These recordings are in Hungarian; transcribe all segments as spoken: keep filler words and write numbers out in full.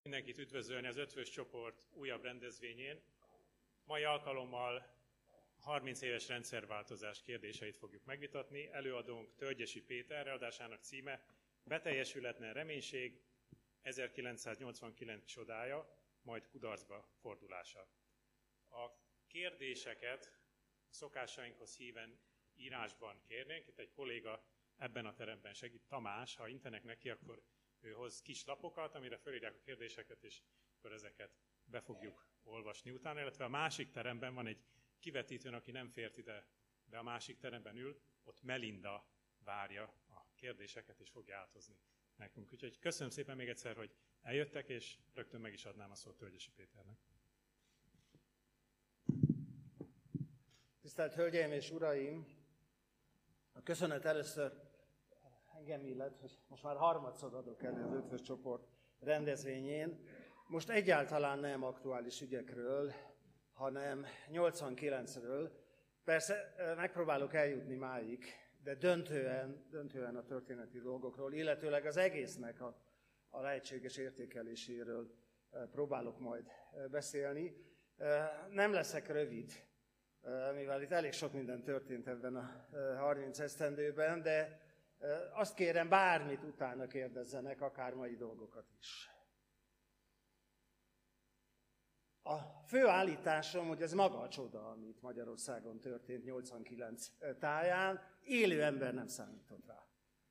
Mindenkit üdvözölni az Ötvös csoport újabb rendezvényén. Mai alkalommal harminc éves rendszerváltozás kérdéseit fogjuk megvitatni. Előadónk Tölgyesi Péter, előadásának címe Beteljesületlen reménység, ezerkilencszáznyolcvankilenc csodája, majd kudarcba fordulása. A kérdéseket a szokásainkhoz híven írásban kérnénk. Itt egy kolléga ebben a teremben segít, Tamás, ha intenek neki, akkor ő hoz kis lapokat, amire felírják a kérdéseket, és akkor ezeket be fogjuk olvasni utána, illetve a másik teremben van egy kivetítőn, aki nem fért ide, de a másik teremben ül, ott Melinda várja a kérdéseket, és fogja áthozni nekünk. Úgyhogy köszönöm szépen még egyszer, hogy eljöttek, és rögtön meg is adnám a szót Tölgyesi Péternek. Tisztelt Hölgyeim és Uraim! A köszönet először engem illet, hogy most már harmadszor adok elő az Ötvös csoport rendezvényén. Most egyáltalán nem aktuális ügyekről, hanem nyolcvankilencről. Persze megpróbálok eljutni máig, de döntően, döntően a történeti dolgokról, illetőleg az egésznek a, a lehetséges értékeléséről próbálok majd beszélni. Nem leszek rövid, mivel itt elég sok minden történt ebben a harminc esztendőben, de azt kérem, bármit utána kérdezzenek, akár mai dolgokat is. A fő állításom, hogy ez maga a csoda, amit Magyarországon történt nyolcvankilenc táján, élő ember nem számított rá.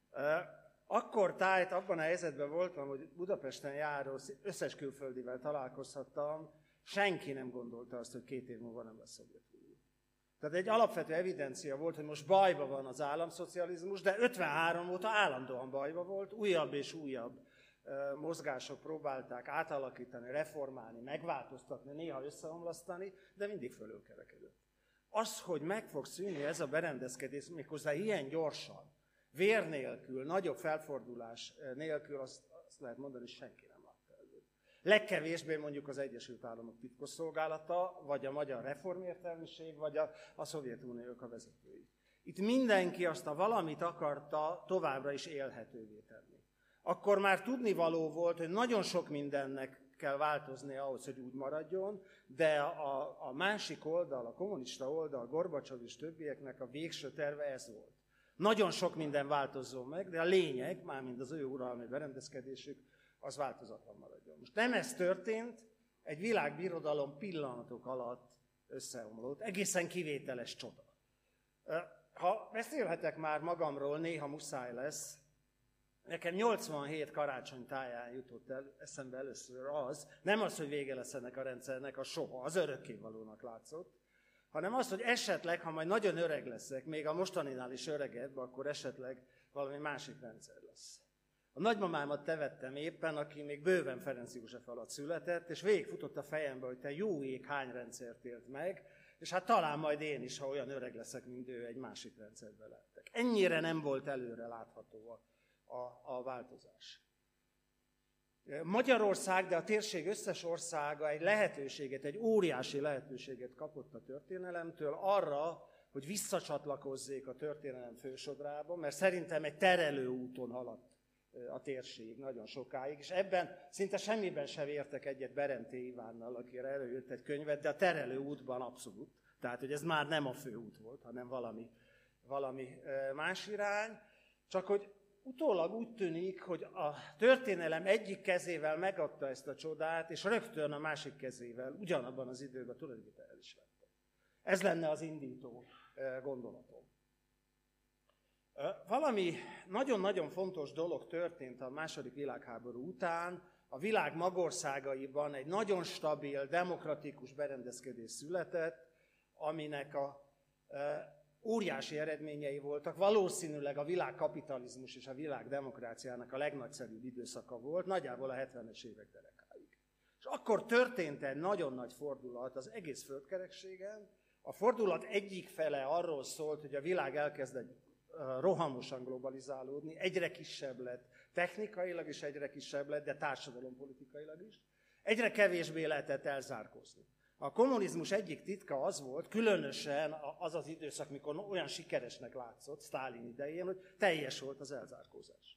Akkor tájt, abban a helyzetben voltam, hogy Budapesten járó összes külföldivel találkozhattam, senki nem gondolta azt, hogy két év múlva nem lesz Szovjetunió. Tehát egy alapvető evidencia volt, hogy most bajba van az államszocializmus, de ötvenhárom óta állandóan bajba volt, újabb és újabb mozgások próbálták átalakítani, reformálni, megváltoztatni, néha összeomlasztani, de mindig fölülkerekedett. Az, hogy meg fog szűnni ez a berendezkedés méghozzá ilyen gyorsan, vér nélkül, nagyobb felfordulás nélkül, azt, azt lehet mondani, hogy senki nem látta elő. Legkevésbé mondjuk az Egyesült Államok titkosszolgálata, vagy a magyar reformértelmiség, vagy a, a Szovjetuniók a vezetői. Itt mindenki azt a valamit akarta továbbra is élhetővé tenni. Akkor már tudnivaló volt, hogy nagyon sok mindennek kell változni ahhoz, hogy úgy maradjon, de a, a másik oldal, a kommunista oldal, Gorbacsov és többieknek a végső terve ez volt. Nagyon sok minden változzon meg, de a lényeg, mármint az ő uralmi berendezkedésük, az változatlan maradjon. Most nem ez történt, egy világbirodalom pillanatok alatt összeomlott, egészen kivételes csoda. Ha beszélhetek már magamról, néha muszáj lesz, nekem nyolcvanhét karácsony táján jutott el eszembe először az, nem az, hogy vége lesz ennek a rendszernek, a soha, az örökkévalónak látszott, hanem az, hogy esetleg, ha majd nagyon öreg leszek, még a mostaninál is öregebb, akkor esetleg valami másik rendszer lesz. A nagymamámat tevettem éppen, aki még bőven Ferenc József alatt született, és végigfutott a fejembe, hogy te jó ég hány rendszert élt meg, és hát talán majd én is, ha olyan öreg leszek, mint ő, egy másik rendszerbe lettek. Ennyire nem volt előre látható a A, a változás. Magyarország, de a térség összes országa egy lehetőséget, egy óriási lehetőséget kapott a történelemtől arra, hogy visszacsatlakozzék a történelem fősodrába, mert szerintem egy terelő úton haladt a térség nagyon sokáig, és ebben szinte semmiben sem értek egyet Berenté Ivánnal, akire előjött egy könyvet, de a terelő útban abszolút. Tehát, hogy ez már nem a főút volt, hanem valami, valami más irány, csak hogy utólag úgy tűnik, hogy a történelem egyik kezével megadta ezt a csodát, és rögtön a másik kezével ugyanabban az időben tulajdonképpen el is vette. Ez lenne az indító gondolatom. Valami nagyon-nagyon fontos dolog történt a második világháború után. A világ magországaiban egy nagyon stabil, demokratikus berendezkedés született, aminek a óriási eredményei voltak, valószínűleg a világkapitalizmus és a világdemokráciának a legnagyszerűbb időszaka volt, nagyjából a hetvenes évek derekáig. És akkor történt egy nagyon nagy fordulat az egész földkerekségen. A fordulat egyik fele arról szólt, hogy a világ elkezdett rohamosan globalizálódni, egyre kisebb lett, technikailag is egyre kisebb lett, de társadalompolitikailag is. Egyre kevésbé lehetett elzárkózni. A kommunizmus egyik titka az volt, különösen az az időszak, mikor olyan sikeresnek látszott, Sztálin idején, hogy teljes volt az elzárkózás.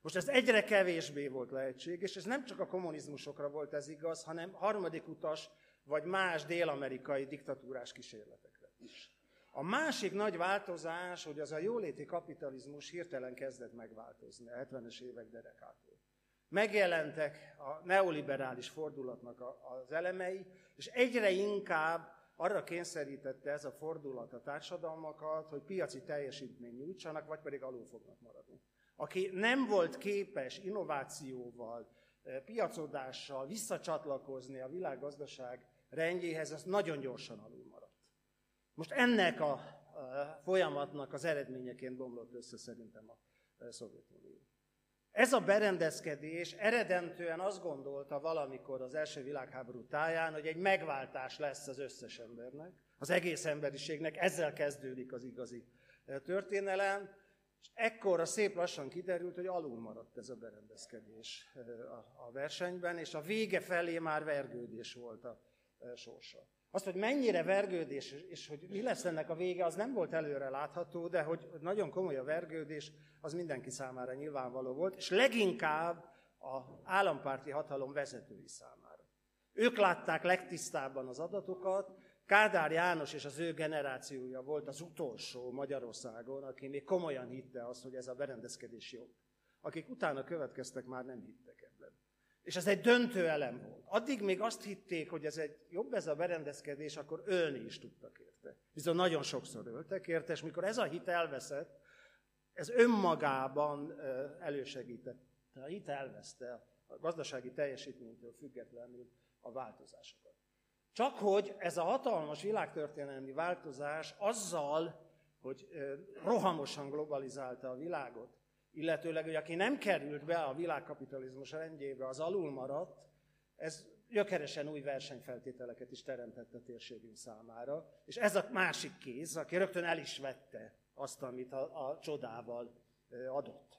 Most ez egyre kevésbé volt lehetséges, és nem csak a kommunizmusokra volt ez igaz, hanem harmadik utas vagy más dél-amerikai diktatúrás kísérletekre is. A másik nagy változás, hogy az a jóléti kapitalizmus hirtelen kezdett megváltozni a hetvenes évek derekától. Megjelentek a neoliberális fordulatnak az elemei, és egyre inkább arra kényszerítette ez a fordulat a társadalmakat, hogy piaci teljesítményt nyújtsanak, vagy pedig alul fognak maradni. Aki nem volt képes innovációval, piacodással visszacsatlakozni a világgazdaság rendjéhez, az nagyon gyorsan alul maradt. Most ennek a folyamatnak az eredményeként bomlott össze szerintem a Szovjetunió. Ez a berendezkedés eredentően azt gondolta valamikor az első világháború táján, hogy egy megváltás lesz az összes embernek, az egész emberiségnek, ezzel kezdődik az igazi történelem, és ekkorra szép lassan kiderült, hogy alul maradt ez a berendezkedés a versenyben, és a vége felé már vergődés volt a sorsa. Azt, hogy mennyire vergődés, és hogy mi lesz ennek a vége, az nem volt előre látható, de hogy nagyon komoly a vergődés, az mindenki számára nyilvánvaló volt, és leginkább az állampárti hatalom vezetői számára. Ők látták legtisztábban az adatokat, Kádár János és az ő generációja volt az utolsó Magyarországon, aki még komolyan hitte azt, hogy ez a berendezkedés jobb. Akik utána következtek, már nem hittek ebben. És ez egy döntő elem volt. Addig még azt hitték, hogy ez egy jobb ez a berendezkedés, akkor ölni is tudtak érte. Viszont nagyon sokszor öltek érte, és mikor ez a hit elveszett, ez önmagában elősegítette, a hit elveszte a gazdasági teljesítménytől függetlenül a változásokat. Csak hogy ez a hatalmas világtörténelmi változás azzal, hogy rohamosan globalizálta a világot, illetőleg, hogy aki nem került be a világkapitalizmus rendjébe, az alul maradt, ez gyökeresen új versenyfeltételeket is teremtett a térségünk számára. És ez a másik kéz, aki rögtön el is vette azt, amit a, a csodával adott.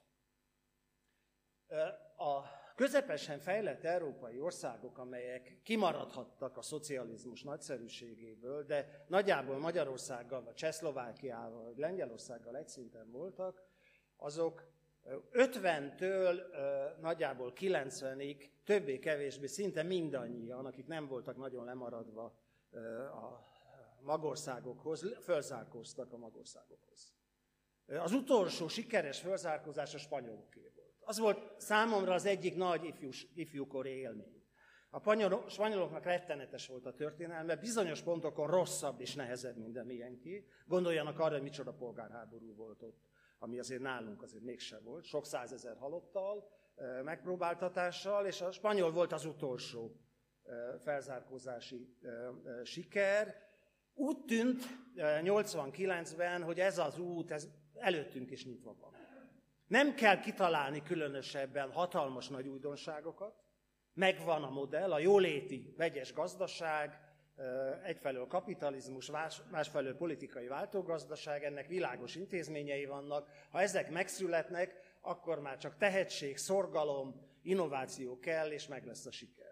A közepesen fejlett európai országok, amelyek kimaradhattak a szocializmus nagyszerűségéből, de nagyjából Magyarországgal, vagy Csehszlovákiával, vagy Lengyelországgal egy szinten voltak, azok ötventől nagyjából kilencvenig, többé-kevésbé szinte mindannyian, akik nem voltak nagyon lemaradva a magországokhoz, fölzárkóztak a magországokhoz. Az utolsó sikeres fölzárkózás a spanyoloké volt. Az volt számomra az egyik nagy ifjús, ifjúkori élmény. A spanyoloknak rettenetes volt a történelme, bizonyos pontokon rosszabb és nehezebb minden milyenki. Gondoljanak arra, hogy micsoda polgárháború volt ott, ami azért nálunk azért mégsem volt, sok százezer halottal, megpróbáltatással, és a spanyol volt az utolsó felzárkózási siker. Úgy tűnt nyolcvankilencben, hogy ez az út, ez előttünk is nyitva van. Nem kell kitalálni különösebben hatalmas nagy újdonságokat, megvan a modell, a jóléti vegyes gazdaság, egyfelől kapitalizmus, másfelől politikai váltógazdaság, ennek világos intézményei vannak. Ha ezek megszületnek, akkor már csak tehetség, szorgalom, innováció kell, és meg lesz a siker.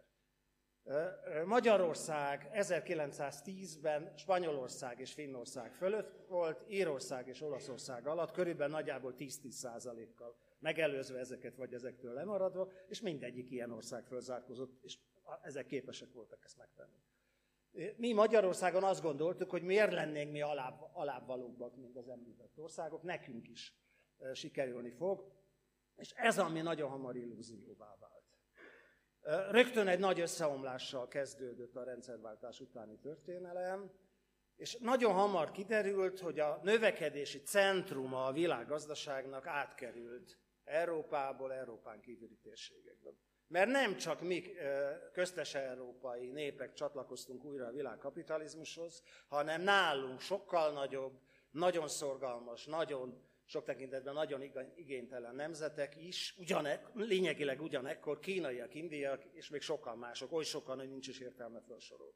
Magyarország ezerkilencszáztízben Spanyolország és Finnország fölött volt, Írország és Olaszország alatt, körülbelül nagyjából tíz-tíz százalékkal megelőzve ezeket, vagy ezektől lemaradva, és mindegyik ilyen ország fölzárkózott, és ezek képesek voltak ezt megtenni. Mi Magyarországon azt gondoltuk, hogy miért lennénk mi alább, alábbvalóbbak, mint az említett országok, nekünk is sikerülni fog, és ez, ami nagyon hamar illúzióvá vált. Rögtön egy nagy összeomlással kezdődött a rendszerváltás utáni történelem, és nagyon hamar kiderült, hogy a növekedési centruma a világgazdaságnak átkerült Európából, Európán kívüli térségekbe. Mert nem csak mi köztes európai népek csatlakoztunk újra a világkapitalizmushoz, hanem nálunk sokkal nagyobb, nagyon szorgalmas, nagyon sok tekintetben nagyon igénytelen nemzetek is, ugyanek, lényegileg ugyanekkor kínaiak, indiaiak, és még sokan mások, oly sokan, hogy nincs is értelme felsorolni.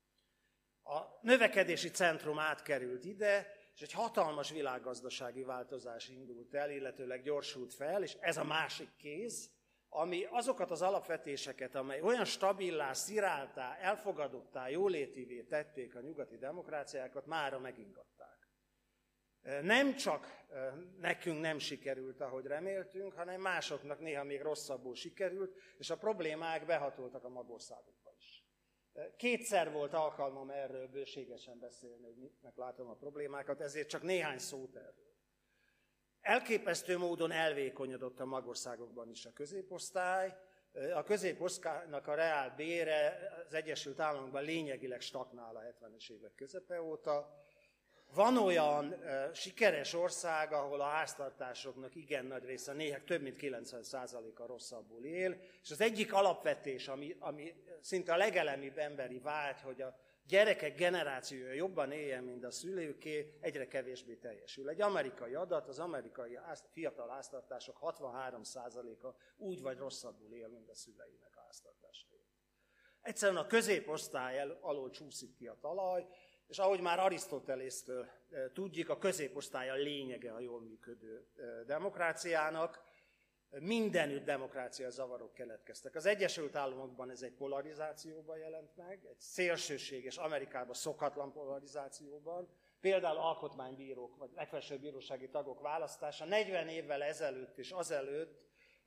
A növekedési centrum átkerült ide, és egy hatalmas világgazdasági változás indult el, illetőleg gyorsult fel, és ez a másik kéz, ami azokat az alapvetéseket, amely olyan stabilá, sziráltá, elfogadottá, jólétivé tették a nyugati demokráciákat, mára megingatták. Nem csak nekünk nem sikerült, ahogy reméltünk, hanem másoknak néha még rosszabbul sikerült, és a problémák behatoltak a magországokba is. Kétszer volt alkalmam erről bőségesen beszélni, hogy mitnek látom a problémákat, ezért csak néhány szót erről. Elképesztő módon elvékonyodott a magországokban is a középosztály. A középosztálynak a reál bére az Egyesült Államokban lényegileg stagnál a hetvenes évek közepe óta. Van olyan uh, sikeres ország, ahol a háztartásoknak igen nagy része, néha több mint kilencven százaléka rosszabbul él, és az egyik alapvetés, ami, ami szinte a legelemibb emberi vágy, hogy a gyerekek generációja jobban éljen, mint a szülőké, egyre kevésbé teljesül. Egy amerikai adat, az amerikai fiatal háztartások hatvanhárom százaléka úgy vagy rosszabbul él, mint a szüleinek a háztartásai. Egyszerűen a középosztály alól csúszik ki a talaj, és ahogy már Arisztotelésztől tudjuk, a középosztály a lényege a jól működő demokráciának. Mindenütt demokrácia zavarok keletkeztek. Az Egyesült Államokban ez egy polarizációban jelent meg, egy szélsőséges, Amerikában szokatlan polarizációban. Például alkotmánybírók, vagy legfelsőbb bírósági tagok választása negyven évvel ezelőtt és azelőtt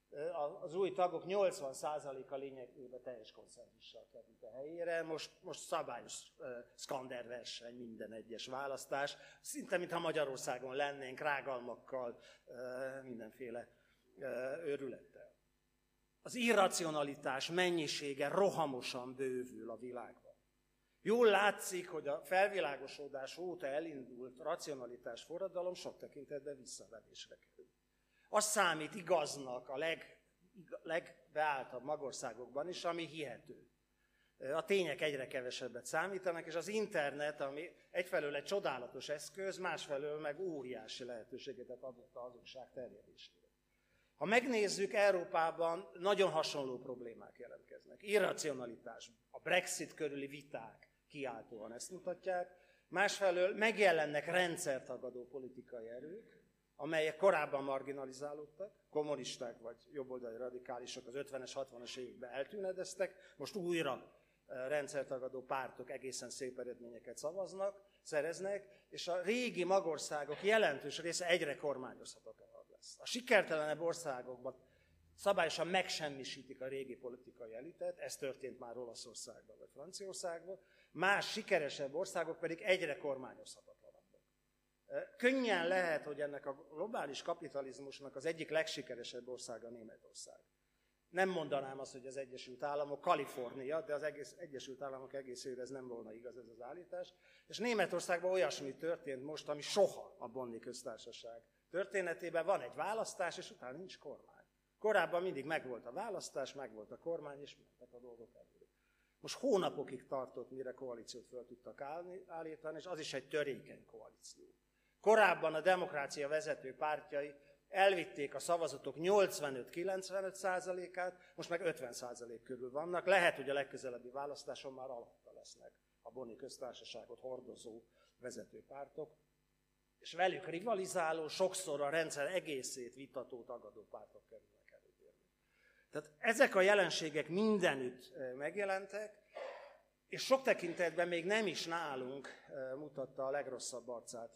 az új tagok nyolcvan százaléka lényegében teljes konszenzussal került a helyére. Most, most szabályos uh, szkanderverseny minden egyes választás. Szinte, mintha Magyarországon lennénk, rágalmakkal, uh, mindenféle uh, őrülettel. Az irracionalitás mennyisége rohamosan bővül a világban. Jól látszik, hogy a felvilágosodás óta elindult racionalitás forradalom sok tekintetben visszaverésre kerül. Az számít igaznak a leg, legbeálltabb magországokban is, ami hihető. A tények egyre kevesebbet számítanak, és az internet, ami egyfelől egy csodálatos eszköz, másfelől meg óriási lehetőséget adott a hazugság terjedésére. Ha megnézzük, Európában nagyon hasonló problémák jelentkeznek. Irracionalitás, a Brexit körüli viták kiáltóan ezt mutatják, másfelől megjelennek rendszertagadó politikai erők, amelyek korábban marginalizálódtak, kommunisták vagy jobboldali radikálisok az ötvenes, hatvanas években eltűnedeztek, most újra rendszertagadó pártok egészen szép eredményeket szavaznak, szereznek, és a régi magországok jelentős része egyre kormányozhatatlanabb lesz. A sikertelenebb országokban szabályosan megsemmisítik a régi politikai elitet, ez történt már Olaszországban vagy Franciaországban, más sikeresebb országok pedig egyre kormányozhatatlanabb. Könnyen lehet, hogy ennek a globális kapitalizmusnak az egyik legsikeresebb országa Németország. Nem mondanám azt, hogy az Egyesült Államok, Kalifornia, de az egész Egyesült Államok egészére ez nem volna igaz, ez az állítás. És Németországban olyasmi történt most, ami soha a Bonni köztársaság történetében. Van egy választás, és utána nincs kormány. Korábban mindig megvolt a választás, megvolt a kormány, és mentek a dolgok előre. Most hónapokig tartott, mire koalíciót föl tudtak állítani, és az is egy törékeny koalíció. Korábban a demokrácia vezető pártjai elvitték a szavazatok nyolcvanöt-kilencvenöt százalékát, most meg ötven százalék körül vannak. Lehet, hogy a legközelebbi választáson már alatta lesznek a Bonni köztársaságot hordozó vezető pártok, és velük rivalizáló, sokszor a rendszer egészét vitató, tagadó pártok kerülnek előtérbe. Tehát ezek a jelenségek mindenütt megjelentek, és sok tekintetben még nem is nálunk mutatta a legrosszabb arcát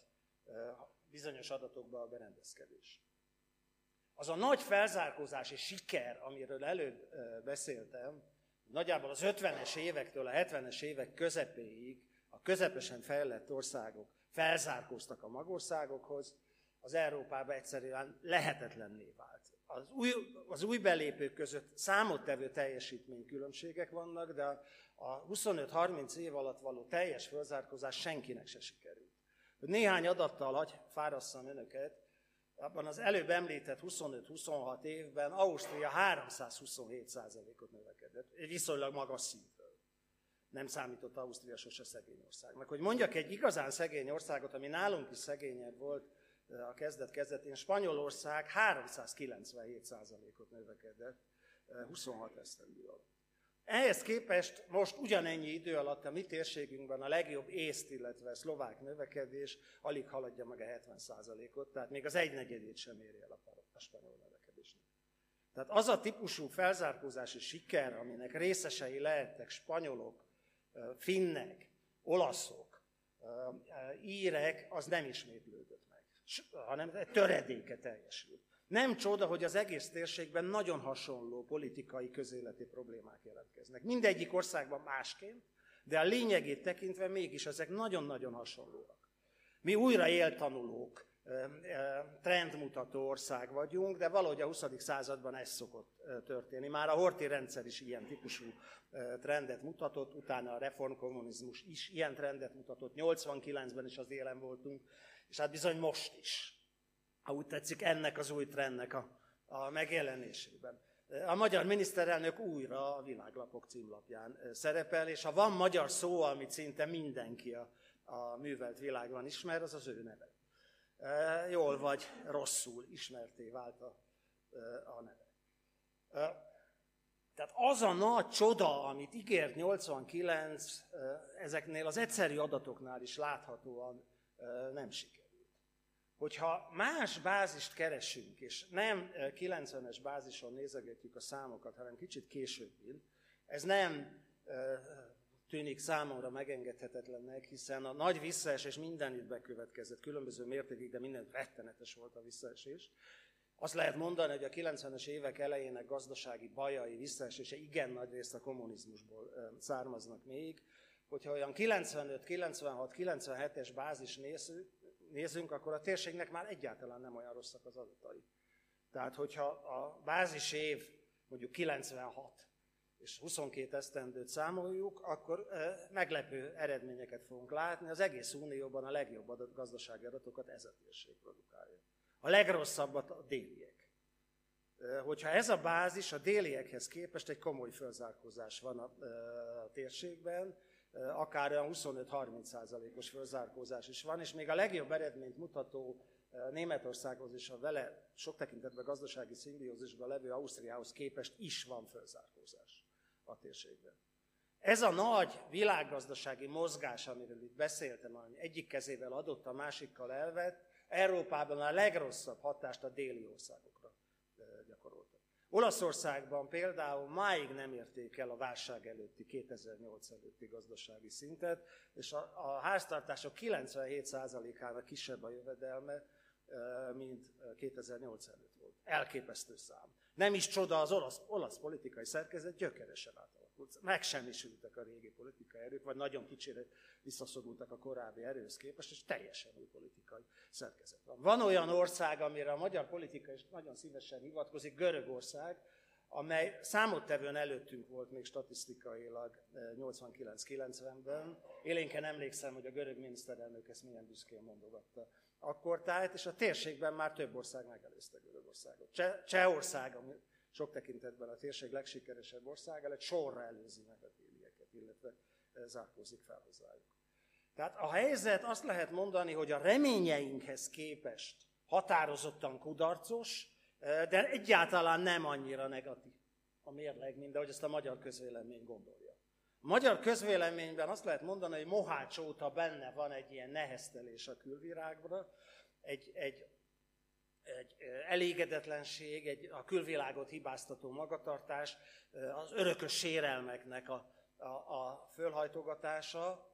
bizonyos adatokban a berendezkedés. Az a nagy felzárkózási siker, amiről előbb beszéltem, nagyjából az ötvenes évektől a hetvenes évek közepéig a közepesen fejlett országok felzárkóztak a magországokhoz, az Európában egyszerűen lehetetlenné vált. Az új, az új belépők között számottevő teljesítménykülönbségek vannak, de a huszonöt-harminc év alatt való teljes felzárkózás senkinek se sikerült. Hogy néhány adattal hagy fárasszam önöket, abban az előbb említett huszonöt-huszonhat évben Ausztria háromszázhuszonhét százalékot növekedett, egy viszonylag magas szintről. Nem számított Ausztria sose szegény országnak. Hogy mondjak egy igazán szegény országot, ami nálunk is szegényebb volt a kezdet-kezdetén, Spanyolország háromszázkilencvenhét százalékot növekedett huszonhat esztendő alatt. Ehhez képest most ugyanennyi idő alatt a mi térségünkben a legjobb észt, illetve szlovák növekedés alig haladja meg a hetven százalékot, tehát még az egynegyedét sem éri el a spanyol növekedésnek. Tehát az a típusú felzárkózási siker, aminek részesei lehettek spanyolok, finnek, olaszok, írek, az nem ismétlődött meg. hanem egy töredéke teljesült. Nem csoda, hogy az egész térségben nagyon hasonló politikai, közéleti problémák jelentkeznek. Mindegyik országban másként, de a lényegét tekintve mégis ezek nagyon-nagyon hasonlóak. Mi újra éltanulók, trendmutató ország vagyunk, de valahogy a huszadik században ez szokott történni. Már a Horthy rendszer is ilyen típusú trendet mutatott, utána a reformkommunizmus is ilyen trendet mutatott, nyolcvankilencben is az élen voltunk, és hát bizony most is, ha úgy tetszik, ennek az új trendnek a, a megjelenésében. A magyar miniszterelnök újra a világlapok címlapján szerepel, és ha van magyar szó, amit szinte mindenki a, a művelt világban ismer, az az ő neve. E, jól vagy rosszul ismerté vált a, a neve. E, tehát az a nagy csoda, amit ígért nyolcvankilenc, ezeknél az egyszerű adatoknál is láthatóan nem sikerült. Hogyha más bázist keresünk, és nem kilencvenes bázison nézegetjük a számokat, hanem kicsit későbbin, ez nem tűnik számomra megengedhetetlennek, hiszen a nagy visszaesés mindenütt bekövetkezett, különböző mértékig, de minden rettenetes volt a visszaesés. Azt lehet mondani, hogy a kilencvenes évek elejének gazdasági bajai, visszaesése igen nagy részt a kommunizmusból származnak még. Hogyha olyan kilencvenöt, kilencvenhat, kilencvenhetes bázis nézünk, akkor a térségnek már egyáltalán nem olyan rosszak az adatai. Tehát, hogyha a bázis év mondjuk kilencvenhat, és huszonkét esztendőt számoljuk, akkor meglepő eredményeket fogunk látni. Az egész Unióban a legjobb adat, gazdasági adatokat ez a térség produkálja. A legrosszabbat a déliek. Hogyha ez a bázis a déliekhez képest egy komoly fölzárkózás van a, a térségben, akár olyan huszonöt-harminc százalékos fölzárkózás is van, és még a legjobb eredményt mutató Németországhoz és a vele sok tekintetben gazdasági szimbiózisban levő Ausztriához képest is van fölzárkózás a térségben. Ez a nagy világgazdasági mozgás, amiről itt beszéltem, ami egyik kezével adott, a másikkal elvett, Európában a legrosszabb hatást a déli országokra gyakorolta. Olaszországban például máig nem érték el a válság előtti, kétezer-nyolc előtti gazdasági szintet, és a, a háztartások kilencvenhét százalékának kisebb a jövedelme, mint kétezer-nyolc előtt volt. Elképesztő szám. Nem is csoda, az olasz, olasz politikai szerkezet gyökeresen átalakult. Megsemmisültek a régi politikai erők, vagy nagyon kicsire visszaszorultak a korábbi erőhöz képest, és teljesen új politikai szerkezet van. Van olyan ország, amire a magyar politika is nagyon szívesen hivatkozik, Görögország, amely számottevően előttünk volt még statisztikailag nyolcvankilenc-kilencvenben. Élénken emlékszem, hogy a görög miniszterelnök ezt milyen büszkén mondogatta akkor tájt, és a térségben már több ország megelőzte Görögországot. Cseh, Csehország, ami sok tekintetben a térség legsikeresebb országa, egy sorra előzi meg a délieket, illetve zárkózik fel hozzájuk. Tehát a helyzet, azt lehet mondani, hogy a reményeinkhez képest határozottan kudarcos, de egyáltalán nem annyira negatív a mérleg, mint ahogy ezt a magyar közvélemény gondolja. A magyar közvéleményben azt lehet mondani, hogy Mohács óta benne van egy ilyen neheztelés a külvilágra, egy, egy, egy elégedetlenség, egy a külvilágot hibáztató magatartás, az örökös sérelmeknek a, a, a fölhajtogatása.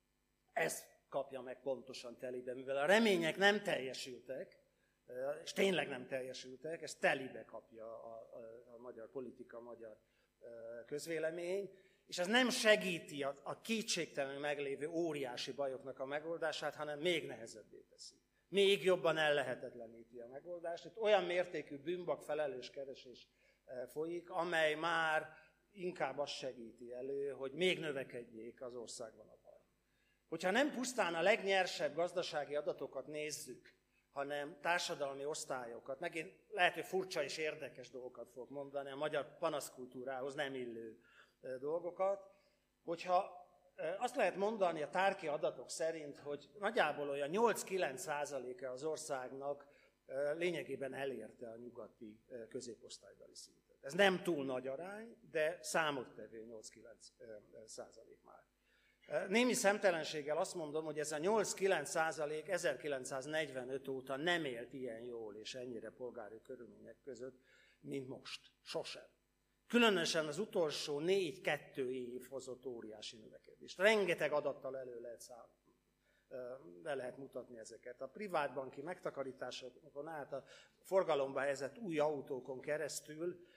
Ezt kapja meg pontosan telibe, mivel a remények nem teljesültek, és tényleg nem teljesültek, ezt telibe kapja a, a, a magyar politika, a magyar közvélemény, és ez nem segíti a, a kétségtelenül meglévő óriási bajoknak a megoldását, hanem még nehezebbé teszi. Még jobban ellehetetleníti a megoldást. Itt olyan mértékű bűnbak felelős keresés folyik, amely már inkább azt segíti elő, hogy még növekedjék az országban a baj. Hogyha nem pusztán a legnyersebb gazdasági adatokat nézzük, hanem társadalmi osztályokat, megint lehet, hogy furcsa és érdekes dolgokat fogok mondani, a magyar panaszkultúrához nem illő dolgokat, hogyha azt lehet mondani a tárki adatok szerint, hogy nagyjából olyan nyolc-kilenc százaléka az országnak lényegében elérte a nyugati középosztálybeli szintet. Ez nem túl nagy arány, de számottevő nyolc-kilenc százalék már. Némi szemtelenséggel azt mondom, hogy ez a nyolc-kilenc százalék ezerkilencszáznegyvenöt óta nem élt ilyen jól és ennyire polgári körülmények között, mint most. Sosem. Különösen az utolsó négy-kettő év hozott óriási növekedést. Rengeteg adattal elő lehet be lehet mutatni ezeket. A privátbanki megtakarításokon át a forgalomba helyezett új autókon keresztül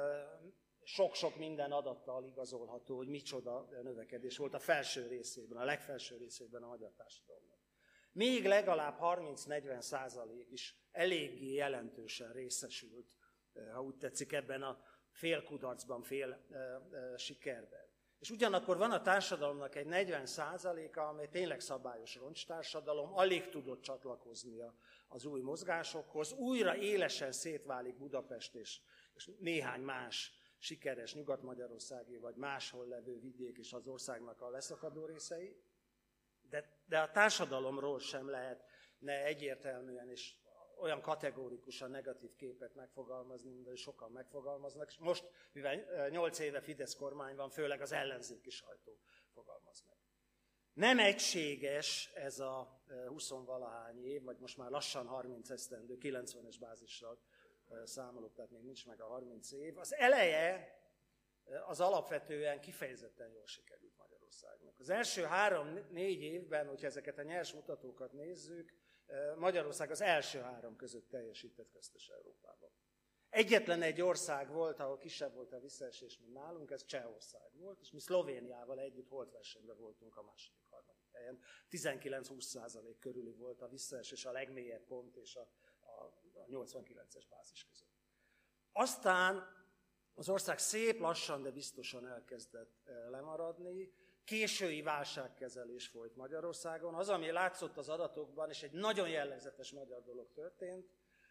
sok-sok minden adattal igazolható, hogy micsoda növekedés volt a felső részében, a legfelső részében a magyar társadalomnak. Még legalább harminc-negyven százalék is eléggé jelentősen részesült, ha úgy tetszik, ebben a fél kudarcban, fél sikerben. És ugyanakkor van a társadalomnak egy negyven százaléka, amely tényleg szabályos roncstársadalom, alig tudott csatlakozni az új mozgásokhoz, újra élesen szétválik Budapest és, és néhány más sikeres nyugat-magyarországi vagy máshol levő vidék és az országnak a leszakadó részei, de, de a társadalomról sem lehetne egyértelműen és olyan kategórikusan negatív képet megfogalmazni, mint sokan megfogalmaznak, és most, mivel nyolc éve Fidesz kormány van, főleg az ellenzéki sajtó fogalmaz meg. Nem egységes ez a huszonvalahány év, vagy most már lassan harminc esztendő, kilencvenes bázissal számolok, tehát még nincs meg a harminc év. Az eleje az alapvetően kifejezetten jól sikerült Magyarországnak. Az első három-négy évben, hogyha ezeket a nyers mutatókat nézzük, Magyarország az első három között teljesített köztes Európában. Egyetlen egy ország volt, ahol kisebb volt a visszaesés, mint nálunk, ez Csehország volt, és mi Szlovéniával együtt holtversenyben voltunk a második, harmadik helyen. tizenkilenc-húsz százalék körüli volt a visszaesés, a legmélyebb pont és a, a, a nyolcvankilences bázis között. Aztán az ország szép lassan, de biztosan elkezdett lemaradni. Késői válságkezelés folyt Magyarországon. Az, ami látszott az adatokban, és egy nagyon jellegzetes magyar dolog történt,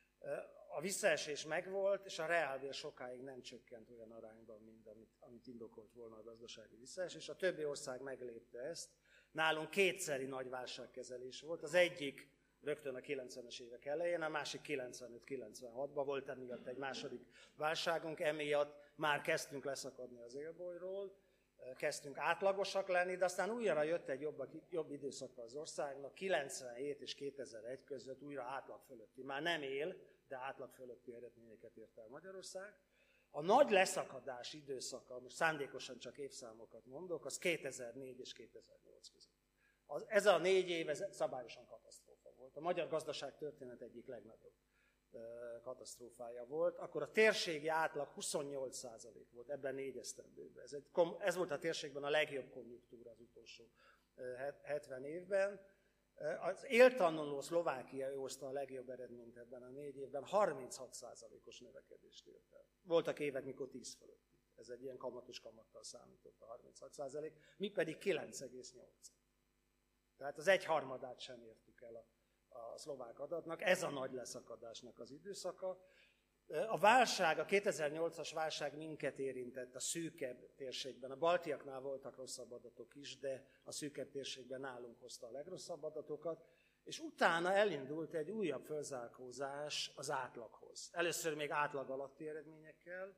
a visszaesés megvolt, és a reálbér sokáig nem csökkent olyan arányban, mint amit, amit indokolt volna a gazdasági visszaesés. A többi ország meglépte ezt. Nálunk kétszeri nagy válságkezelés volt. Az egyik rögtön a kilencvenes évek elején, a másik kilencvenöt-kilencvenhatban volt emiatt egy második válságunk, emiatt már kezdtünk leszakadni az élbolyról, kezdtünk átlagosak lenni, de aztán újra jött egy jobb, jobb időszaka az országnak, kilencvenhét és kétezer-egy között újra átlag fölötti, már nem él, de átlag fölötti eredményeket ért el Magyarország. A nagy leszakadás időszaka, most szándékosan csak évszámokat mondok, az kétezer-négy és kétezer-nyolc között. Az, ez a négy év ez szabályosan katasztrófa volt. A magyar gazdaság történet egyik legnagyobb katasztrófája volt, akkor a térségi átlag huszonnyolc százalék volt ebben négy esztendőben. Ez, egy, ez volt a térségben a legjobb konjunktúra az utolsó hetven évben. Az éltanuló Szlovákia hozta a legjobb eredményt ebben a négy évben, harminchat százalékos növekedést ért el. Voltak évek, mikor tíz fölötti. Ez egy ilyen kamatos kamattal számított a harminchat százalék, mi pedig kilenc egész nyolc. Tehát az egyharmadát sem értük el a a szlovák adatnak, ez a nagy leszakadásnak az időszaka. A válság, a kétezer-nyolcas válság minket érintett a szűkebb térségben. A baltiaknál voltak rosszabb adatok is, de a szűkebb térségben nálunk hozta a legrosszabb adatokat, és utána elindult egy újabb fölzárkózás az átlaghoz. Először még átlag alatti eredményekkel,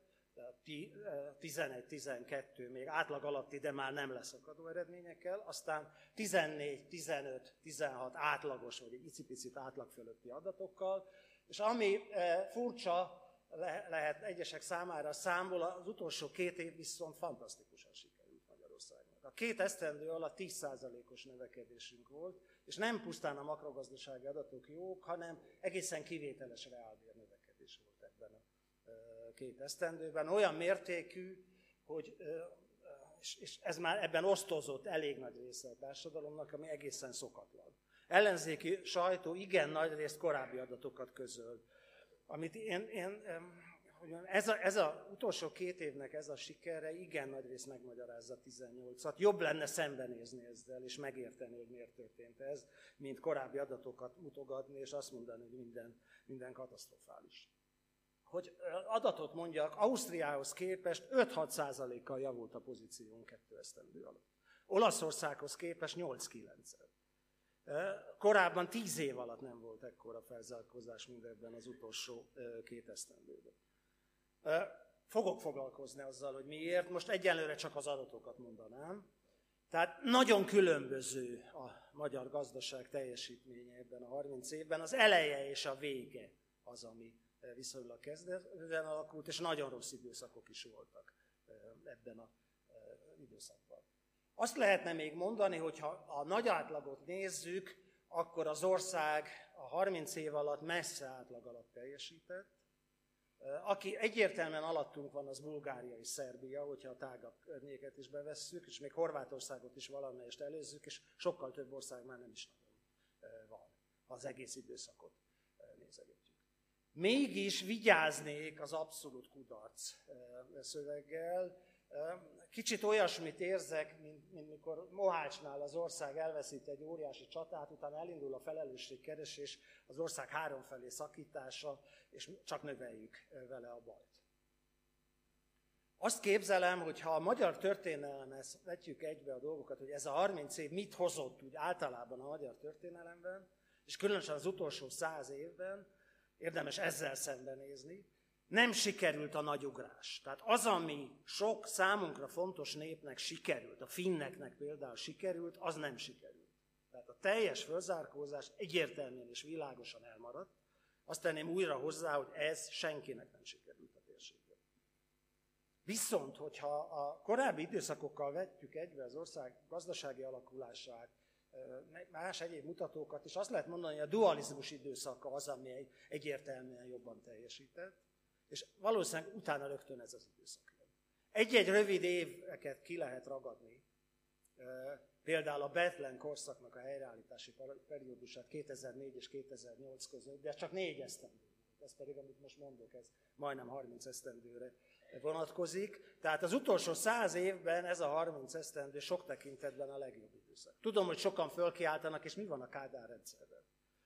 tizenegy-tizenkettő még átlag alatti, de már nem leszakadó eredményekkel, aztán tizennégy, tizenöt, tizenhat átlagos, vagy egy icipicit átlag fölötti adatokkal, és ami furcsa lehet egyesek számára a számból, az utolsó két év viszont fantasztikusan sikerült Magyarországnak. A két esztendő alatt tíz százalékos növekedésünk volt, és nem pusztán a makrogazdasági adatok jók, hanem egészen kivételes reálbér növekedés volt ebben a két esztendőben, olyan mértékű, hogy, és ez már ebben osztozott elég nagy része a társadalomnak, ami egészen szokatlan. Ellenzéki sajtó igen nagy részt korábbi adatokat közölt, amit én, én ez az ez a utolsó két évnek ez a sikere igen nagy részt megmagyarázza tizennyolcat. Jobb lenne szembenézni ezzel, és megérteni, hogy miért történt ez, mint korábbi adatokat mutogatni, és azt mondani, hogy minden, minden katasztrofális. Hogy adatot mondjak, Ausztriához képest öt-hat százalékkal javult a pozíciónk kettő esztendő alatt. Olaszországhoz képest nyolc-kilenc-szer. Korábban tíz év alatt nem volt ekkora felzárkózás, mint ebben az utolsó két esztendőben. Fogok foglalkozni azzal, hogy miért. Most egyelőre csak az adatokat mondanám. Tehát nagyon különböző a magyar gazdaság teljesítménye ebben a harminc évben. Az eleje és a vége az, ami viszonylag kezdetben alakult, és nagyon rossz időszakok is voltak ebben az időszakban. Azt lehetne még mondani, hogy ha a nagy átlagot nézzük, akkor az ország a harminc év alatt messze átlag alatt teljesített. Aki egyértelműen alattunk van, az Bulgária és Szerbia, hogyha a tágabb környéket is bevesszük, és még Horvátországot is valamelyest előzzük, és sokkal több ország már nem is nagyon van, ha az egész időszakot nézegetjük. Mégis vigyáznék az abszolút kudarc szöveggel. Kicsit olyasmit érzek, mint, mint mikor Mohácsnál az ország elveszít egy óriási csatát, utána elindul a felelősségkeresés, az ország háromfelé szakítása, és csak növeljük vele a bajt. Azt képzelem, hogy ha a magyar történelemhez vetjük egybe a dolgokat, hogy ez a harminc év mit hozott úgy általában a magyar történelemben, és különösen az utolsó száz évben, érdemes ezzel szembenézni, nem sikerült a nagy ugrás. Tehát az, ami sok számunkra fontos népnek sikerült, a finneknek például sikerült, az nem sikerült. Tehát a teljes fölzárkózás egyértelműen és világosan elmaradt. Azt tenném újra hozzá, hogy ez senkinek nem sikerült a térségben. Viszont, hogyha a korábbi időszakokkal vetjük egybe az ország gazdasági alakulását, más egyéb mutatókat, és azt lehet mondani, hogy a dualizmus időszaka az, ami egyértelműen jobban teljesített, és valószínűleg utána rögtön ez az időszak. Egy-egy rövid éveket ki lehet ragadni, például a Bethlen korszaknak a helyreállítási periódusát kétezer-négy és kétezer-nyolc között, de csak négy esztendő. Ez pedig, amit most mondok, ez majdnem harminc esztendőre vonatkozik. Tehát az utolsó száz évben ez a harminc esztendő sok tekintetben a legjobb időszak. Tudom, hogy sokan fölkiáltanak, és mi van a Kádár rendszerben?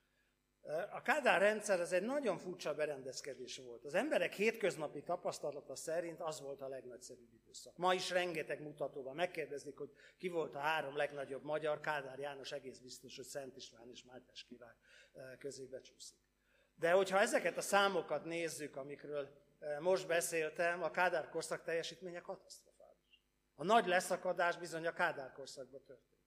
A Kádár rendszer ez egy nagyon furcsa berendezkedés volt. Az emberek hétköznapi tapasztalata szerint az volt a legnagyszerűbb időszak. Ma is rengeteg mutatóban megkérdezik, hogy ki volt a három legnagyobb magyar, Kádár János egész biztos, hogy Szent István és Mátyás király közé becsúszik. De hogyha ezeket a számokat nézzük, amikről most beszéltem, a Kádár korszak teljesítménye katasztrofális. A nagy leszakadás bizony a Kádár korszakban történt.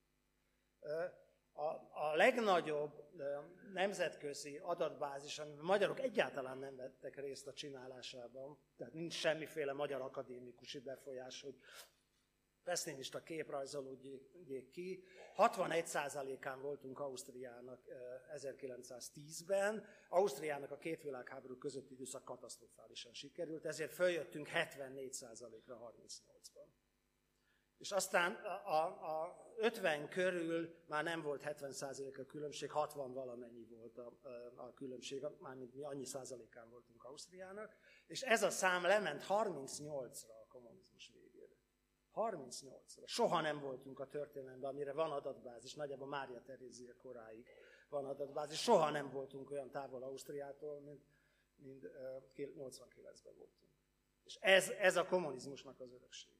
A, a legnagyobb nemzetközi adatbázis, amiben a magyarok egyáltalán nem vettek részt a csinálásában, tehát nincs semmiféle magyar akadémikusi befolyás, hogy pessimista kép rajzolódjék ki. hatvanegy százalékán voltunk Ausztriának ezerkilencszáztízben, Ausztriának a két világháború közötti időszak katasztrofálisan sikerült, ezért följöttünk hetvennégy százalékra harmincnyolcban. És aztán a, a, a ötven körül már nem volt hetven százalék a különbség, hatvan valamennyi volt a, a különbség, mármint mi annyi százalékán voltunk Ausztriának, és ez a szám lement harmincnyolcra a kommunizmus végére. harmincnyolcra. Soha nem voltunk a történelemben, amire van adatbázis, nagyjából Mária Terézia koráig van adatbázis, soha nem voltunk olyan távol Ausztriától, mint, mint uh, nyolcvankilencben voltunk. És ez, ez a kommunizmusnak az öröksége.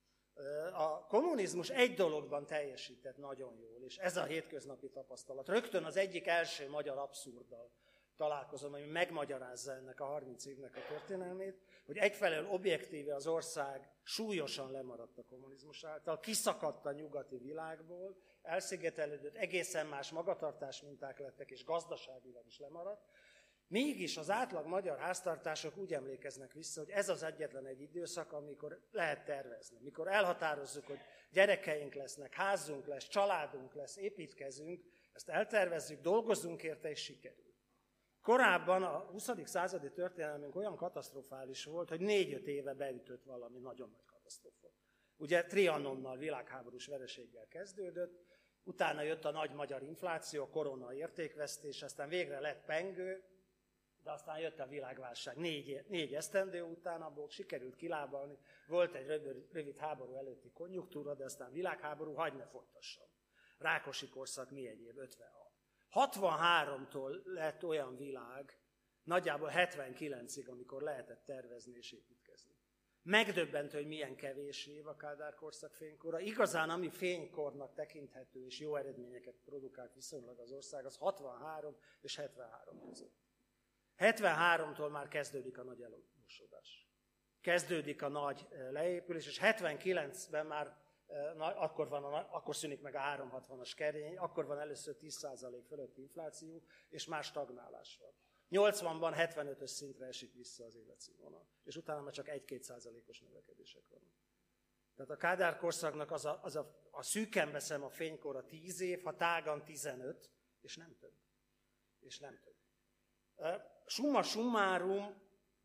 A kommunizmus egy dologban teljesített nagyon jól, és ez a hétköznapi tapasztalat. Rögtön az egyik első magyar abszurddal találkozom, ami megmagyarázza ennek a harminc évnek a történelmét, hogy egyfelől objektíve az ország súlyosan lemaradt a kommunizmus által, kiszakadt a nyugati világból, elszigetelődött, egészen más magatartás minták lettek, és gazdaságilag is lemaradt. Mégis az átlag magyar háztartások úgy emlékeznek vissza, hogy ez az egyetlen egy időszak, amikor lehet tervezni. Mikor elhatározzuk, hogy gyerekeink lesznek, házunk lesz, családunk lesz, építkezünk, ezt eltervezzük, dolgozzunk érte, és sikerül. Korábban a huszadik századi történelmünk olyan katasztrofális volt, hogy négy-öt éve beütött valami nagyon nagy katasztrófa. Ugye Trianonnal világháborús vereséggel kezdődött, utána jött a nagy magyar infláció, a korona értékvesztés, aztán végre lett pengő, de aztán jött a világválság négy, négy esztendő után, abból sikerült kilábalni. Volt egy rövid, rövid háború előtti konjunktúra, de aztán világháború, hagyd ne folytassam. Rákosi korszak, mi egyéb, ötvenhat. hatvanháromtól lett olyan világ, nagyjából hetvenkilencig, amikor lehetett tervezni és építkezni. Megdöbbentő, hogy milyen kevés év a Kádár korszak fénykora. Igazán, ami fénykornak tekinthető és jó eredményeket produkált viszonylag az ország, az hatvanhárom és hetvenhárom között. hetvenháromtól már kezdődik a nagy eladósodás. Kezdődik a nagy leépülés, és hetvenkilencben már akkor, van a, akkor szűnik meg a háromszázhatvanas kerény, akkor van először tíz százalék fölötti infláció, és már stagnálás van. nyolcvanban hetvenötös szintre esik vissza az életszínvonal, és utána már csak egy-két százalékos növekedések vannak. Tehát a Kádár korszaknak az a, az a, a szűken veszem a fénykor a tíz év, ha tágan tizenöt, és nem több. És nem több. Summa summarum,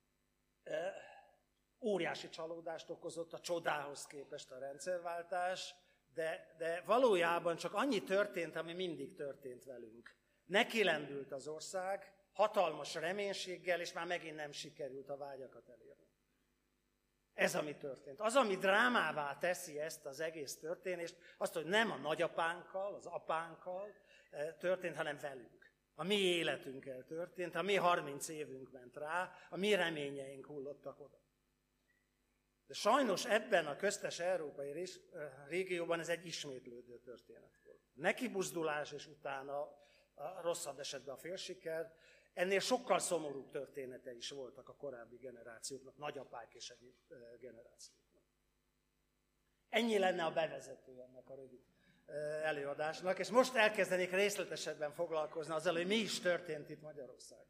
óriási csalódást okozott a csodához képest a rendszerváltás, de, de valójában csak annyi történt, ami mindig történt velünk. Nekilendült az ország, hatalmas reménységgel, és már megint nem sikerült a vágyakat elérni. Ez, ami történt. Az, ami drámává teszi ezt az egész történést, azt, hogy nem a nagyapánkkal, az apánkkal történt, hanem velünk. A mi életünkkel történt, a mi harminc évünk ment rá, a mi reményeink hullottak oda. De sajnos ebben a köztes európai régióban ez egy ismétlődő történet volt. Nekibuzdulás, és utána a rosszabb esetben a félsiker. Ennél sokkal szomorúbb története is voltak a korábbi generációknak, nagyapák és egyéb generációknak. Ennyi lenne a bevezető ennek a rövid előadásnak, és most elkezdenék részletesebben foglalkozni azzal, hogy mi is történt itt Magyarországon.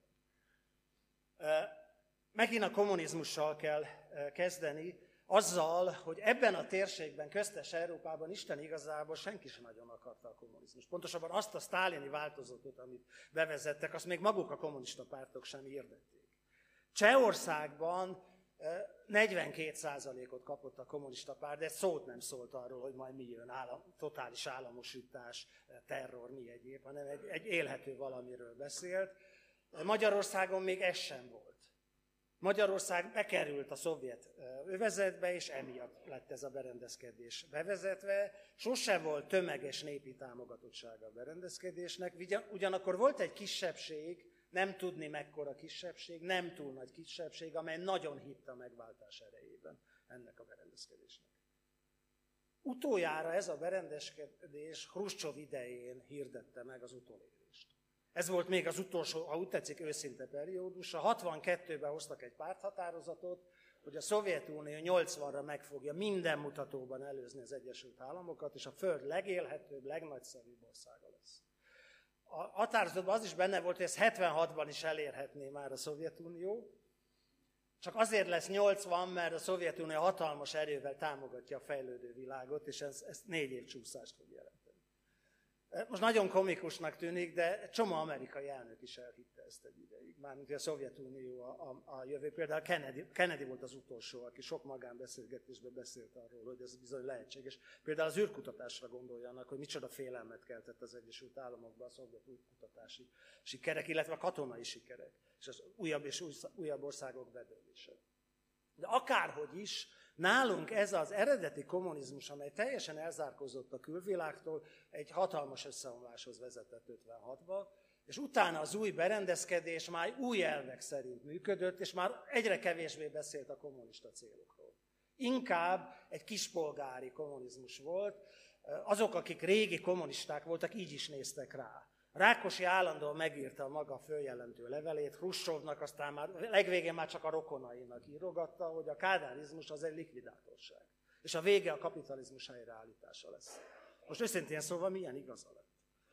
Megint a kommunizmussal kell kezdeni, azzal, hogy ebben a térségben, köztes Európában Isten igazából senki sem nagyon akarta a kommunizmust. Pontosabban azt a sztálini változatot, amit bevezettek, azt még maguk a kommunista pártok sem hirdették. Csehországban negyvenkét százalékot kapott a kommunista párt, de egy szót nem szólt arról, hogy majd mi jön, állam, totális államosítás, terror, mi egyéb, hanem egy, egy élhető valamiről beszélt. Magyarországon még ez sem volt. Magyarország bekerült a szovjet övezetbe, és emiatt lett ez a berendezkedés bevezetve. Sose volt tömeges népi támogatottsága a berendezkedésnek, ugyanakkor volt egy kisebbség, nem tudni mekkora kisebbség, nem túl nagy kisebbség, amely nagyon hitt a megváltás erejében ennek a berendezkedésnek. Utoljára ez a berendezkedés Hruscsov idején hirdette meg az utolérést. Ez volt még az utolsó, ha úgy tetszik, őszinte periódus. A hatvankettőben hoztak egy párthatározatot, hogy a Szovjetunió nyolcvanra meg fogja minden mutatóban előzni az Egyesült Államokat, és a Föld legélhetőbb, legnagyszerűbb országa lesz. A határozatban az is benne volt, hogy ez hetvenhatban is elérhetné már a Szovjetunió, csak azért lesz nyolcvan, mert a Szovjetunió hatalmas erővel támogatja a fejlődő világot, és ez, ez négy év csúszást fog jelenteni. Most nagyon komikusnak tűnik, de egy csomó amerikai elnök is elhitte ezt egy ideig. Mármint, hogy a Szovjetunió a, a, a jövő. Például Kennedy, Kennedy volt az utolsó, aki sok magánbeszélgetésben beszélt arról, hogy ez bizony lehetséges. Például az űrkutatásra gondoljanak, hogy micsoda félelmet keltett az Egyesült Államokban a szovjet űrkutatási sikerek, illetve a katonai sikerek, és az újabb és újabb országok bedőlése. De akárhogy is, nálunk ez az eredeti kommunizmus, amely teljesen elzárkózott a külvilágtól, egy hatalmas összeomláshoz vezetett ötvenhatba, és utána az új berendezkedés már új elvek szerint működött, és már egyre kevésbé beszélt a kommunista célokról. Inkább egy kispolgári kommunizmus volt. Azok, akik régi kommunisták voltak, így is néztek rá. Rákosi állandóan megírta a maga följelentő levelét, Hruscsovnak, aztán már legvégén már csak a rokonainak írogatta, hogy a kádárizmus az egy likvidátorság. És a vége a kapitalizmus helyreállítása lesz. Most őszintén szóval milyen igaza lett?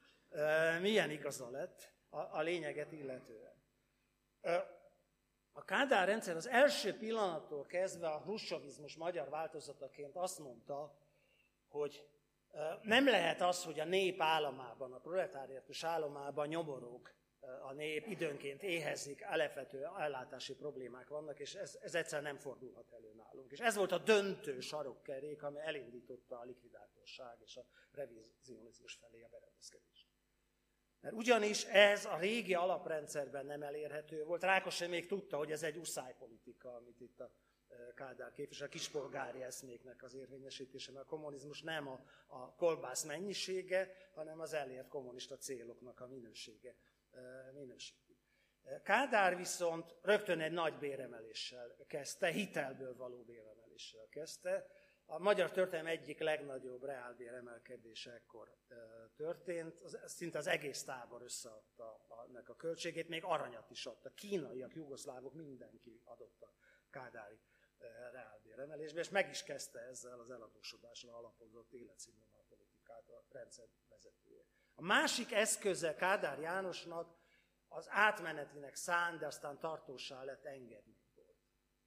E, milyen igaza lett a, a lényeget illetően? E, a Kádár rendszer az első pillanattól kezdve a hruscsovizmus magyar változataként azt mondta, hogy nem lehet az, hogy a nép államában, a proletáriátus államában nyoborog a nép, időnként éhezik, alapvető ellátási problémák vannak, és ez, ez egyszer nem fordulhat elő nálunk. És ez volt a döntő sarokkerék, ami elindította a likvidátorság és a revizionizmus felé a berendezkedést. Mert ugyanis ez a régi alaprendszerben nem elérhető volt. Rákosi még tudta, hogy ez egy uszálypolitika, amit itt a Kádár képvisel, a kispolgári eszméknek az érvényesítése, mert a kommunizmus nem a, a kolbász mennyisége, hanem az elért kommunista céloknak a minősége. minősége. Kádár viszont rögtön egy nagy béremeléssel kezdte, hitelből való béremeléssel kezdte. A magyar történelem egyik legnagyobb reálbéremelkedése ekkor történt, az, szinte az egész tábor összeadta ennek a költségét, még aranyat is adta. Kínaiak, jugoszlávok, mindenki adott a kádári reálbéremelésbe, és meg is kezdte ezzel az eladósodásra alapozott életszínvonalpolitikát a rendszer vezetője. A másik eszköze Kádár Jánosnak az átmenetinek szánt, de aztán tartósá lett engedmény volt.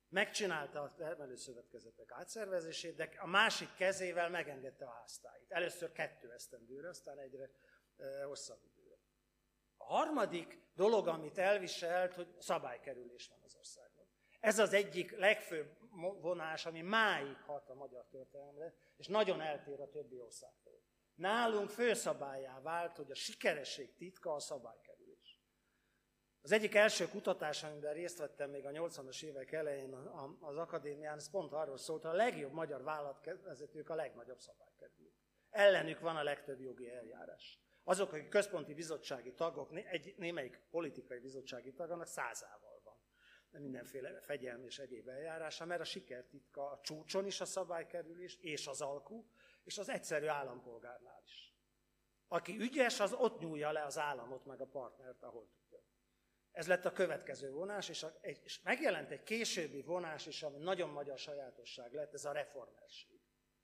Megcsinálta a termelőszövetkezetek átszervezését, de a másik kezével megengedte a háztáit. Először kettő esztendőre, aztán egyre e, hosszabb időre. A harmadik dolog, amit elviselt, hogy szabálykerülés van az országban. Ez az egyik legfőbb vonás, ami máig hat a magyar történelemre, és nagyon eltér a többi országtól. Nálunk főszabályá vált, hogy a sikeresség titka a szabálykerülés. Az egyik első kutatás, amiben részt vettem még a nyolcvanas évek elején az akadémián, ez pont arról szólt, hogy a legjobb magyar vállalatvezetők a legnagyobb szabálykerülők. Ellenük van a legtöbb jogi eljárás. Azok, akik központi bizottsági tagok, egy, némelyik politikai bizottsági tagnak százával van mindenféle fegyelmi és egyéb eljárása, mert a sikertitka a csúcson is a szabálykerülés, és az alkú, és az egyszerű állampolgárnál is. Aki ügyes, az ott nyúlja le az államot, meg a partnert, ahol tudja. Ez lett a következő vonás, és, a, és megjelent egy későbbi vonás is, ami nagyon magyar sajátosság lett, ez a reformerség.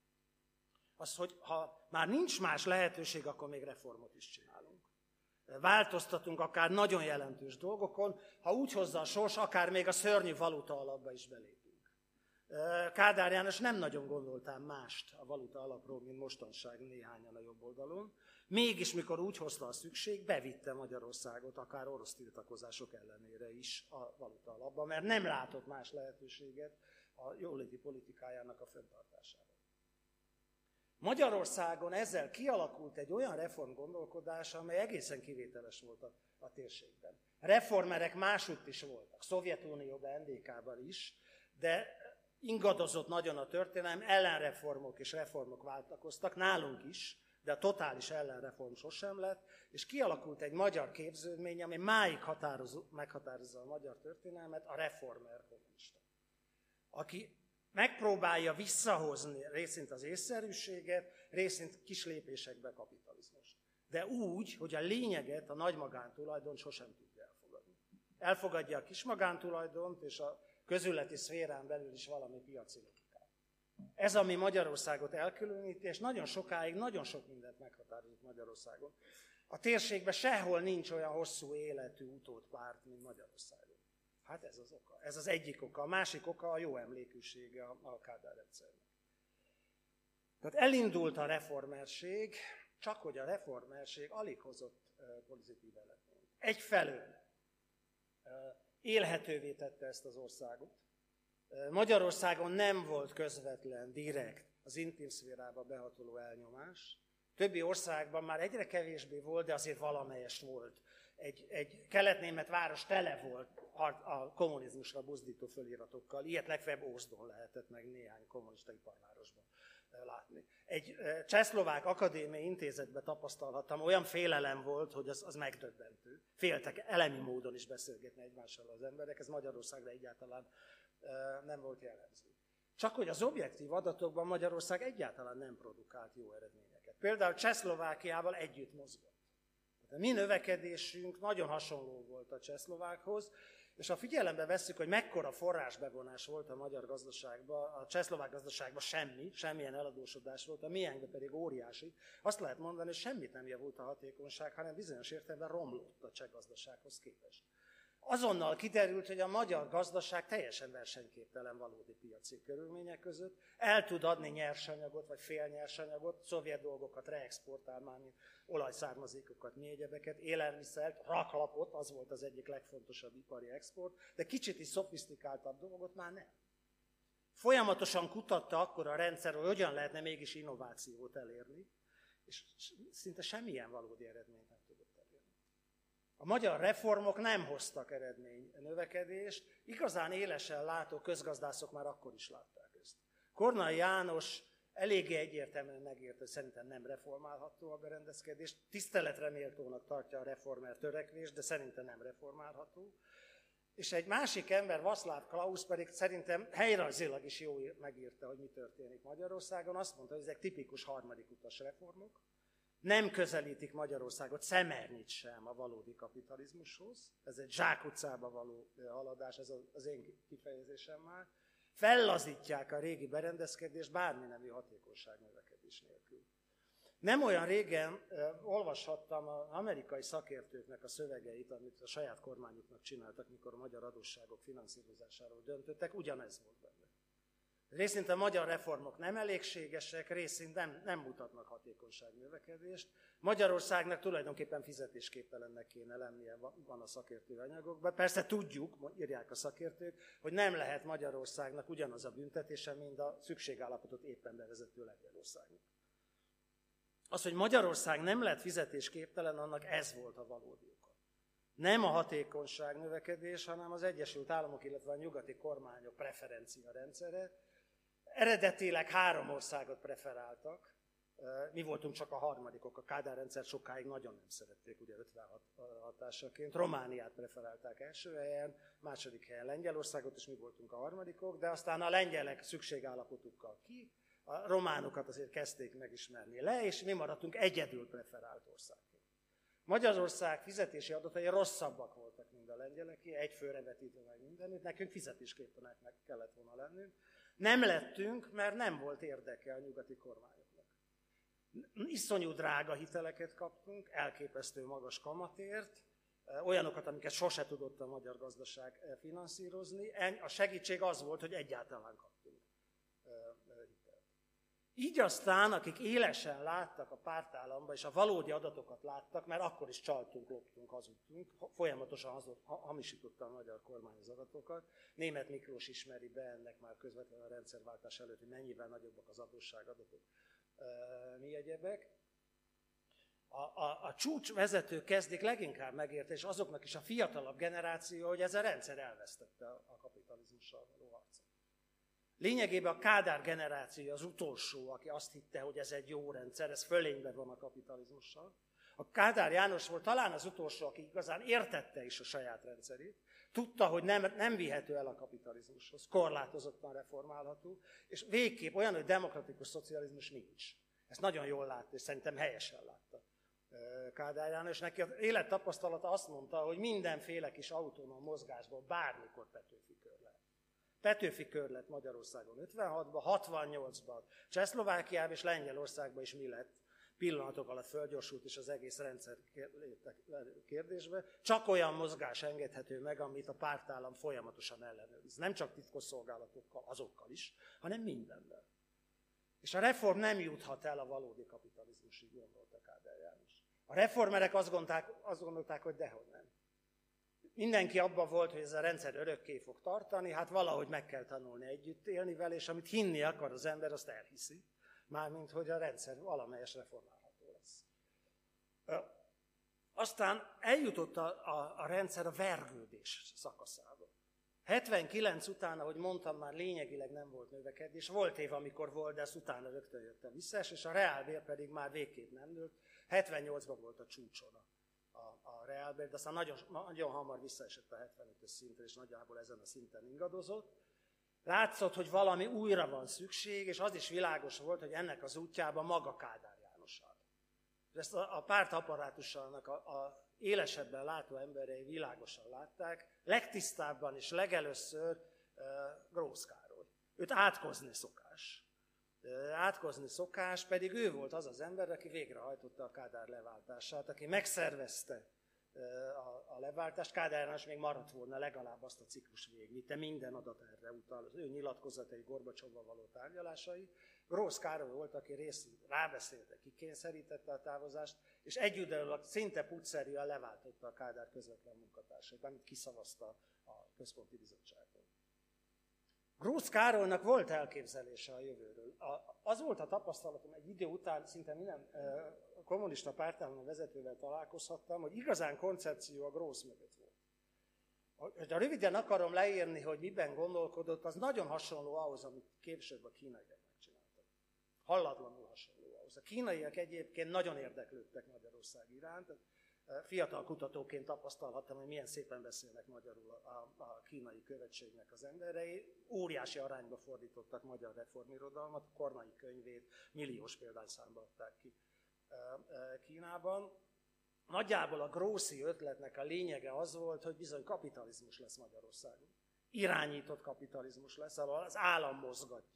Az, hogy ha már nincs más lehetőség, akkor még reformot is csinálunk. Változtatunk akár nagyon jelentős dolgokon, ha úgy hozza a sors, akár még a szörnyű valuta alapba is belépünk. Kádár János nem nagyon gondoltál mást a valuta alapról, mint mostanság néhányan a jobb oldalon. Mégis, mikor úgy hozta a szükség, bevitte Magyarországot akár orosz tiltakozások ellenére is a valuta alapba, mert nem látott más lehetőséget a jóléti politikájának a fenntartására. Magyarországon ezzel kialakult egy olyan reformgondolkodás, amely egészen kivételes volt a, a térségben. Reformerek másutt is voltak, Szovjetunióban, en dé ká-ban is, de ingadozott nagyon a történelem, ellenreformok és reformok váltakoztak, nálunk is, de a totális ellenreform sosem lett, és kialakult egy magyar képződmény, ami máig határozó, meghatározza a magyar történelmet, a reformer kommunista. Aki megpróbálja visszahozni részint az észszerűséget, részint kis lépésekbe kapitalizmust. De úgy, hogy a lényeget, a nagy magántulajdon sosem tudja elfogadni. Elfogadja a kis magántulajdont, és a közületi szférán belül is valami piaci logikát. Ez, ami Magyarországot elkülöníti, és nagyon sokáig, nagyon sok mindent meghatározott Magyarországon. A térségben sehol nincs olyan hosszú életű utódpárt, mint Magyarországon. Hát ez az oka. Ez az egyik oka. A másik oka a jó emlékűsége a Kádár rendszernek. Tehát elindult a reformerség, csak hogy a reformerség alig hozott uh, pozitív eredményt. Egyfelől uh, élhetővé tette ezt az országot. Uh, Magyarországon nem volt közvetlen, direkt az intim szférába behatoló elnyomás. Többi országban már egyre kevésbé volt, de azért valamelyest volt. Egy, egy kelet-német város tele volt a kommunizmusra buzdító föliratokkal. Ilyet legfeljebb Ózdon lehetett meg néhány kommunista iparvárosban látni. Egy csehszlovák akadémiai intézetben tapasztalhattam, olyan félelem volt, hogy az, az megdöbbentő. Féltek elemi módon is beszélgetni egymással az emberek, ez Magyarországra egyáltalán nem volt jellemző. Csak hogy az objektív adatokban Magyarország egyáltalán nem produkált jó eredményeket. Például Csehszlovákiával együtt mozgott. A mi növekedésünk nagyon hasonló volt a csehszlovákhoz, és ha figyelembe vesszük, hogy mekkora forrásbevonás volt a magyar gazdaságban, a csehszlovák gazdaságban semmi, semmilyen eladósodás volt, a miénkben pedig óriási, azt lehet mondani, hogy semmit nem javult a hatékonyság, hanem bizonyos értelemben romlott a cseh gazdasághoz képest. Azonnal kiderült, hogy a magyar gazdaság teljesen versenyképtelen valódi piaci körülmények között, el tud adni nyersanyagot, vagy félnyersanyagot, szovjet dolgokat reexportál már, mint olajszármazékokat, mi egyebeket, élelmiszert, raklapot, az volt az egyik legfontosabb ipari export, de kicsit is szofisztikáltabb dolgot már nem. Folyamatosan kutatta akkor a rendszer, hogy hogyan lehetne mégis innovációt elérni, és szinte semmilyen valódi eredményt nem tudott elérni. A magyar reformok nem hoztak eredmény növekedést, igazán élesen látó közgazdászok már akkor is látták ezt. Kornai János eléggé egyértelműen megérte, hogy szerintem nem reformálható a berendezkedés, tiszteletre méltónak tartja a reformer törekvést, de szerintem nem reformálható. És egy másik ember, Václav Klaus pedig szerintem helyrajzilag is jól megírta, hogy mi történik Magyarországon. Azt mondta, hogy ezek tipikus harmadik utas reformok. Nem közelítik Magyarországot szemernyit sem a valódi kapitalizmushoz. Ez egy zsákutcába való haladás, ez az én kifejezésem már. Fellazítják a régi berendezkedést bármi nemű hatékonyság növekedés nélkül. Nem olyan régen uh, olvashattam az amerikai szakértőknek a szövegeit, amit a saját kormányuknak csináltak, mikor a magyar adósságok finanszírozásáról döntöttek, ugyanez volt benne. Részint a magyar reformok nem elégségesek, részint nem, nem mutatnak hatékonyságnövekedést. Magyarországnak tulajdonképpen fizetésképtelennek kéne lennie, van a szakértő anyagokban. Persze tudjuk, írják a szakértők, hogy nem lehet Magyarországnak ugyanaz a büntetése, mint a szükségállapotot éppen bevezető Lengyelországnak. Az, hogy Magyarország nem lett fizetésképtelen, annak ez volt a valódi oka. Nem a hatékonyság növekedés, hanem az Egyesült Államok, illetve a nyugati kormányok preferencia rendszere. Eredetileg három országot preferáltak, mi voltunk csak a harmadikok, a Kádár rendszer sokáig nagyon nem szerették, ugye ötvenhat hatásaként. Romániát preferálták első helyen, második helyen Lengyelországot, és mi voltunk a harmadikok, de aztán a lengyelek szükségállapotukkal ki, a románokat azért kezdték megismerni le, és mi maradtunk egyedül preferált országként. Magyarország fizetési adatai rosszabbak voltak, mint a lengyeleké, egy főre vetítve meg mindenütt, nekünk fizetésképtelenek kellett volna lennünk. Nem lettünk, mert nem volt érdeke a nyugati kormányoknak. Iszonyú drága hiteleket kaptunk, elképesztő magas kamatért, olyanokat, amiket sose tudott a magyar gazdaság finanszírozni. A segítség az volt, hogy egyáltalán kaptunk hitelt. Így aztán, akik élesen láttak a pártállamba, és a valódi adatokat láttak, mert akkor is csaltunk, loptunk, hazudtunk, folyamatosan hazud, hamisította a magyar kormány az adatokat. Németh Miklós ismeri be ennek már közvetlenül a rendszerváltás előtt, hogy mennyivel nagyobbak az adósságadatok, mi egyebek. A, a, a csúcsvezetők kezdik leginkább megérteni, és azoknak is a fiatalabb generáció, hogy ez a rendszer elvesztette a, a kapitalizmussal való harcot. Lényegében a Kádár generáció az utolsó, aki azt hitte, hogy ez egy jó rendszer, ez fölényben van a kapitalizmussal. A Kádár János volt talán az utolsó, aki igazán értette is a saját rendszerét, tudta, hogy nem, nem vihető el a kapitalizmushoz, korlátozottan reformálható, és végképp olyan, hogy demokratikus szocializmus nincs. Ezt nagyon jól látta, és szerintem helyesen látta Kádár János. Neki az élettapasztalata azt mondta, hogy mindenféle kis autonóm mozgásból bármikor Petőfi kör lehet. Petőfi kör lett Magyarországon ötvenhatban, hatvannyolcban Csehszlovákiában és Lengyelországban is mi lett. Pillanatok alatt fölgyorsult is az egész rendszer kérdésbe. Csak olyan mozgás engedhető meg, amit a pártállam folyamatosan ellenőriz. Nem csak titkosszolgálatokkal, azokkal is, hanem mindenben. És a reform nem juthat el a valódi kapitalizmusig, gondolta Kádár János. A reformerek azt gondolták, azt gondolták, hogy dehogy nem. Mindenki abban volt, hogy ez a rendszer örökké fog tartani, hát valahogy meg kell tanulni együtt élni vele, és amit hinni akar az ember, azt elhiszi. Mármint, hogy a rendszer valamelyes reformálható lesz. Aztán eljutott a, a, a rendszer a vergődés szakaszába. hetvenkilenc után, ahogy mondtam, már lényegileg nem volt növekedés. Volt év, amikor volt, de ezt utána rögtön jött a visszás, és a reálbér pedig már végképp nem nőtt. hetvennyolcban volt a csúcson a, a, a reálbér, de aztán nagyon, nagyon hamar visszaesett a hetvenötös szintre, és nagyjából ezen a szinten ingadozott. Látszott, hogy valami újra van szükség, és az is világos volt, hogy ennek az útjában maga Kádár János áll. Ezt a, a pártapparátusának a, a élesebben látó emberei világosan látták, legtisztábban és legelőször uh, Grósz Károly. Őt átkozni szokás. Uh, átkozni szokás, pedig ő volt az az ember, aki végrehajtotta a Kádár leváltását, aki megszervezte a, a leváltást. Kádár János még maradt volna legalább azt a ciklus végig, de minden adat erre utal, az ő nyilatkozatai, Gorbacsovval való tárgyalásai. Grósz Károly volt, aki részint rábeszélte, kikényszerítette a távozást, és együttdőleg szinte pucszerűen leváltotta a Kádár közvetlen munkatársait, amit kiszavazta a Központi Bizottságban. Grósz Károlynak volt elképzelése a jövőről. A, az volt a tapasztalatom, egy idő után szinte minden e, kommunista pártállam vezetővel találkozhattam, hogy igazán koncepció a Grósz mögött volt. Ha röviden akarom leírni, hogy miben gondolkodott, az nagyon hasonló ahhoz, amit később a kínaiak megcsináltak. Hallatlanul hasonló ahhoz. A kínaiak egyébként nagyon érdeklődtek Magyarország iránt. Fiatal kutatóként tapasztalhattam, hogy milyen szépen beszélnek magyarul a, a, a kínai követségnek az emberei. Óriási arányba fordítottak magyar reformirodalmat, Kornai könyvét milliós példányszámba adták ki Kínában. Nagyjából a grószi ötletnek a lényege az volt, hogy bizony kapitalizmus lesz Magyarországon. Irányított kapitalizmus lesz, ahol az állam mozgatja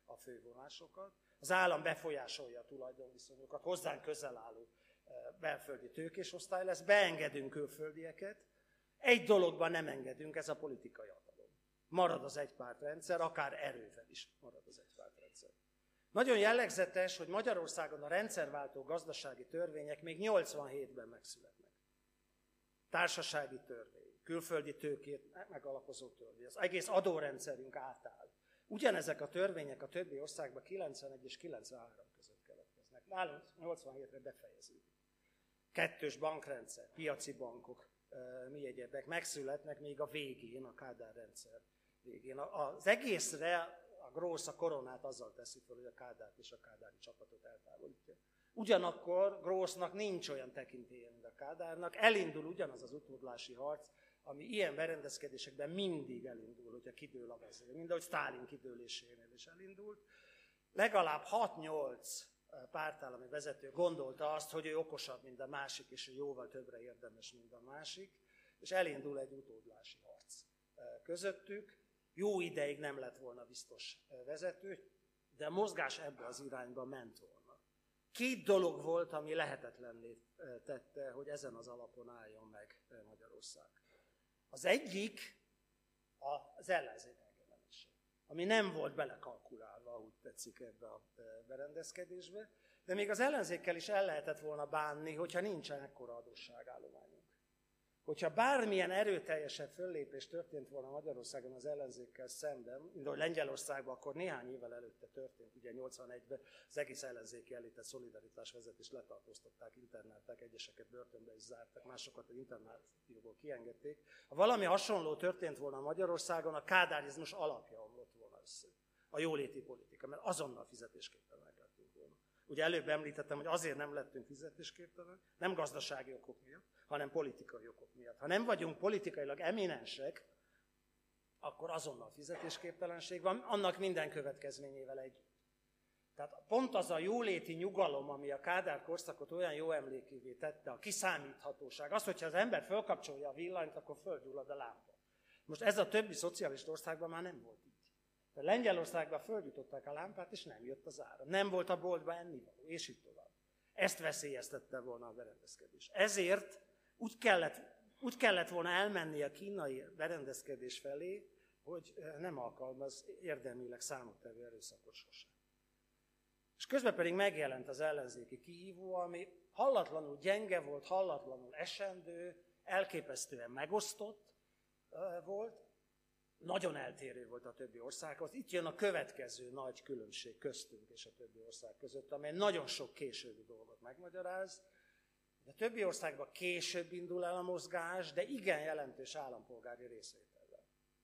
a fővonásokat. Az állam befolyásolja a tulajdonviszonyokat, hozzánk közel álló belföldi tőkés osztály lesz, beengedünk külföldieket, egy dologban nem engedünk, ez a politikai hatalom. Marad az egypártrendszer, akár erővel is marad az egypártrendszer. Nagyon jellegzetes, hogy Magyarországon a rendszerváltó gazdasági törvények még nyolcvanhétben megszületnek. Társasági törvény, külföldi tőkét megalapozó törvény, az egész adórendszerünk átáll. Ugyanezek a törvények a többi országban kilencvenegy és kilencvenhárom között keletkeznek. Nálunk nyolcvanhétre befejeződik. Kettős bankrendszer, piaci bankok, mi egyebek megszületnek még a végén, a Kádár rendszer végén. Az egészre a Grósz a koronát azzal teszi fel, hogy a Kádárt és a kádári csapatot eltávolítja. Ugyanakkor Grósznak nincs olyan tekintélye, mint a Kádárnak, elindul ugyanaz az utódlási harc, ami ilyen berendezkedésekben mindig elindul, hogyha kidől a vezér. Mind ahogy Sztálin kidőlésénél is elindult. Legalább hat-nyolc pártállami vezető gondolta azt, hogy ő okosabb, mint a másik, és ő jóval többre érdemes, mint a másik, és elindul egy utódlási harc közöttük. Jó ideig nem lett volna biztos vezető, de a mozgás ebbe az irányba ment volna. Két dolog volt, ami lehetetlenné tette, hogy ezen az alapon álljon meg Magyarország. Az egyik az ellenzék megjelenése, ami nem volt belekalkulálva, ahogy tetszik ebbe a berendezkedésbe, de még az ellenzékkel is el lehetett volna bánni, hogyha nincsen ekkora adósságállományunk. Hogyha bármilyen erőteljesebb föllépés történt volna Magyarországon az ellenzékkel szemben, mint ahogy Lengyelországban akkor néhány évvel előtte történt, ugye nyolcvanegyben az egész ellenzéki elitett Szolidaritás vezetést letartóztatták, internálták, egyeseket börtönbe is zártak, másokat az internációból kiengedték. Ha valami hasonló történt volna Magyarországon, a kádárizmus alapja omlott volna össze. A jóléti politika, mert azonnal fizetésképtelenek lettünk volna. Ugye előbb említettem, hogy azért nem lettünk fizetésképtelenek, nem gazdasági okok miatt, hanem politikai okok miatt. Ha nem vagyunk politikailag eminensek, akkor azonnal fizetésképtelenség van, annak minden következményével együtt. Tehát pont az a jóléti nyugalom, ami a Kádár korszakot olyan jó emlékévé tette, a kiszámíthatóság, az, hogyha az ember fölkapcsolja a villanyt, akkor fölgyullad a lámpa. Most ez a többi szocialista országban már nem volt így. De Lengyelországban földjutották a lámpát, és nem jött az ára. Nem volt a boltban ennivaló, és így tovább. Ezt veszélyeztette volna a berendezkedés. Ezért úgy kellett, úgy kellett volna elmenni a kínai berendezkedés felé, hogy nem alkalmaz érdemileg számottevő erőszakot sosem. És közben pedig megjelent az ellenzéki kihívó, ami hallatlanul gyenge volt, hallatlanul esendő, elképesztően megosztott volt, nagyon eltérő volt a többi országhoz. Itt jön a következő nagy különbség köztünk és a többi ország között, amely nagyon sok későbbi dolgot megmagyaráz. A többi országban később indul el a mozgás, de igen jelentős állampolgári részvétellel.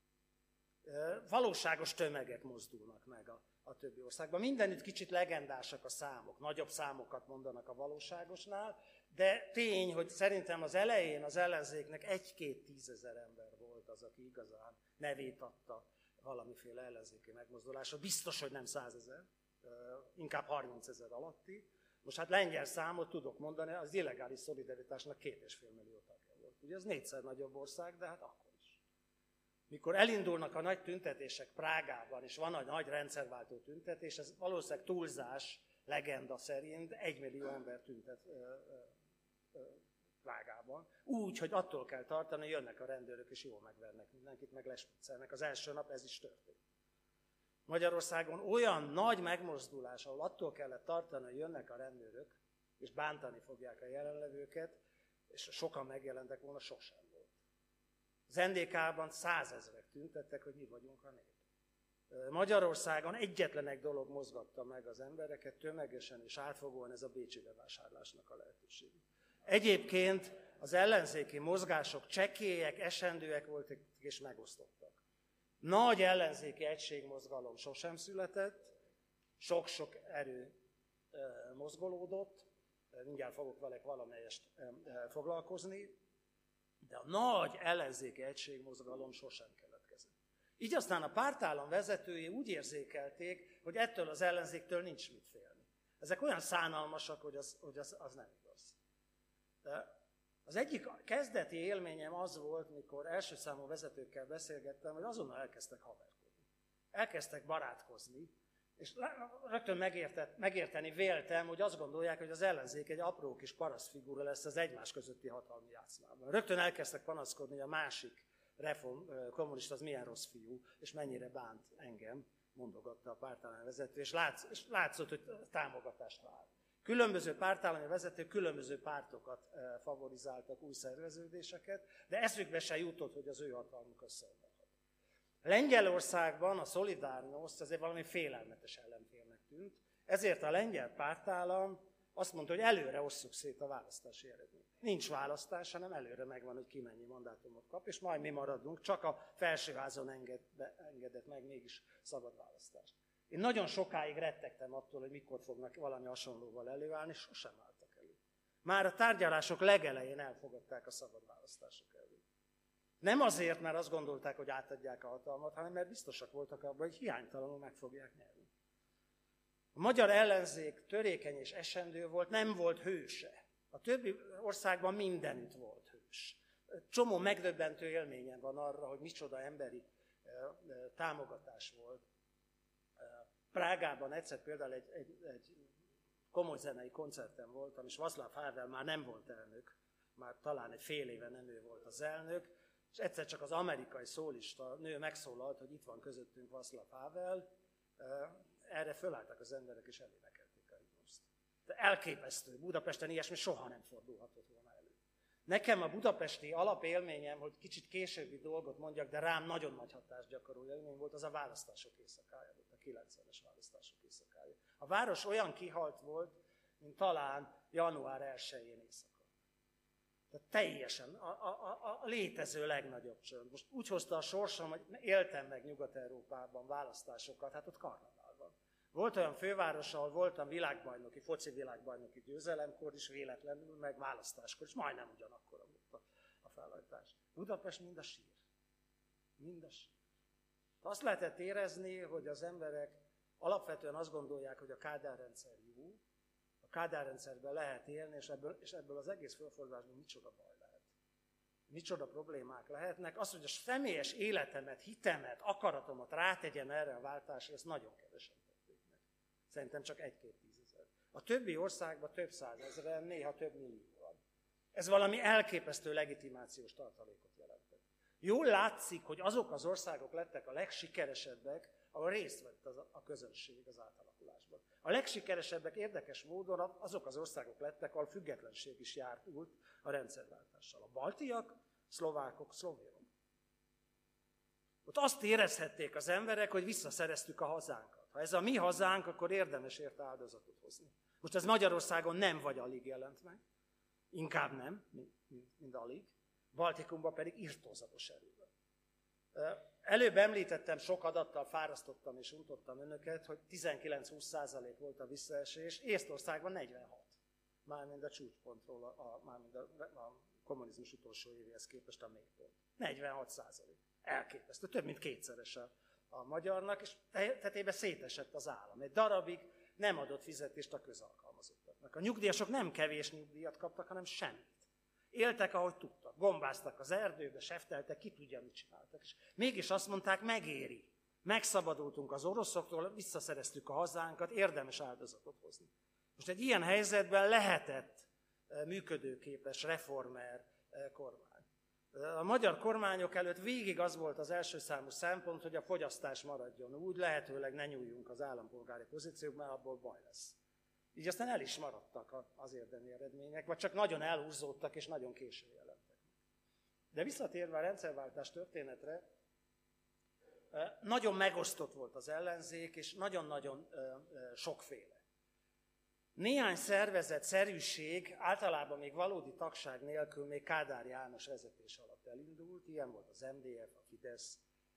Valóságos tömegek mozdulnak meg a, a többi országban. Mindenütt kicsit legendásak a számok, nagyobb számokat mondanak a valóságosnál, de tény, hogy szerintem az elején az ellenzéknek egy-két tízezer ember volt az, aki igazán nevét adta valamiféle ellenzéki megmozdulásra. Biztos, hogy nem százezer, inkább harmincezer alatti. Most hát lengyel számot tudok mondani, az illegális szolidaritásnak két és fél millió tagja volt. Ugye ez négyszer nagyobb ország, de hát akkor is. Mikor elindulnak a nagy tüntetések Prágában, és van egy nagy rendszerváltó tüntetés, ez valószínűleg túlzás, legenda szerint egymillió ember tüntet ö, ö, ö, Prágában. Úgy, hogy attól kell tartani, hogy jönnek a rendőrök, és jól megvernek mindenkit, meg lespiccelnek. Az első nap ez is történt. Magyarországon olyan nagy megmozdulás, ahol attól kellett tartani, hogy jönnek a rendőrök, és bántani fogják a jelenlevőket, és sokan megjelentek volna, sosem volt. Az en dé ká-ban százezrek tüntettek, hogy mi vagyunk a nép. Magyarországon egyetlen egy dolog mozgatta meg az embereket tömegesen és átfogóan, ez a bécsi bevásárlásnak a lehetőség. Egyébként az ellenzéki mozgások csekélyek, esendőek voltak és megosztottak. Nagy ellenzéki egységmozgalom sosem született, sok-sok erő mozgolódott, mindjárt fogok velek valamelyest foglalkozni, de a nagy ellenzéki egységmozgalom sosem keletkezett. Így aztán a pártállam vezetői úgy érzékelték, hogy ettől az ellenzéktől nincs mit félni. Ezek olyan szánalmasak, hogy az, hogy az, az nem igaz. De az egyik kezdeti élményem az volt, mikor első számú vezetőkkel beszélgettem, hogy azonnal elkezdtek haverkodni. Elkezdtek barátkozni, És rögtön megértett, megérteni véltem, hogy azt gondolják, hogy az ellenzék egy apró kis parasztfigura lesz az egymás közötti hatalmi játszmában. Rögtön elkezdtek panaszkodni, hogy a másik reform kommunista az milyen rossz fiú, és mennyire bánt engem, mondogatta a pártállami vezető, és, látsz, és látszott, hogy támogatást vár. Különböző pártállami vezetők különböző pártokat favorizáltak, új szerveződéseket, de eszükbe se jutott, hogy az ő hatalmuk összeomlott. Lengyelországban a Solidarność azért valami félelmetes ellenfélnek tűnt, ezért a lengyel pártállam azt mondta, hogy előre osszuk szét a választási eredményt. Nincs választás, hanem előre megvan, hogy ki mennyi mandátumot kap, és majd mi maradunk, csak a felsőházon enged, be, engedett meg mégis szabad választást. Én nagyon sokáig rettegtem attól, hogy mikor fognak valami hasonlóval előállni, sosem álltak elő. Már a tárgyalások legelején elfogadták a szabad választások elő. Nem azért, mert azt gondolták, hogy átadják a hatalmat, hanem mert biztosak voltak abban, hogy hiánytalanul meg fogják nyerni. A magyar ellenzék törékeny és esendő volt, nem volt hőse. A többi országban mindenütt volt hős. Csomó megdöbbentő élményem van arra, hogy micsoda emberi támogatás volt. Prágában egyszer például egy, egy, egy komoly zenei koncerten voltam, és Václav Havel már nem volt elnök, már talán egy fél éve nem ő volt az elnök, és egyszer csak az amerikai szólista nő megszólalt, hogy itt van közöttünk Václav Havel, erre fölálltak az emberek, és elénekelték a himnuszt. De elképesztő, Budapesten ilyesmi soha nem fordulhatott volna elő. Nekem a budapesti alapélményem, hogy kicsit későbbi dolgot mondjak, de rám nagyon nagy hatást gyakoroló élmény volt, az a választások éjszakája volt, a kilencvenes választások éjszakája. A város olyan kihalt volt, mint talán január elsején éjszaka. Tehát teljesen a, a, a létező legnagyobb csönd. Most úgy hozta a sorsom, hogy éltem meg Nyugat-Európában választásokat, hát ott karneválban. Volt olyan főváros, ahol voltam világbajnoki, foci világbajnoki győzelemkor is véletlenül, meg választáskor is, majdnem ugyanakkor volt a, a felhajtás. Budapest mind a sír. Mind a sír. Azt lehetett érezni, hogy az emberek alapvetően azt gondolják, hogy a Kádár rendszer jó, a Kádár rendszerben lehet élni, és ebből, és ebből az egész fölfordulásból micsoda baj lehet. Micsoda problémák lehetnek. Az, hogy a személyes életemet, hitemet, akaratomat rátegyem erre a váltásra, ezt nagyon kevesen tették meg. Szerintem csak egy-két tízezer. A többi országban több százezren, néha több millióan. Ez valami elképesztő legitimációs tartalékot jelentett. Jól látszik, hogy azok az országok lettek a legsikeresebbek, ahol részt vett az, a közönség az átalakulásban. A legsikeresebbek érdekes módon azok az országok lettek, ahol függetlenség is járt út a rendszerváltással. A baltiak, szlovákok, szlovénok. Ott azt érezhették az emberek, hogy visszaszereztük a hazánkat. Ha ez a mi hazánk, akkor érdemes érte áldozatot hozni. Most ez Magyarországon nem vagy alig jelent meg, inkább nem, mint, mint, mint alig. Baltikumban pedig irtózatos erővel. Előbb említettem, sok adattal fárasztottam és untottam önöket, hogy tizenkilenc-húsz százalék volt a visszaesés, Észtországban negyvenhat. Mármint a csúcspontról, a, mármint a, a kommunizmus utolsó évéhez képest a mélypont. negyvenhat százalék. Elképesztő, több mint kétszeres a, a magyarnak, és tetében szétesett az állam. Egy darabig nem adott fizetést a közalkalmazottaknak. A nyugdíjasok nem kevés nyugdíjat kaptak, hanem semmit. Éltek, ahogy tudtak. Gombáztak az erdőbe, sefteltek, ki tudja, mit csináltak. És mégis azt mondták, megéri. Megszabadultunk az oroszoktól, visszaszereztük a hazánkat, érdemes áldozatot hozni. Most egy ilyen helyzetben lehetett működőképes reformer kormány. A magyar kormányok előtt végig az volt az első számú szempont, hogy a fogyasztás maradjon úgy, lehetőleg ne nyúljunk az állampolgári pozíciók, mert abból baj lesz. Így aztán el is maradtak az érdemi eredmények, vagy csak nagyon elhúzódtak és nagyon későn jelentek. De visszatérve a rendszerváltás történetre, nagyon megosztott volt az ellenzék, és nagyon-nagyon sokféle. Néhány szervezet, szerűség általában még valódi tagság nélkül még Kádár János vezetés alatt elindult, ilyen volt az em dé ef, a Fidesz,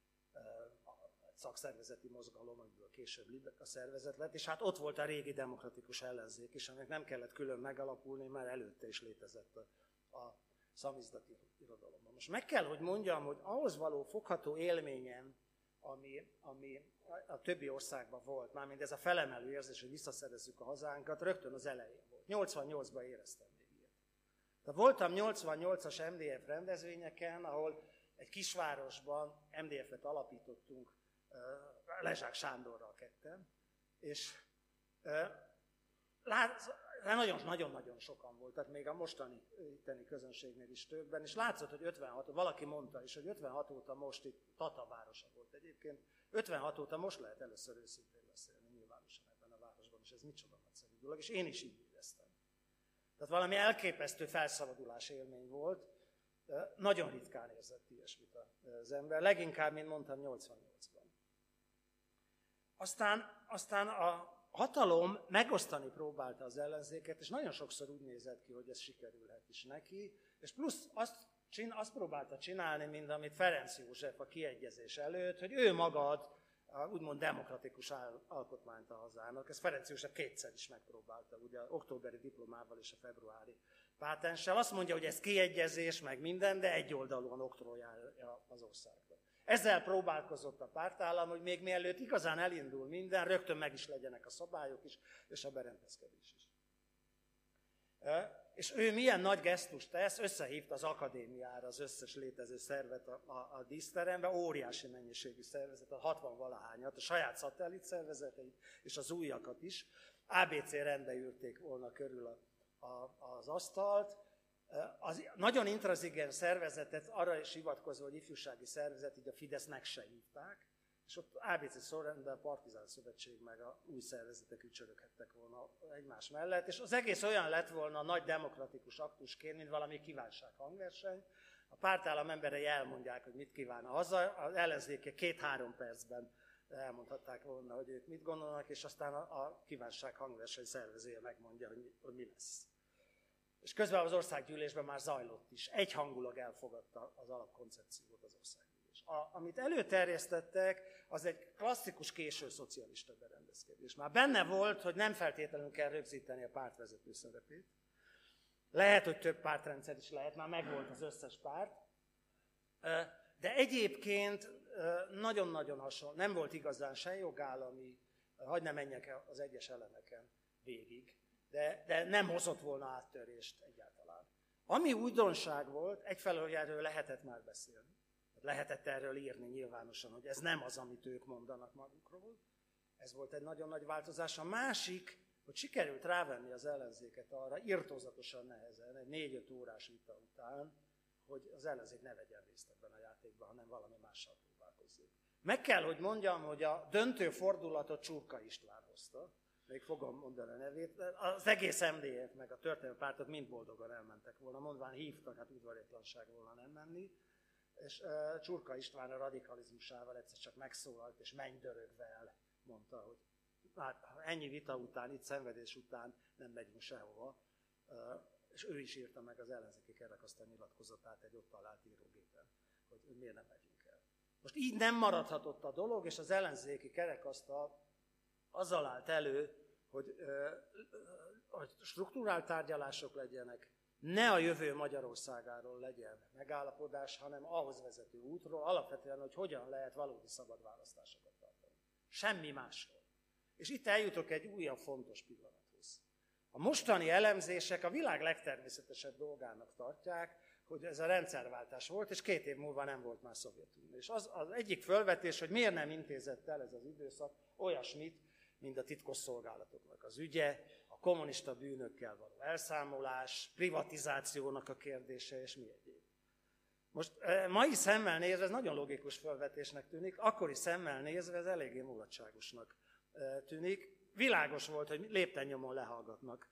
a szakszervezeti mozgalom, amiből később a szervezet lett, és hát ott volt a régi demokratikus ellenzék is, aminek nem kellett külön megalapulni, mert előtte is létezett a, a szamizdati irodalomban. Most meg kell, hogy mondjam, hogy ahhoz való fogható élményem, ami, ami a többi országban volt, mármint ez a felemelő érzés, hogy visszaszerezzük a hazánkat, rögtön az elején volt. nyolcvannyolcban éreztem még ilyet. De voltam nyolcvannyolcas em dé ef rendezvényeken, ahol egy kisvárosban em dé ef-et alapítottunk Lezsák Sándorral ketten, És nagyon-nagyon sokan voltak, még a mostani itteni közönségnél is többen, és látszott, hogy ötvenhat, valaki mondta is, hogy ötvenhat óta most itt Tata városa volt egyébként, ötvenhat óta most lehet először őszintén beszélni nyilvánosan ebben a városban, és ez micsoda nagyszerű dolog, és én is így éreztem. Tehát valami elképesztő felszabadulás élmény volt, nagyon ritkán érzett ilyesmit az ember, leginkább, mint mondtam, nyolcvannyolcban. Aztán, aztán a hatalom megosztani próbálta az ellenzéket, és nagyon sokszor úgy nézett ki, hogy ez sikerülhet is neki, és plusz azt, azt próbálta csinálni, mint amit Ferenc József a kiegyezés előtt, hogy ő magad úgymond demokratikus alkotmányt a hazának. Ez Ferenc József kétszer is megpróbálta, ugye az októberi diplomával és a februári pátenssel. Azt mondja, hogy ez kiegyezés, meg minden, de egyoldalúan oktrojálja az országot. Ezzel próbálkozott a pártállam, hogy még mielőtt igazán elindul minden, rögtön meg is legyenek a szabályok is, és a berendezkedés is. És ő milyen nagy gesztust tesz, összehívta az akadémiára az összes létező szervet a, a, a díszterembe, óriási mennyiségű szervezet, a hatvan-valahányat, a saját szatellit szervezeteit, és az újakat is. á bé cé rendbe ülték volna körül a, a, az asztalt. Az nagyon intranzigens szervezetet arra is hivatkozva, hogy ifjúsági szervezet, így a Fidesz meg se hívták, és ott á bé cé sorrendben a Partizán Szövetség meg a új szervezetek ücsöröghettek volna egymás mellett, és az egész olyan lett volna nagy demokratikus aktusként, mint valami kívánság hangverseny. A pártállam emberei elmondják, hogy mit kíván a haza, az ellenzéke két-három percben elmondhatták volna, hogy ők mit gondolnak, és aztán a, a kívánság hangverseny szervezője megmondja, hogy mi, hogy mi lesz. És közben az országgyűlésben már zajlott is. Egyhangulag elfogadta az alapkoncepciót az országgyűlés. A, amit előterjesztettek, az egy klasszikus késő szocialista berendezkedés. Már benne volt, hogy nem feltétlenül kell rögzíteni a pártvezető szerepét. Lehet, hogy több pártrendszer is lehet, már megvolt az összes párt. De egyébként nagyon-nagyon hasonló. Nem volt igazán se jogállami, hadd ne menjek az egyes elemeken végig. De, de nem hozott volna áttörést egyáltalán. Ami újdonság volt, egyfelől, hogy erről lehetett már beszélni. Lehetett erről írni nyilvánosan, hogy ez nem az, amit ők mondanak magukról. Ez volt egy nagyon nagy változás. A másik, hogy sikerült rávenni az ellenzéket arra, irtózatosan nehezen, egy négy-öt órás vita után, hogy az ellenzék ne vegyen részt ebben a játékban, hanem valami mással próbálkozzék. Meg kell, hogy mondjam, hogy a döntő fordulatot Csurka István hozta, még fogom mondani a nevét, az egész em dé ef meg a történelmi pártok mind boldogan elmentek volna, mondván hívtak, hát udvariatlanság volna nem menni, és uh, Csurka István a radikalizmusával egyszer csak megszólalt, és mennydörögvel mondta, hogy hát ennyi vita után, itt szenvedés után nem megyünk sehova, uh, és ő is írta meg az ellenzéki kerekasztal nyilatkozatát egy ott talált írógépen, hogy miért nem megyünk el. Most így nem maradhatott a dolog, és az ellenzéki kerekasztal azzal állt elő, hogy, hogy struktúrált tárgyalások legyenek, ne a jövő Magyarországáról legyen megállapodás, hanem ahhoz vezető útról, alapvetően, hogy hogyan lehet valódi szabad választásokat tartani. Semmi másról. És itt eljutok egy újabb fontos pillanathoz. A mostani elemzések a világ legtermészetesebb dolgának tartják, hogy ez a rendszerváltás volt, és két év múlva nem volt már Szovjetunió. És az, az egyik fölvetés, hogy miért nem intézett el ez az időszak olyasmit, mint a titkosszolgálatoknak az ügye, a kommunista bűnökkel való elszámolás, privatizációnak a kérdése, és mi egyéb. Most mai szemmel nézve ez nagyon logikus felvetésnek tűnik, akkori szemmel nézve ez eléggé mulatságosnak tűnik. Világos volt, hogy lépten nyomon lehallgatnak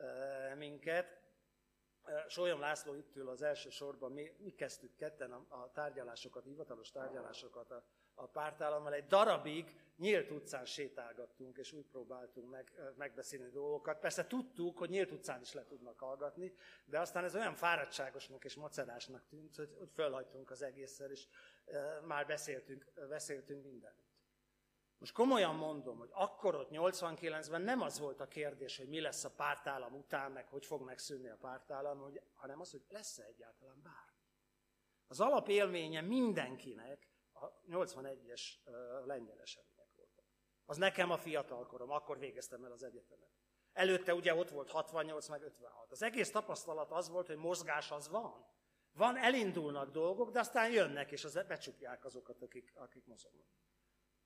minket. Sólyom László itt ül az első sorban, mi, mi kezdtük ketten a, a tárgyalásokat, hivatalos tárgyalásokat a, a pártállammal. Egy darabig nyílt utcán sétálgattunk, és úgy próbáltunk meg, megbeszélni dolgokat. Persze tudtuk, hogy nyílt utcán is le tudnak hallgatni, de aztán ez olyan fáradtságosnak és macerásnak tűnt, hogy, hogy fölhagytunk az egésszel, és e, már beszéltünk, beszéltünk mindenütt. Most komolyan mondom, hogy akkor ott nyolcvankilencben nem az volt a kérdés, hogy mi lesz a pártállam után, meg hogy fog megszűnni a pártállam, hogy, hanem az, hogy lesz-e egyáltalán bármi. Az alapélménye mindenkinek a nyolcvanegyes uh, lengyel események voltak. Az nekem a fiatalkorom, akkor végeztem el az egyetemet. Előtte ugye ott volt hatvannyolc meg ötvenhat. Az egész tapasztalat az volt, hogy mozgás az van. Van, elindulnak dolgok, de aztán jönnek, és az becsukják azokat, akik, akik mozognak.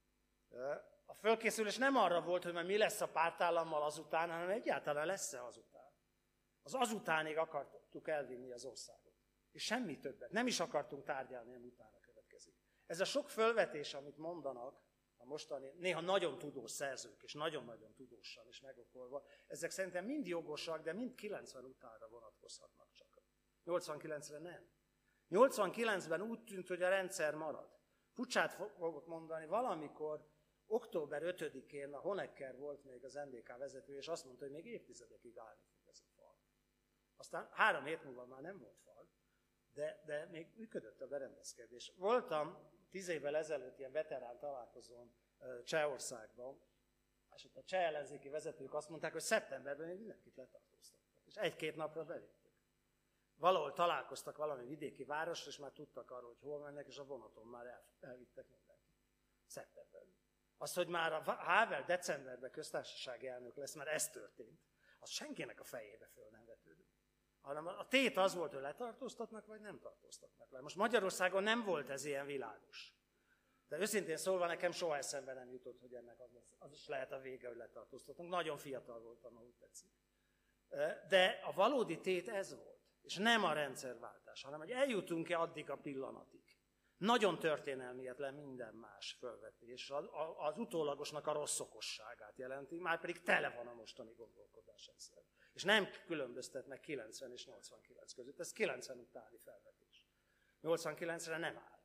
A fölkészülés nem arra volt, hogy majd mi lesz a pártállammal azután, hanem egyáltalán lesz-e azután. Az azutánig akartuk elvinni az országot. És semmi többet. Nem is akartunk tárgyalni, ami utána következik. Ez a sok fölvetés, amit mondanak, a mostani, néha nagyon tudós szerzők, és nagyon-nagyon tudósan és megokolva, ezek szerintem mind jogosak, de mind kilencven utánra vonatkozhatnak csak. nyolcvankilencre nem. nyolcvankilencben úgy tűnt, hogy a rendszer marad. Furcsát fogok mondani, valamikor október ötödikén a Honecker volt még az en dé ká vezető, és azt mondta, hogy még évtizedekig állni fog ez a fal. Aztán három hét múlva már nem volt fal, de, de még működött a berendezkedés. Voltam tíz évvel ezelőtt ilyen veterán találkozón Csehországban, és ott a cseh ellenzéki vezetők azt mondták, hogy szeptemberben még mindenkit letartóztattak. És egy-két napra beléptek. Valahol találkoztak valami vidéki városra, és már tudtak arról, hogy hol mennek, és a vonaton már el, elvittek mindenkit. Szeptemberben. Az, hogy már a Havel decemberben köztársasági elnök lesz, mert ez történt, az senkinek a fejébe föl nem vetődött. Hanem a tét az volt, hogy letartóztatnak, vagy nem tartóztatnak le. Most Magyarországon nem volt ez ilyen világos. De őszintén szólva nekem soha eszembe nem jutott, hogy ennek az, lesz, az is lehet a vége, hogy letartóztatnak. Nagyon fiatal voltam, ahogy tetszik. De a valódi tét ez volt. És nem a rendszerváltás, hanem hogy eljutunk-e addig a pillanatig. Nagyon történelmietlen minden más fölvetés. Az utólagosnak a rossz okosságát jelenti, már pedig tele van a mostani gondolkodásrendszer. És nem különböztetnek kilencven és nyolcvankilenc között. Ez kilencven utáni felvetés. nyolcvankilencre nem áll.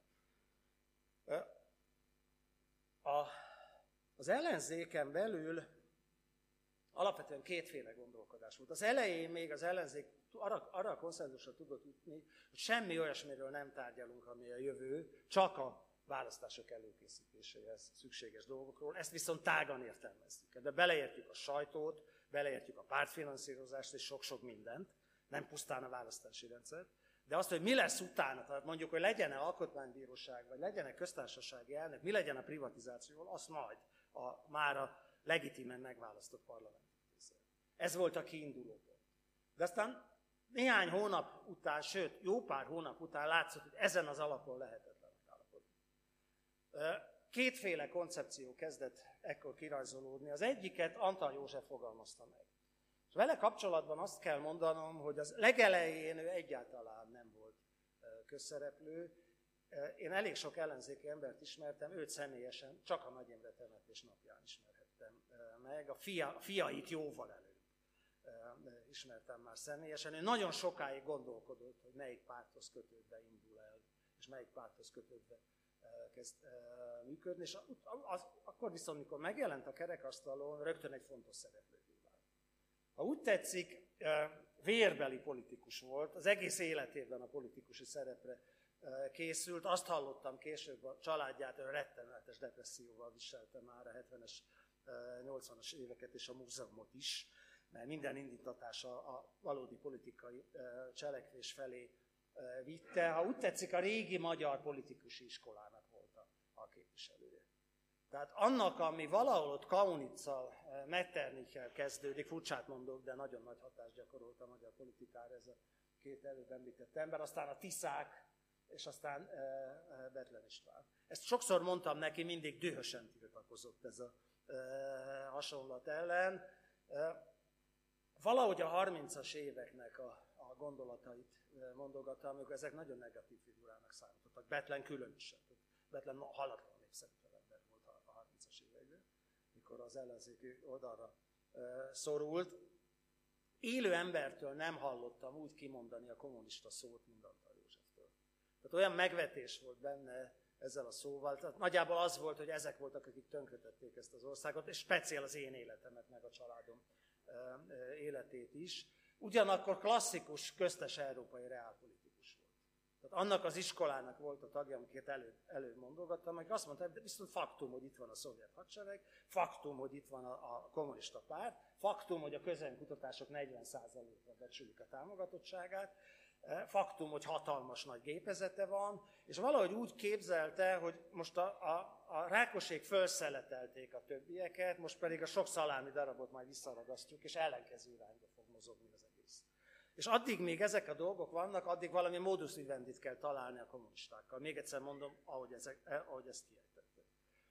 A, az ellenzéken belül alapvetően kétféle gondolkodás volt. Az elején még az ellenzék arra, arra a konszenzusra tudott jutni, hogy semmi olyasmiről nem tárgyalunk, ami a jövő, csak a választások előkészítéséhez szükséges dolgokról. Ezt viszont tágan értelmezzük. De beleértjük a sajtót, beleértjük a pártfinanszírozást és sok-sok mindent, nem pusztán a választási rendszert, de azt, hogy mi lesz utána, tehát mondjuk, hogy legyen-e alkotmánybíróság, vagy legyen-e köztársasági elnök, mi legyen a privatizációval, azt majd a, már a legitimen megválasztott parlament. Ez volt a kiinduló pont. De aztán néhány hónap után, sőt, jó pár hónap után látszott, hogy ezen az alapon lehetetlen megállapodni. Kétféle koncepció kezdett ekkor kirajzolódni. Az egyiket Antal József fogalmazta meg. És vele kapcsolatban azt kell mondanom, hogy az legelején ő egyáltalán nem volt közszereplő. Én elég sok ellenzéki embert ismertem, őt személyesen csak a Nagy Imre temetés napján ismerhettem meg. A, fia, a fiait jóval előbb ismertem már személyesen. Ő nagyon sokáig gondolkodott, hogy melyik párthoz kötődve indul el, és melyik párthoz kötődve kezd működni. És az, az, akkor viszont, mikor megjelent a kerekasztalon, rögtön egy fontos szereplővé vált. Ha úgy tetszik, vérbeli politikus volt, az egész életében a politikusi szerepre készült. Azt hallottam később a családját, hogy rettenetes depresszióval viselte már a hetvenes, nyolcvanas éveket és a múzeumot is, mert minden indítatása a valódi politikai cselekvés felé vitte. Ha úgy tetszik, a régi magyar politikusi iskolának volt a, a képviselője. Tehát annak, ami valahol ott Kauniccal, Metternichel kezdődik, furcsát mondok, de nagyon nagy hatást gyakorolt a magyar politikára ez a két előbb említett ember, aztán a Tiszák, és aztán Bethlen István. Ezt sokszor mondtam neki, mindig dühösen tiltakozott ez a hasonlat ellen. Valahogy a harmincas éveknek a, a gondolatait mondogatta, amikor ezek nagyon negatív figurának számítottak. Bethlen különösen. Bethlen halatlan népszerűtlen ember volt a harmincas években, mikor az ellenzéki oldalra szorult. Élő embertől nem hallottam úgy kimondani a kommunista szót, mint Antal Józseftől. Tehát olyan megvetés volt benne ezzel a szóval. Tehát nagyjából az volt, hogy ezek voltak, akik tönkretették ezt az országot, és speciál az én életemet, meg a családom életét is. Ugyanakkor klasszikus, köztes európai reálpolitikus volt. Tehát annak az iskolának volt a tagja, amiket előbb, előbb mondogattam, meg azt mondta, de viszont faktum, hogy itt van a szovjet hadsereg, faktum, hogy itt van a, a kommunista párt, faktum, hogy a közvéleménykutatások negyven százalékra becsülik a támogatottságát, faktum, hogy hatalmas nagy gépezete van, és valahogy úgy képzelte, hogy most a, a, a Rákosék felszeletelték a többieket, most pedig a sok szalámi darabot majd visszaragasztjuk, és ellenkező irányba fog mozogni az egész. És addig még ezek a dolgok vannak, addig valami modus vivendit kell találni a kommunistákkal. Még egyszer mondom, ahogy, ezek, ahogy ezt kiejtettem.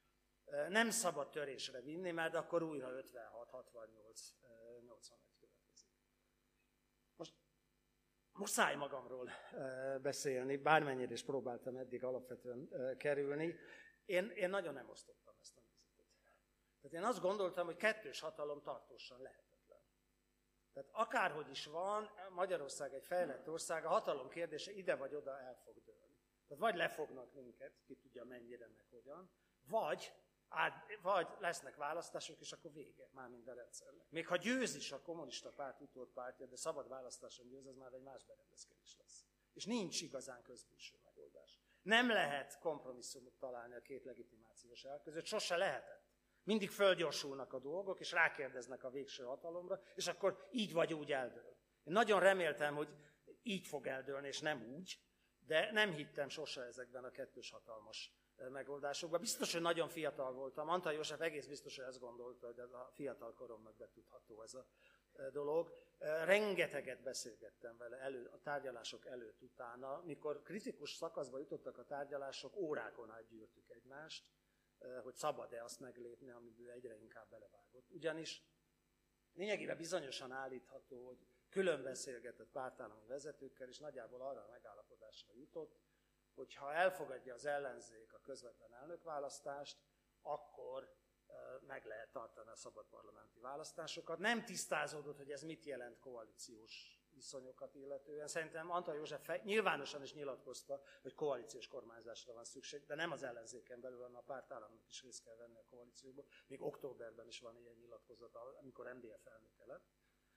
Nem szabad törésre vinni, mert akkor újra ötvenhat, hatvannyolc, nyolcvanegy következik. Most muszáj magamról beszélni, bármennyire is próbáltam eddig alapvetően kerülni. Én, én nagyon nem osztottam ezt a nézetet. Tehát én azt gondoltam, hogy kettős hatalom tartósan lehetetlen. Tehát akárhogy is van, Magyarország egy fejlett ország, a hatalom kérdése ide vagy oda el fog dőlni. Tehát vagy lefognak minket, ki tudja mennyire, meg hogyan, vagy, át, vagy lesznek választások, és akkor vége már minden rendszernek. Még ha győz is a kommunista párt utódpártja, de szabad választáson győz, az már egy más berendezkedés lesz. És nincs igazán közbülső megoldás. Nem lehet kompromisszumot találni a két legitimációs elv között, sose lehetett. Mindig fölgyorsulnak a dolgok, és rákérdeznek a végső hatalomra, és akkor így vagy úgy eldől. Én nagyon reméltem, hogy így fog eldőlni, és nem úgy, de nem hittem sose ezekben a kettős hatalmas megoldásokban. Biztos, hogy nagyon fiatal voltam. Antal József egész biztos, hogy ezt gondolta, hogy ez a fiatal koromnak betudható ez a dolog. Rengeteget beszélgettem vele elő, a tárgyalások előtt, utána. Mikor kritikus szakaszba jutottak a tárgyalások, órákon át gyűrtük egymást, hogy szabad-e azt meglépni, amiből egyre inkább belevágott. Ugyanis lényegében bizonyosan állítható, hogy külön beszélgetett pártállami vezetőkkel, és nagyjából arra a megállapodásra jutott, hogy ha elfogadja az ellenzék a közvetlen elnökválasztást, akkor meg lehet tartani a szabad parlamenti választásokat. Nem tisztázódott, hogy ez mit jelent koalíciós viszonyokat illetően. Szerintem Antal József fej, nyilvánosan is nyilatkozta, hogy koalíciós kormányzásra van szükség, de nem az ellenzéken belül, hanem a pártállamnak is részt kell venni a koalícióba. Még októberben is van ilyen nyilatkozat, amikor em dé ef elnöke lett.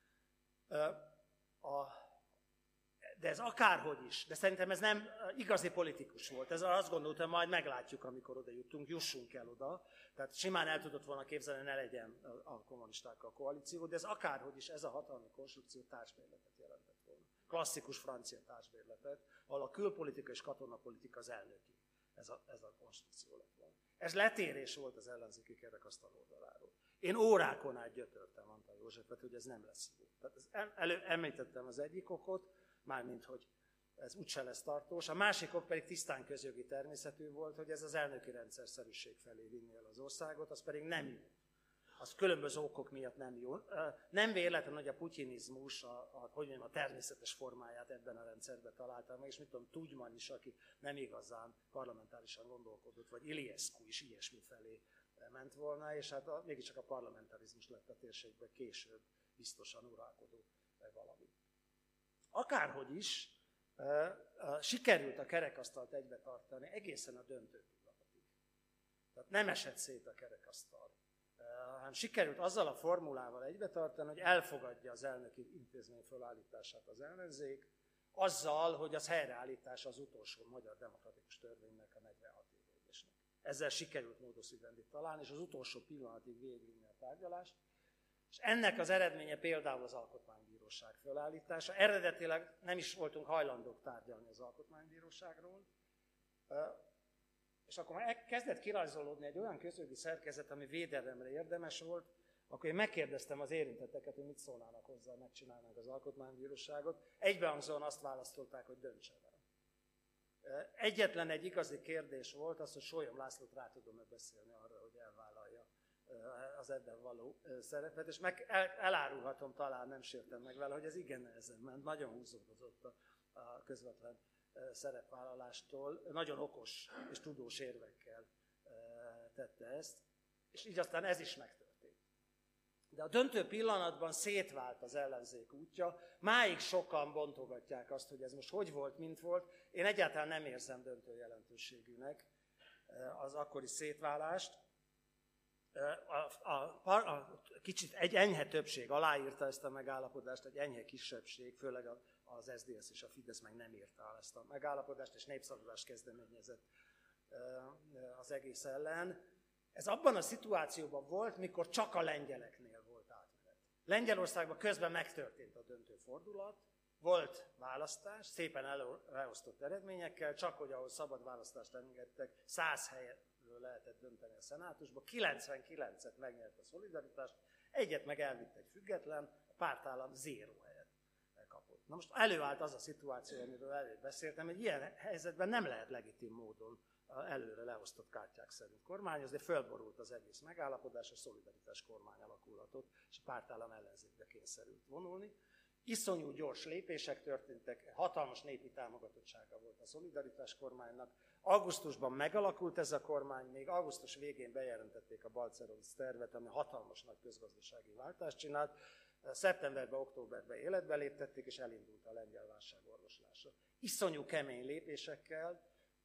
A De ez akárhogy is, de szerintem ez nem igazi politikus volt. Ez azt gondoltam, majd meglátjuk, amikor oda jutunk, jussunk el oda. Tehát simán el tudott volna képzelni, ne legyen a kommunistákkal a koalíció, de ez akárhogy is, ez a hatalmi konstrukció társbérletet jelentett volna. Klasszikus francia társbérletet, ahol a külpolitika és katonapolitika az elnöki. Ez a, ez a konstrukció lett volna. Ez letérés volt az ellenzéki kerekasztal oldaláról. Én órákon át gyötörtem Antal Józsefet, hogy ez nem lesz jó. Tehát ez elő, említettem az egyik okot, mármint, hogy ez úgyse lesz tartós. A másik ok pedig tisztán közjogi természetű volt, hogy ez az elnöki rendszerszerűség felé vinni el az országot, az pedig nem jó. Az különböző okok miatt nem jó. Nem véletlen, hogy a putyinizmus a, a, hogy mondjam, a természetes formáját ebben a rendszerben találta meg, és mit tudom, Tudjman is, aki nem igazán parlamentárisan gondolkodott, vagy Iliescu is ilyesmi felé ment volna, és hát a, mégiscsak a parlamentarizmus lett a térségben később biztosan uralkodó valami. Akárhogy is, uh, uh, sikerült a kerekasztalt egybe tartani egészen a döntő pillanatig. Tehát nem esett szét a kerekasztal, uh, hanem sikerült azzal a formulával egybe tartani, hogy elfogadja az elnöki intézmény felállítását az ellenzék, azzal, hogy az helyreállítása az utolsó magyar demokratikus törvénynek, a negyvenhat évvédésnek. Ezzel sikerült módos ügyrendit találni, és az utolsó pillanatig végigvinni a tárgyalást. És ennek az eredménye például az Alkotmánybíróság felállítása. Eredetileg nem is voltunk hajlandók tárgyalni az Alkotmánybíróságról, és akkor már kezdett kirajzolódni egy olyan közjogi szerkezet, ami védelemre érdemes volt, akkor én megkérdeztem az érintetteket, hogy mit szólnának hozzá, megcsinálnánk az Alkotmánybíróságot. Egybehangzóan azt választották, hogy döntsen el. Egyetlen egy igazi kérdés volt az, hogy Sólyom Lászlót rá tudom-e beszélni arra, hogy elvállalja az ebben való szerepet, és meg el, elárulhatom, talán nem sértem meg vele, hogy ez igen nehezen ment, nagyon húzódozott a, a közvetlen szerepvállalástól, nagyon okos és tudós érvekkel tette ezt, és így aztán ez is megtörtént. De a döntő pillanatban szétvált az ellenzék útja, máig sokan bontogatják azt, hogy ez most hogy volt, mint volt. Én egyáltalán nem érzem döntő jelentőségűnek az akkori szétválást. A, a, a, a kicsit egy enyhe többség aláírta ezt a megállapodást, egy enyhe kisebbség, főleg az es zé dé es és a Fidesz meg nem írta el ezt a megállapodást, és népszavazást kezdeményezett az egész ellen. Ez abban a szituációban volt, mikor csak a lengyeleknél volt átmenet. Lengyelországban közben megtörtént a döntő fordulat, volt választás, szépen elosztott eredményekkel, csak hogy ahol szabad választást engedtek, száz helyről lehetett dönteni a szenátusba, kilencvenkilencet megnyert a Szolidaritást, egyet meg elvitt egy független, a pártállam zéró helyet kapott. Na most előállt az a szituáció, amiről előbb beszéltem, hogy ilyen helyzetben nem lehet legitim módon előre leosztott kártyák szerint kormányozni, fölborult az egész megállapodás, a szolidaritás kormány alakulhatott, és a pártállam ellenzékbe kényszerült vonulni. Iszonyú gyors lépések történtek, hatalmas népi támogatottsága volt a szolidaritás kormánynak. Augusztusban megalakult ez a kormány, még augusztus végén bejelentették a Balcerovicz tervet, ami hatalmas nagy közgazdasági váltást csinált. Szeptemberben, októberben életbe léptették, és elindult a lengyel válság orvoslása. Iszonyú kemény lépésekkel,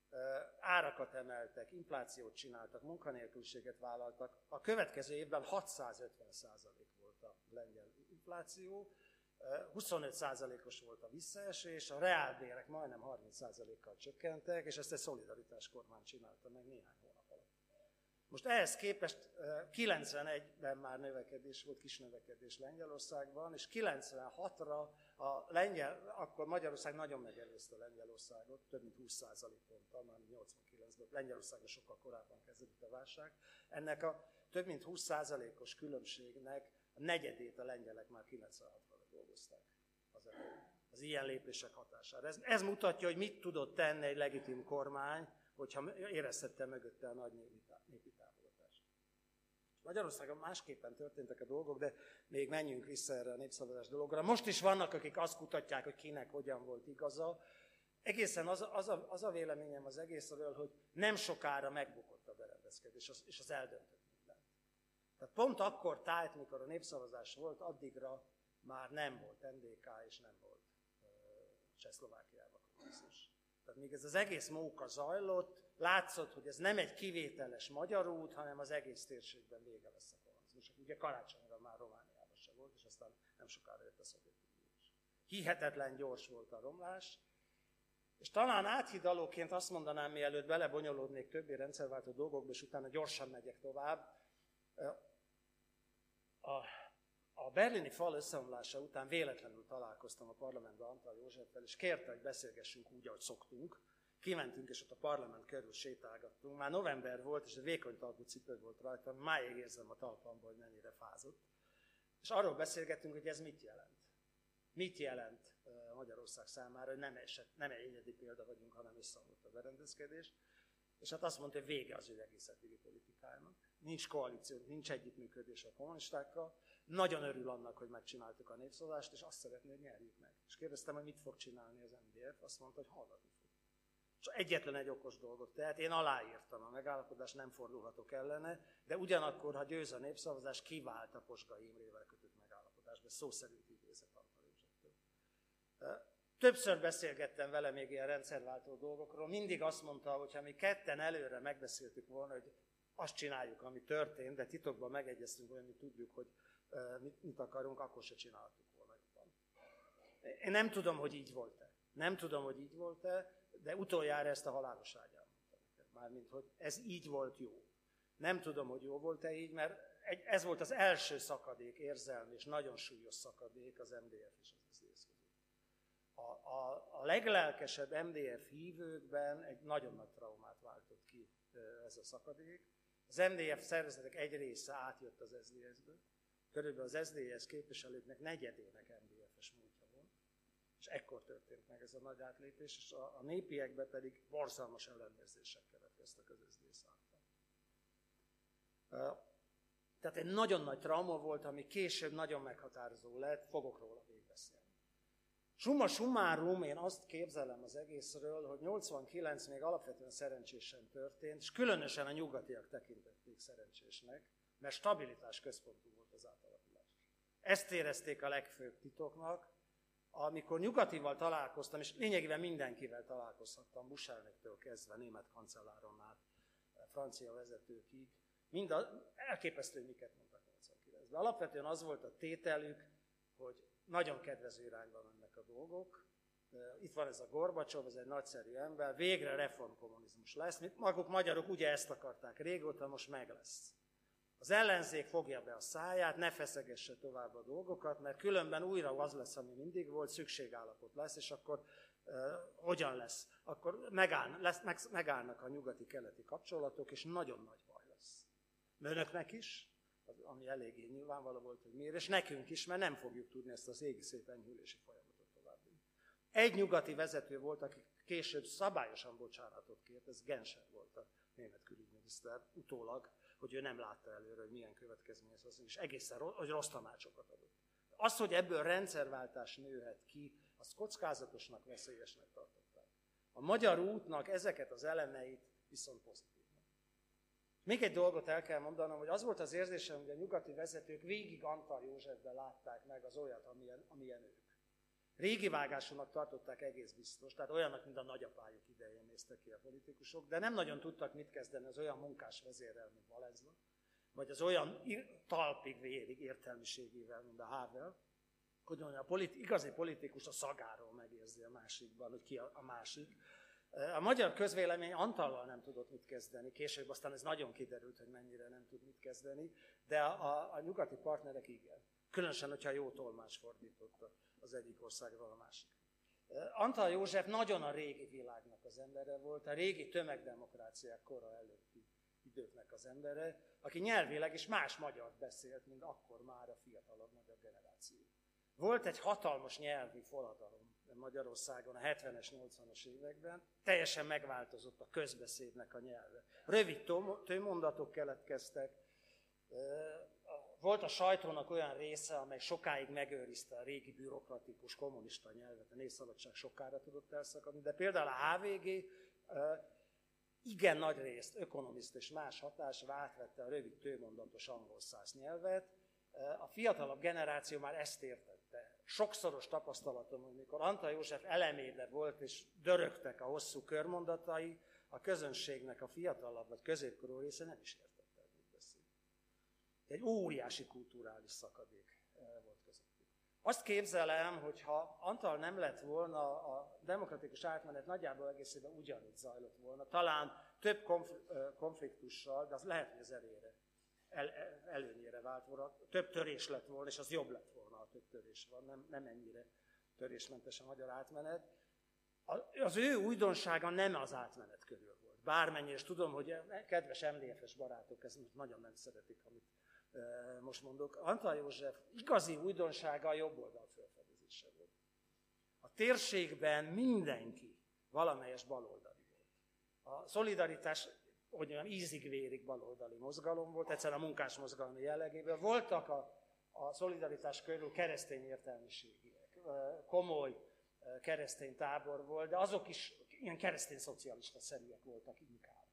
árakat emeltek, inflációt csináltak, munkanélküliséget vállaltak. A következő évben hatszázötven százalék volt a lengyel infláció, huszonöt százalékos volt a visszaesés, a reálbérek majdnem harminc százalékkal csökkentek, és ezt egy szolidaritás kormány csinálta meg néhány hónap alatt. Most ehhez képest kilencvenegyben már növekedés volt, kis növekedés Lengyelországban, és kilencvenhatra a lengyel, akkor Magyarország nagyon megelőzte Lengyelországot, több mint húsz százalék ponttal, már nyolcvankilencben, Lengyelországban sokkal korábban kezdődött a válság. Ennek a több mint húsz százalékos különbségnek a negyedét a lengyelek már kilencvenhatra dolgozták az elején, az ilyen lépések hatására. Ez, ez mutatja, hogy mit tudott tenni egy legitim kormány, hogyha érezhette mögötte a nagy népi támogatást. Magyarországon másképpen történtek a dolgok, de még menjünk vissza erre a népszavazás dologra. Most is vannak, akik azt kutatják, hogy kinek hogyan volt igaza. Egészen az, az, a, az a véleményem az egészről, hogy nem sokára megbukott a berendezkedés, és az eldöntött mindent. Tehát pont akkor tájt, mikor a népszavazás volt, addigra már nem volt en dé ká és nem volt uh, Csehszlovákiában kommunizmus. Tehát még ez az egész móka zajlott, látszott, hogy ez nem egy kivételes magyar út, hanem az egész térségben vége lesz a kommunizmusnak. Ugye karácsonyra már Romániában se volt, és aztán nem sokára jött a Szovjetunió is. Hihetetlen gyors volt a romlás, és talán áthidalóként azt mondanám, mielőtt belebonyolódnék többé rendszerváltó dolgokba, és utána gyorsan megyek tovább. A, a berlini fal összeomlása után véletlenül találkoztam a parlamentben Antal Józseffel, és kérte, hogy beszélgessünk úgy, ahogy szoktunk. Kimentünk, és ott a parlament körül sétálgattunk. Már november volt, és egy vékony talpú cipő volt rajtam, máig érzem a talpamban, hogy mennyire fázott. És arról beszélgettünk, hogy ez mit jelent. Mit jelent Magyarország számára, hogy nem, eset, nem egy egyedi példa vagyunk, hanem összeomlott a berendezkedés. És hát azt mondta, hogy vége az ő egész eddigi politikájának. Nincs koalíció, nincs együttműködés a kommunistákkal. Nagyon örül annak, hogy megcsináltuk a népszavazást, és azt szeretné, hogy nyerjük meg. És kérdeztem, hogy mit fog csinálni az em dé ef, azt mondta, hogy hallgatni fog. És egyetlen egy okos dolgot tehet, én aláírtam a megállapodást, nem fordulhatok ellene, de ugyanakkor, ha győz a népszavazás, kivált a Posgai Imrével kötött megállapodásba. Szó szerint idézett Antal Józseftől. Többször beszélgettem vele még ilyen rendszerváltó dolgokról, mindig azt mondta, hogy ha mi ketten előre megbeszéltük volna, hogy azt csináljuk, ami történt, de titokban megegyeztünk, hogy mi tudjuk, hogy mit, mit akarunk, akkor se csináltuk volna jobban. Én nem tudom, hogy így volt-e. Nem tudom, hogy így volt-e, de utoljára ezt a halálos ágyán mondta nekem. Mármint, hogy ez így volt jó. Nem tudom, hogy jó volt-e így, mert ez volt az első szakadék, érzelmi és nagyon súlyos szakadék az em dé ef és az es zé dé es között. A, a, a leglelkesebb em dé ef hívőkben egy nagyon nagy traumát váltott ki ez a szakadék. Az em dé ef szervezetek egy része átjött az es zé dé es-ből, körülbelül az es zé dé es képviselőknek negyedének em dé ef-es múltja volt, és ekkor történt meg ez a nagy átlépés, és a, a népiekben pedig borzalmas ellenérzések keletkeztek az es zé dé es által. Tehát egy nagyon nagy trauma volt, ami később nagyon meghatározó lett, fogok róla még beszélni. Summa summarum, én azt képzelem az egészről, hogy nyolcvankilenc még alapvetően szerencsésen történt, és különösen a nyugatiak tekintették szerencsésnek, mert stabilitás központú volt az átalakulás. Ezt érezték a legfőbb titoknak, amikor nyugatival találkoztam, és lényegében mindenkivel találkozhattam, Bush elnöktől kezdve, német kancelláron át, francia vezetőkig, mind a, elképesztő, miket mondtak nyolcvankilencben. Alapvetően az volt a tételük, hogy nagyon kedvező irányba mennek a dolgok. Itt van ez a Gorbacsov, ez egy nagyszerű ember, végre reformkommunizmus lesz. Maguk magyarok ugye ezt akarták régóta, most meg lesz. Az ellenzék fogja be a száját, ne feszegesse tovább a dolgokat, mert különben újra az lesz, ami mindig volt, szükségállapot lesz, és akkor uh, hogyan lesz? Akkor megáll, lesz, meg, megállnak a nyugati-keleti kapcsolatok, és nagyon nagy baj lesz. Önöknek is, ami eléggé nyilvánvaló volt, hogy miért, és nekünk is, mert nem fogjuk tudni ezt az égi szép enyhülési folyamatot továbbvinni. Egy nyugati vezető volt, aki később szabályosan bocsánatot kért, ez Genscher volt a német külügyminiszter utólag, hogy ő nem látta előre, hogy milyen következménye az, és egészen rossz, hogy rossz tanácsokat adott. Az, hogy ebből rendszerváltás nőhet ki, azt kockázatosnak, veszélyesnek tartották. A magyar útnak ezeket az elemeit viszont pozitívnak. Még egy dolgot el kell mondanom, hogy az volt az érzésem, hogy a nyugati vezetők végig Antall Józsefben látták meg az olyat, amilyen, amilyen ők. Régi vágásúnak tartották egész biztos, tehát olyannak, mint a nagyapájuk idején néztek ki a politikusok, de nem nagyon tudtak mit kezdeni az olyan munkás vezérrel, mint Walesa, vagy az olyan talpig vérig értelmiségével, mint a Havel, hogy a politi- igazi politikus a szagáról megérzi a másikban, hogy ki a, a másik. A magyar közvélemény Antallal nem tudott mit kezdeni, később aztán ez nagyon kiderült, hogy mennyire nem tud mit kezdeni, de a, a, a nyugati partnerek igen. Különösen, hogyha jó tolmács fordította az egyik országról a másikra. Antall József nagyon a régi világnak az embere volt, a régi tömegdemokráciák kora előtti időknek az embere, aki nyelvileg is más magyart beszélt, mint akkor már a fiatalabb magyar generáció. Volt egy hatalmas nyelvi forradalom Magyarországon a hetvenes, nyolcvanas években, teljesen megváltozott a közbeszédnek a nyelve. Rövid tőmondatok keletkeztek, volt a sajtónak olyan része, amely sokáig megőrizte a régi bürokratikus kommunista nyelvet, a Népszabadság sokára tudott elszakadni, de például a há vé gé igen nagy részt ökonomiszt és más hatásra átvette a rövid tőmondatos angol száz nyelvet. A fiatalabb generáció már ezt értette. Sokszoros tapasztalatom, hogy mikor Antall József elemébe volt, és dörögtek a hosszú körmondatai, a közönségnek a fiatalabb vagy középkorú része nem is értette, hogy mit beszél. Egy óriási kulturális szakadék volt közöttük. Azt képzelem, hogy ha Antall nem lett volna, a demokratikus átmenet nagyjából egészében ugyanígy zajlott volna. Talán több konfliktussal, de az lehet, hogy az elére, el, előnyére vált volna. Több törés lett volna, és az jobb lett volna, ha több törés van. Nem, nem ennyire törésmentes a magyar átmenet. Az ő újdonsága nem az átmenet körül volt. Bármennyire, és tudom, hogy kedves em dé ef-es barátok ezt nagyon nem szeretik, amit most mondok. Antall József igazi újdonsága a jobb oldal felfedezése volt. A térségben mindenki valamelyes baloldali volt. A szolidaritás, hogy mondjam, ízig-vérig baloldali mozgalom volt, egyszerűen a munkásmozgalmi jellegében. Voltak a, a szolidaritás körül keresztény értelmiségiek, komoly keresztény tábor volt, de azok is ilyen keresztény szocialista szerűek voltak inkább.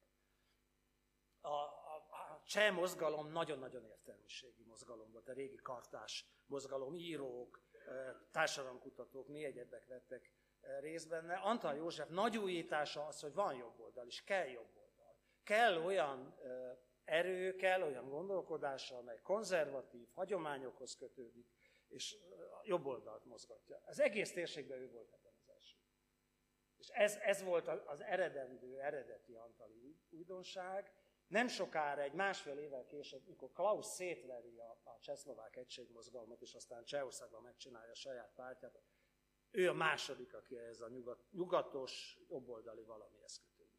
A, a, a cseh mozgalom nagyon-nagyon értelmiségi mozgalom volt, a régi kartás mozgalom, írók, társadalomkutatók, mi egyebek vettek részt benne. Antall József nagy újítása az, hogy van jobb oldal, és kell jobb oldal. Kell olyan erő, kell olyan gondolkodása, amely konzervatív, hagyományokhoz kötődik, és jobb oldalt mozgatja. Az egész térségben ő volt ebben az első. És ez, ez volt az eredendő, eredeti antalli újdonság. Nem sokára, egy másfél évvel később, mikor Klaus szétveri a, a csehszlovák egységmozgalmat, és aztán Csehországban megcsinálja a saját pártját, ő a második, aki ez a nyugat, nyugatos, jobboldali valamihez kötődik.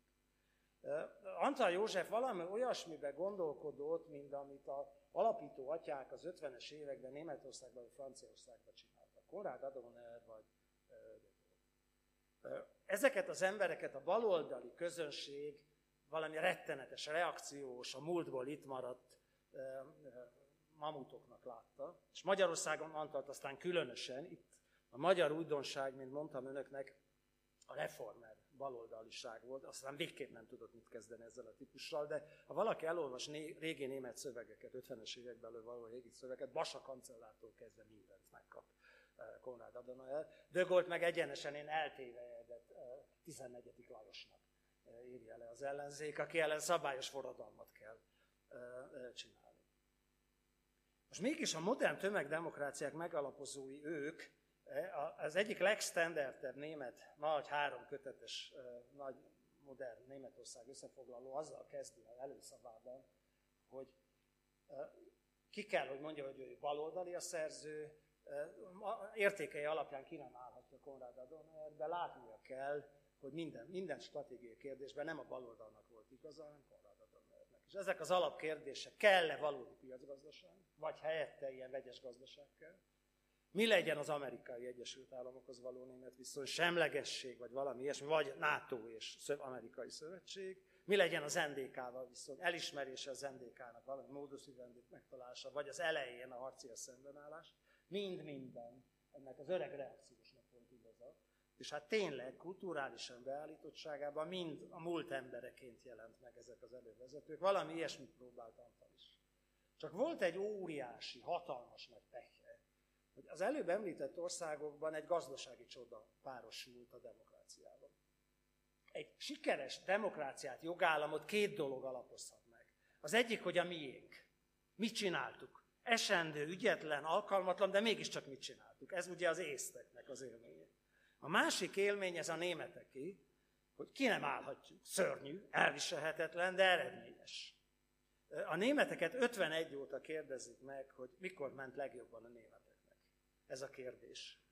Antall József valami olyasmiben gondolkodott, mint amit az alapító atyák az ötvenes években Németországban vagy Franciaországban csináltak. Konrad Adenauer vagy ezeket az embereket a baloldali közönség valami rettenetes, reakciós, a múltból itt maradt mamutoknak látta. És Magyarországon Antallt aztán különösen, itt a magyar újdonság, mint mondtam önöknek, a reformer baloldaliság volt, aztán végképp nem tudott mit kezdeni ezzel a típussal, de ha valaki elolvas né- régi német szövegeket, ötvenes években elő régi szövegeket, Basa kancellártól kezdve mindent megkap Konrad Adenauer. De Gaulle meg egyenesen én eltévejedett tizennegyedik Lajosnak írja le az ellenzék, aki ellen szabályos forradalmat kell csinálni. Most mégis a modern tömegdemokráciák megalapozói ők, az egyik legstandardebb német, nagy három kötetes, nagy modern Németország összefoglaló azzal kezdi az előszavában, hogy ki kell, hogy mondja, hogy ő baloldali a szerző, értékei alapján ki nem állhatja Konrad Adenauer, de látnia kell, hogy minden, minden stratégiai kérdésben nem a baloldalnak volt igaza, hanem Konrad Adenauernek. És ezek az alapkérdések, kell-e valódi piacgazdaság, vagy helyette ilyen vegyes gazdaság kell, Mi legyen az Amerikai Egyesült Államokhoz való német viszony, semlegesség, vagy valami ilyesmi, vagy NATO és Amerikai Szövetség, mi legyen az en dé ká-val viszont, elismerése az en dé ká-nak, valami módus vivendit megtalálása, vagy az elején a harcias szembenállás, mind minden ennek az öreg reakciósnak volt igaza. És hát tényleg kulturálisan beállítottságában mind a múlt embereként jelent meg ezek az elővezetők. Valami ilyesmit próbált Antal is. Csak volt egy óriási, hatalmas nagy pekje, hogy az előbb említett országokban egy gazdasági csoda párosult a demokráciával. Egy sikeres demokráciát, jogállamot két dolog alapozhat meg. Az egyik, hogy a miénk. Mit csináltuk? Esendő, ügyetlen, alkalmatlan, de mégiscsak mit csináltuk? Ez ugye az észteknek az élménye. A másik élmény, ez a németeké, hogy ki nem állhatjuk. Szörnyű, elviselhetetlen, de eredményes. A németeket ötvenegy óta kérdezik meg, hogy mikor ment legjobban a németeknek. Ez a kérdés.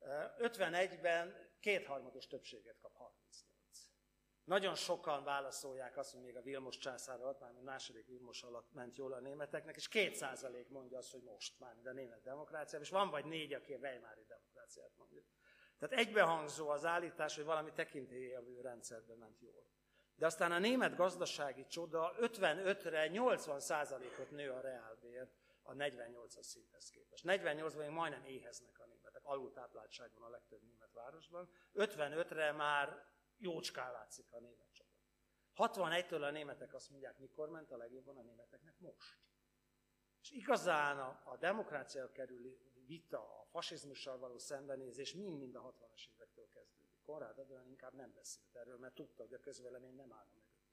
ötvenegyben kétharmados többséget kap harmincnyolc. Nagyon sokan válaszolják azt, hogy még a Vilmos császár alatt, már a második Vilmos alatt ment jól a németeknek, és két százalék mondja azt, hogy most már, de a német demokrácia, és van vagy négy, aki a weimári demokráciát mondja. Tehát egybehangzó az állítás, hogy valami tekintélyelvű rendszerben ment jól. De aztán a német gazdasági csoda ötvenötre nyolcvan százalékot nő a reálbér a negyvennyolcas szinthez képest. negyvennyolcban még majdnem éheznek a németek, alultápláltságban a legtöbb német városban. ötvenötre már jócskán látszik a német csoda. hatvanegytől a németek azt mondják, mikor ment a legjobban a németeknek most. És igazán a, a demokrácia kerüli vita, a fasizmussal való szembenézés mind-mind a hatvanas évektől kezdődik. Konrád Adenauer inkább nem beszélt erről, mert tudta, hogy a közvélemény nem állna mögötte.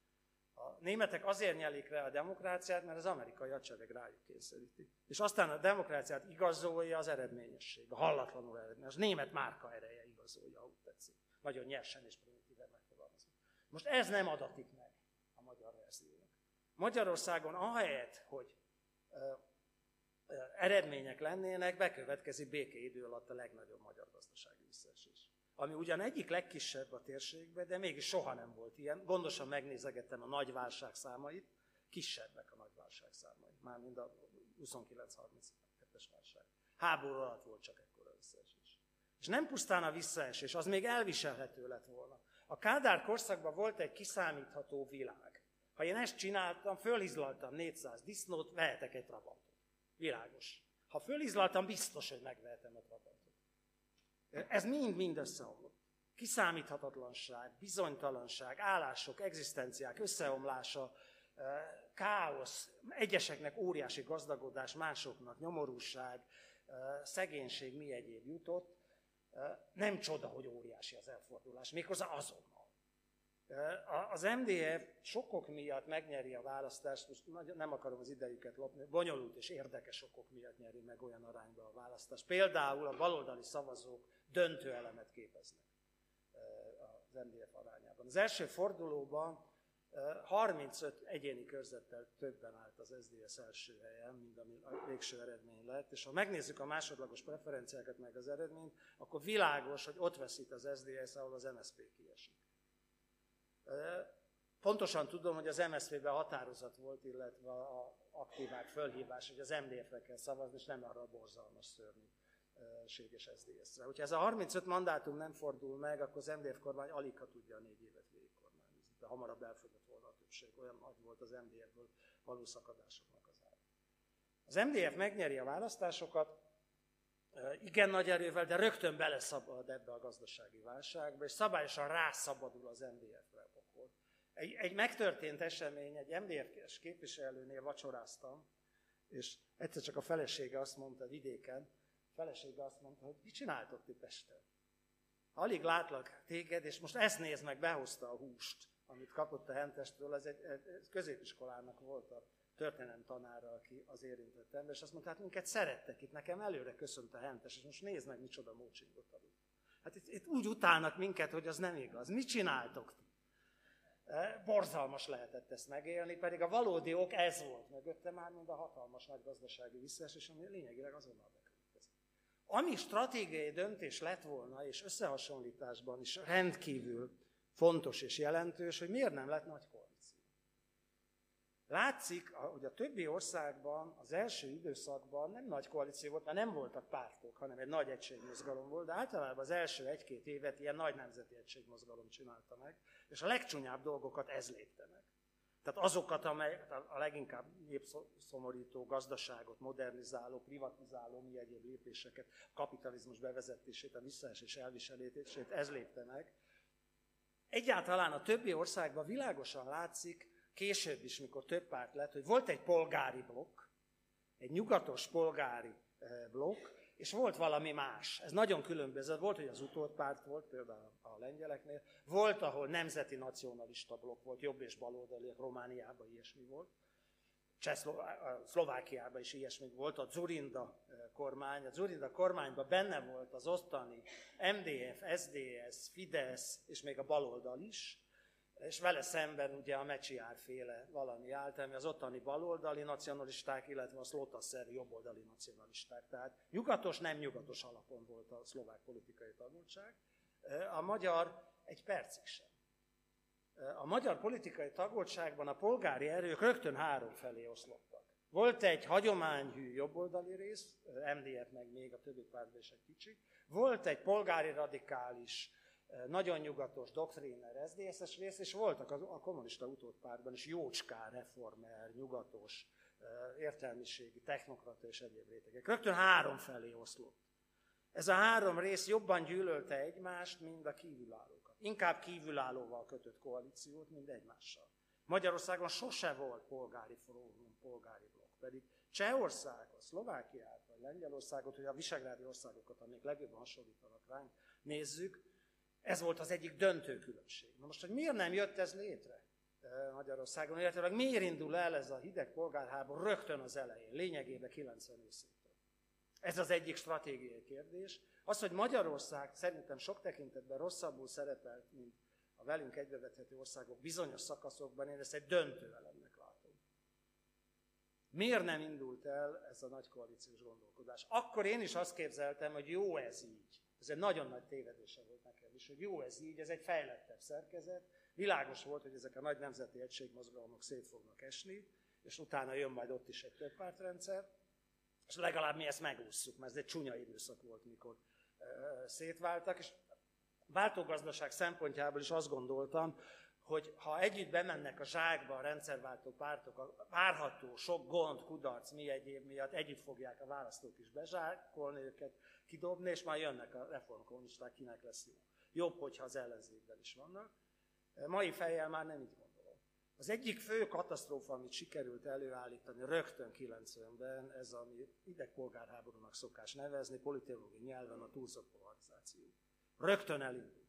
A németek azért nyelik rá a demokráciát, mert az amerikai hadsereg rájuk kényszeríti. És aztán a demokráciát igazolja az eredményesség, a hallatlanul eredményes. A német márka ereje igazolja, ahogy tetszik. Nagyon nyersen és primitíven megfogalmazva. Most ez nem adatik meg a magyar verziónak. Magyarországon ahelyett, hogy uh, eredmények lennének, bekövetkezik békeidő alatt a legnagyobb magyar gazdasági visszaesés. Ami ugyan egyik legkisebb a térségben, de mégis soha nem volt ilyen. Gondosan megnézegettem a nagy válság számait, kisebbek a nagy válság számai, mármint a huszonkilenc harminckettes válság. Háború alatt volt csak ekkora visszaesés. És nem pusztán a visszaesés, az még elviselhető lett volna. A Kádár korszakban volt egy kiszámítható világ. Ha én ezt csináltam, fölizlaltam négyszáz disznót, vehetek egy Trabantot. Világos. Ha fölizlaltam, biztos, hogy megvehetem a Trabantot. Ez mind-mind összeomlott. Kiszámíthatatlanság, bizonytalanság, állások, egzisztenciák összeomlása, káosz, egyeseknek óriási gazdagodás, másoknak nyomorúság, szegénység, mi egyéb jutott. Nem csoda, hogy óriási az elfordulás, méghozzá azonnal. Az em dé ef sokok miatt megnyeri a választást, most nem akarom az idejüket lopni, bonyolult és érdekes okok miatt nyeri meg olyan arányba a választást. Például a baloldali szavazók döntő elemet képeznek az em dé ef arányában. Az első fordulóban harmincöt egyéni körzettel többen állt az es zé dé es első helyen, mint ami a végső eredmény lett, és ha megnézzük a másodlagos preferenciákat meg az eredményt, akkor világos, hogy ott veszít az es zé dé es, ahol az em es zé pé kiesik. Pontosan tudom, hogy az em es zé pében határozat volt, illetve a aktívált fölhívás, hogy az em dé ef-re kell szavazni, és nem arra a borzalmas szörnyűséges es zé dé es-re. Hogyha ez a harmincöt mandátum nem fordul meg, akkor az em dé ef kormány alig ha tudja a négy évet végigkormányozni. De hamarabb elfogyott volna a többség, olyan nagy volt az em dé ef-ből való szakadásoknak az ára. Az em dé ef megnyeri a választásokat, igen nagy erővel, de rögtön beleszabad ebbe a gazdasági válságba, és szabályosan rászabadul az em dé ef-re a pokol. Egy, egy megtörtént esemény, egy em dé ef-es képviselőnél vacsoráztam, és egyszer csak a felesége azt mondta vidéken, a felesége azt mondta, hogy mit csináltok ti Pesten? Alig látlak téged, és most ezt nézd meg, behozta a húst, amit kapott a Hentestől, ez egy, egy középiskolának volt a történelem tanára, aki az érintett ember, és azt mondta, hát minket szerettek itt, nekem előre köszönt a Hentes, és most nézd meg, micsoda mócsingot adott. Hát itt, itt úgy utálnak minket, hogy az nem igaz. Mit csináltok ti? Borzalmas lehetett ezt megélni, pedig a valódi ok ez volt mögötte már, mint a hatalmas nagy gazdasági visszaesés, ami lényegileg azonnal bekövetkezik. Ami stratégiai döntés lett volna, és összehasonlításban is rendkívül fontos és jelentős, hogy miért nem lett nagy koalíció. Látszik, hogy a többi országban az első időszakban nem nagy koalíció volt, mert nem voltak pártok, hanem egy nagy egységmozgalom volt, de általában az első egy-két évet ilyen nagy nemzeti egységmozgalom csinálta meg, és a legcsúnyább dolgokat ez lépte meg. Tehát azokat, amely a leginkább népszomorító, gazdaságot modernizáló, privatizáló, mi egyéb lépéseket, kapitalizmus bevezetését, a visszaesés elviselését, ez lépte meg. Egyáltalán a többi országban világosan látszik, később is, mikor több párt lett, hogy volt egy polgári blokk, egy nyugatos polgári blokk, és volt valami más. Ez nagyon különböző. Volt, hogy az utódpárt volt, például a lengyeleknél, volt, ahol nemzeti nacionalista blokk volt, jobb és baloldaliak, Romániában ilyesmi volt, Szlovákiában is ilyesmi volt, a Dzurinda kormány. A Dzurinda kormányban benne volt az ottani em dé ef, es zé dé es, Fidesz, és még a baloldal is, és vele szemben ugye a Mecsiár féle valami állt, ami az ottani baloldali nacionalisták, illetve a szlótaszerű jobboldali nacionalisták. Tehát nyugatos, nem nyugatos alapon volt a szlovák politikai tagultság. A magyar egy percig sem. A magyar politikai tagoltságban a polgári erők rögtön három felé oszlottak. Volt egy hagyományhű jobboldali rész, em dé ef meg még a többi pártban is egy kicsit. Volt egy polgári radikális, nagyon nyugatos, doktríner, es zé dé es-es rész, és voltak a kommunista utódpártban is jócskán, reformer, nyugatos, értelmiségi, technokrata és egyéb rétegek. Rögtön három felé oszlott. Ez a három rész jobban gyűlölte egymást, mint a kívülállókat. Inkább kívülállóval kötött koalíciót, mint egymással. Magyarországon sose volt polgári fórum, polgári blokk, pedig Csehországot, Szlovákiát, vagy Lengyelországot, hogy a visegrádi országokat, amik legjobban hasonlítanak ránk, nézzük, ez volt az egyik döntő különbség. Na most, hogy miért nem jött ez létre Magyarországon, illetve miért indul el ez a hideg polgárháború rögtön az elején, lényegében kilencven őszétől. Ez az egyik stratégiai kérdés. Az, hogy Magyarország szerintem sok tekintetben rosszabbul szerepelt, mint a velünk egybevethető országok bizonyos szakaszokban, én ezt egy döntő elemnek látom. Miért nem indult el ez a nagy koalíciós gondolkodás? Akkor én is azt képzeltem, hogy jó ez így. Ez egy nagyon nagy tévedése volt nekem is, hogy jó ez így, ez egy fejlettebb szerkezet. Világos volt, hogy ezek a nagy nemzeti egységmozgalmak szét fognak esni, és utána jön majd ott is egy többpártrendszer, és legalább mi ezt megússzuk, mert ez egy csúnya időszak volt, mikor uh, szétváltak, és váltógazdaság szempontjából is azt gondoltam, hogy ha együtt bemennek a zsákba a rendszerváltó pártok, a várható sok gond, kudarc, mi egyéb miatt együtt fogják a választók is bezsákolni őket, kidobni, és majd jönnek a reformkommunisták, kinek lesz jó. Jobb, hogyha az ellenzékben is vannak. Mai fejjel már nem így gondolom. Az egyik fő katasztrófa, amit sikerült előállítani rögtön kilencvenben, ez, ami idegpolgárháborúnak szokás nevezni, politológiai nyelven a túlzott polarizáció. Rögtön elindult.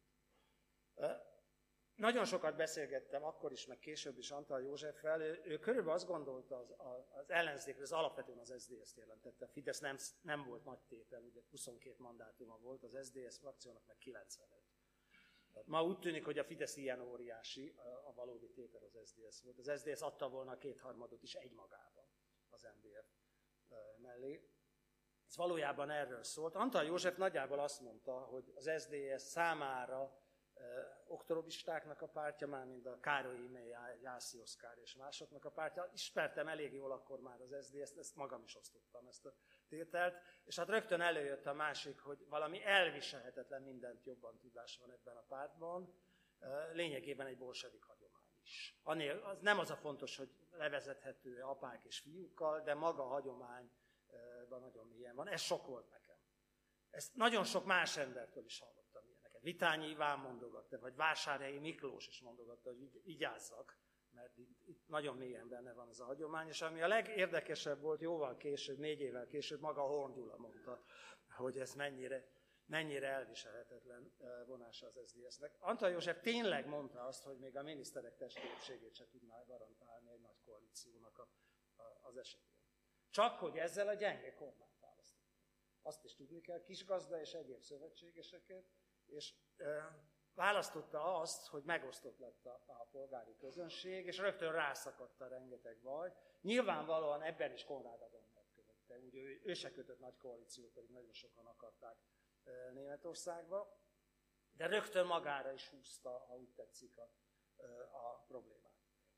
Nagyon sokat beszélgettem akkor is, meg később is Antal Józseffel, ő, ő körülbelül azt gondolta az, az ellenzékről, az alapvetően az es zé dé es-t jelentette. A Fidesz nem, nem volt nagy tétel, ugye huszonkét mandátuma volt, az es zé dé es frakciónak meg kilencvenöt. Ma úgy tűnik, hogy a Fidesz ilyen óriási, a, a valódi tétel az es zé dé es volt. Az es zé dé es adta volna a kétharmadot is egymagában az em dé ef mellé. Ez valójában erről szólt. Antal József nagyjából azt mondta, hogy az es zé dé es számára oktrobistáknak a pártja, már mint a Károly Íme, Jászi Oszkár és másoknak a pártja. Ismertem elég jól akkor már az es zé dé es-t, ezt magam is osztottam, ezt a tételt. És hát rögtön előjött a másik, hogy valami elviselhetetlen mindent jobban tudás van ebben a pártban. Lényegében egy bolsevik hagyomány is. Annél, az nem az a fontos, hogy levezethető apák és fiúkkal, de maga a hagyományban nagyon mélyen van. Ez sok volt nekem. Ezt nagyon sok más embertől is hallottam. Vitányi Iván mondogatta, vagy Vásárhelyi Miklós is mondogatta, hogy vigyázzak, mert itt, itt nagyon mélyen benne van ez a hagyomány, és ami a legérdekesebb volt, jóval később, négy évvel később, maga Horn Gyula mondta, hogy ez mennyire, mennyire elviselhetetlen vonása az es zé dé es-nek. Antal József tényleg mondta azt, hogy még a miniszterek testvérségét se tudná garantálni egy nagy koalíciónak a, a, az esetén. Csak hogy ezzel a gyenge kormányt választottak. Azt is tudni kell, kisgazda és egyéb szövetségeseket, és e, választotta azt, hogy megosztott lett a, a polgári közönség, és rögtön rászakadt a rengeteg baj. Nyilvánvalóan ebben is Konrád Adenauer követte, ugye ő, ő se kötött nagy koalíciót, pedig nagyon sokan akarták e, Németországba, de rögtön magára is húzta, ha úgy tetszik, a, e, a problémát.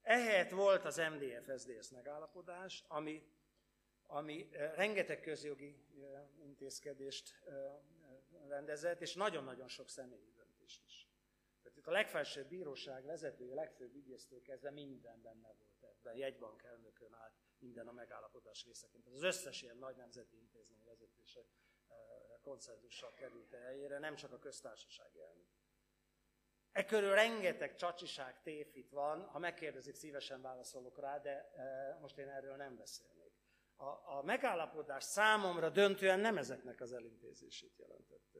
Ehelyett volt az em dé ef es dé es megállapodás, ami, ami rengeteg közjogi intézkedést rendezett, és nagyon-nagyon sok személyi döntést is. Tehát itt a legfelsőbb bíróság vezetője, a legfőbb ügyésztől kezdve minden benne volt ebben, jegybank elnökön át minden a megállapodás részeként. Az összes ilyen nagy nemzeti intézmény vezetése konszenzussal került a helyére, nem csak a köztársasági elnök. E körül rengeteg csacsiság, tévhit van, ha megkérdezik, szívesen válaszolok rá, de most én erről nem beszélnék. A, a megállapodás számomra döntően nem ezeknek az elintézését jelentette.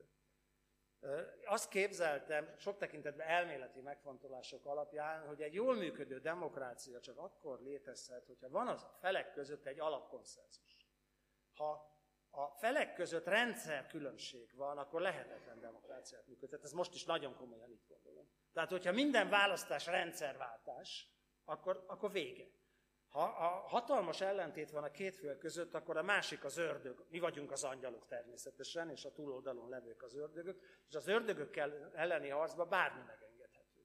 Azt képzeltem, sok tekintetben elméleti megfontolások alapján, hogy egy jól működő demokrácia csak akkor létezhet, hogyha van a felek között egy alapkonszenzus. Ha a felek között rendszerkülönbség van, akkor lehetetlen demokráciát működtet. Ez most is nagyon komolyan így gondolom. Tehát, hogyha minden választás rendszerváltás, akkor, akkor vége. Ha a hatalmas ellentét van a két fél között, akkor a másik az ördög. Mi vagyunk az angyalok természetesen, és a túloldalon levők az ördögök, és az ördögökkel elleni harcban bármi megengedhető.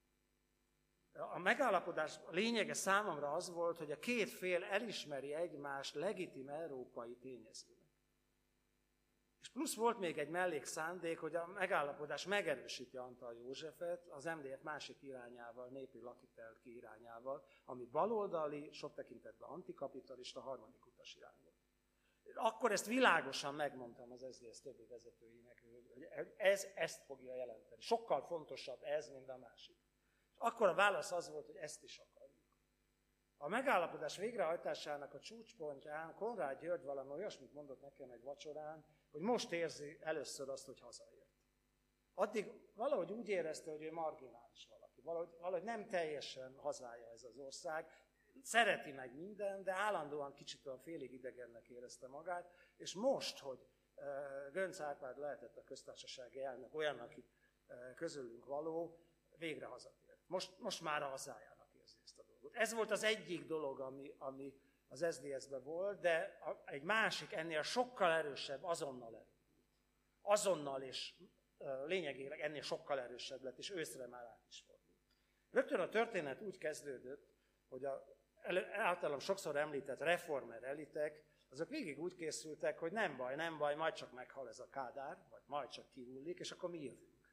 A megállapodás lényege számomra az volt, hogy a két fél elismeri egymást legitim európai tényezőnek. És plusz volt még egy mellékszándék, hogy a megállapodás megerősíti Antall Józsefet az em dé ef másik irányával, népi lakitelki irányával, ami baloldali, sok tekintetben antikapitalista, harmadik utas irány volt. Akkor ezt világosan megmondtam az es zé dé es többi vezetőinek, hogy ez ezt fogja jelenteni. Sokkal fontosabb ez, mint a másik. És akkor a válasz az volt, hogy ezt is akarjuk. A megállapodás végrehajtásának a csúcspontján Konrád György valami olyasmit mondott nekem egy vacsorán, hogy most érzi először azt, hogy hazaért. Addig valahogy úgy érezte, hogy ő marginális valaki. Valahogy, valahogy nem teljesen hazája ez az ország. Szereti meg minden, de állandóan kicsit olyan félig idegennek érezte magát. És most, hogy Göncz Árpád lehetett a köztársasági elnök, olyan, aki közülünk való, végre hazatért. Most, most már a hazájának érzi ezt a dolgot. Ez volt az egyik dolog, ami, ami az es zé dé es-ben volt, de egy másik ennél sokkal erősebb, azonnal erőbb. Azonnal és lényegileg ennél sokkal erősebb lett, és őszre már át is fordult. Rögtön a történet úgy kezdődött, hogy a általam sokszor említett reformer elitek, azok végig úgy készültek, hogy nem baj, nem baj, majd csak meghal ez a Kádár, vagy majd csak kihullik, és akkor mi jövünk.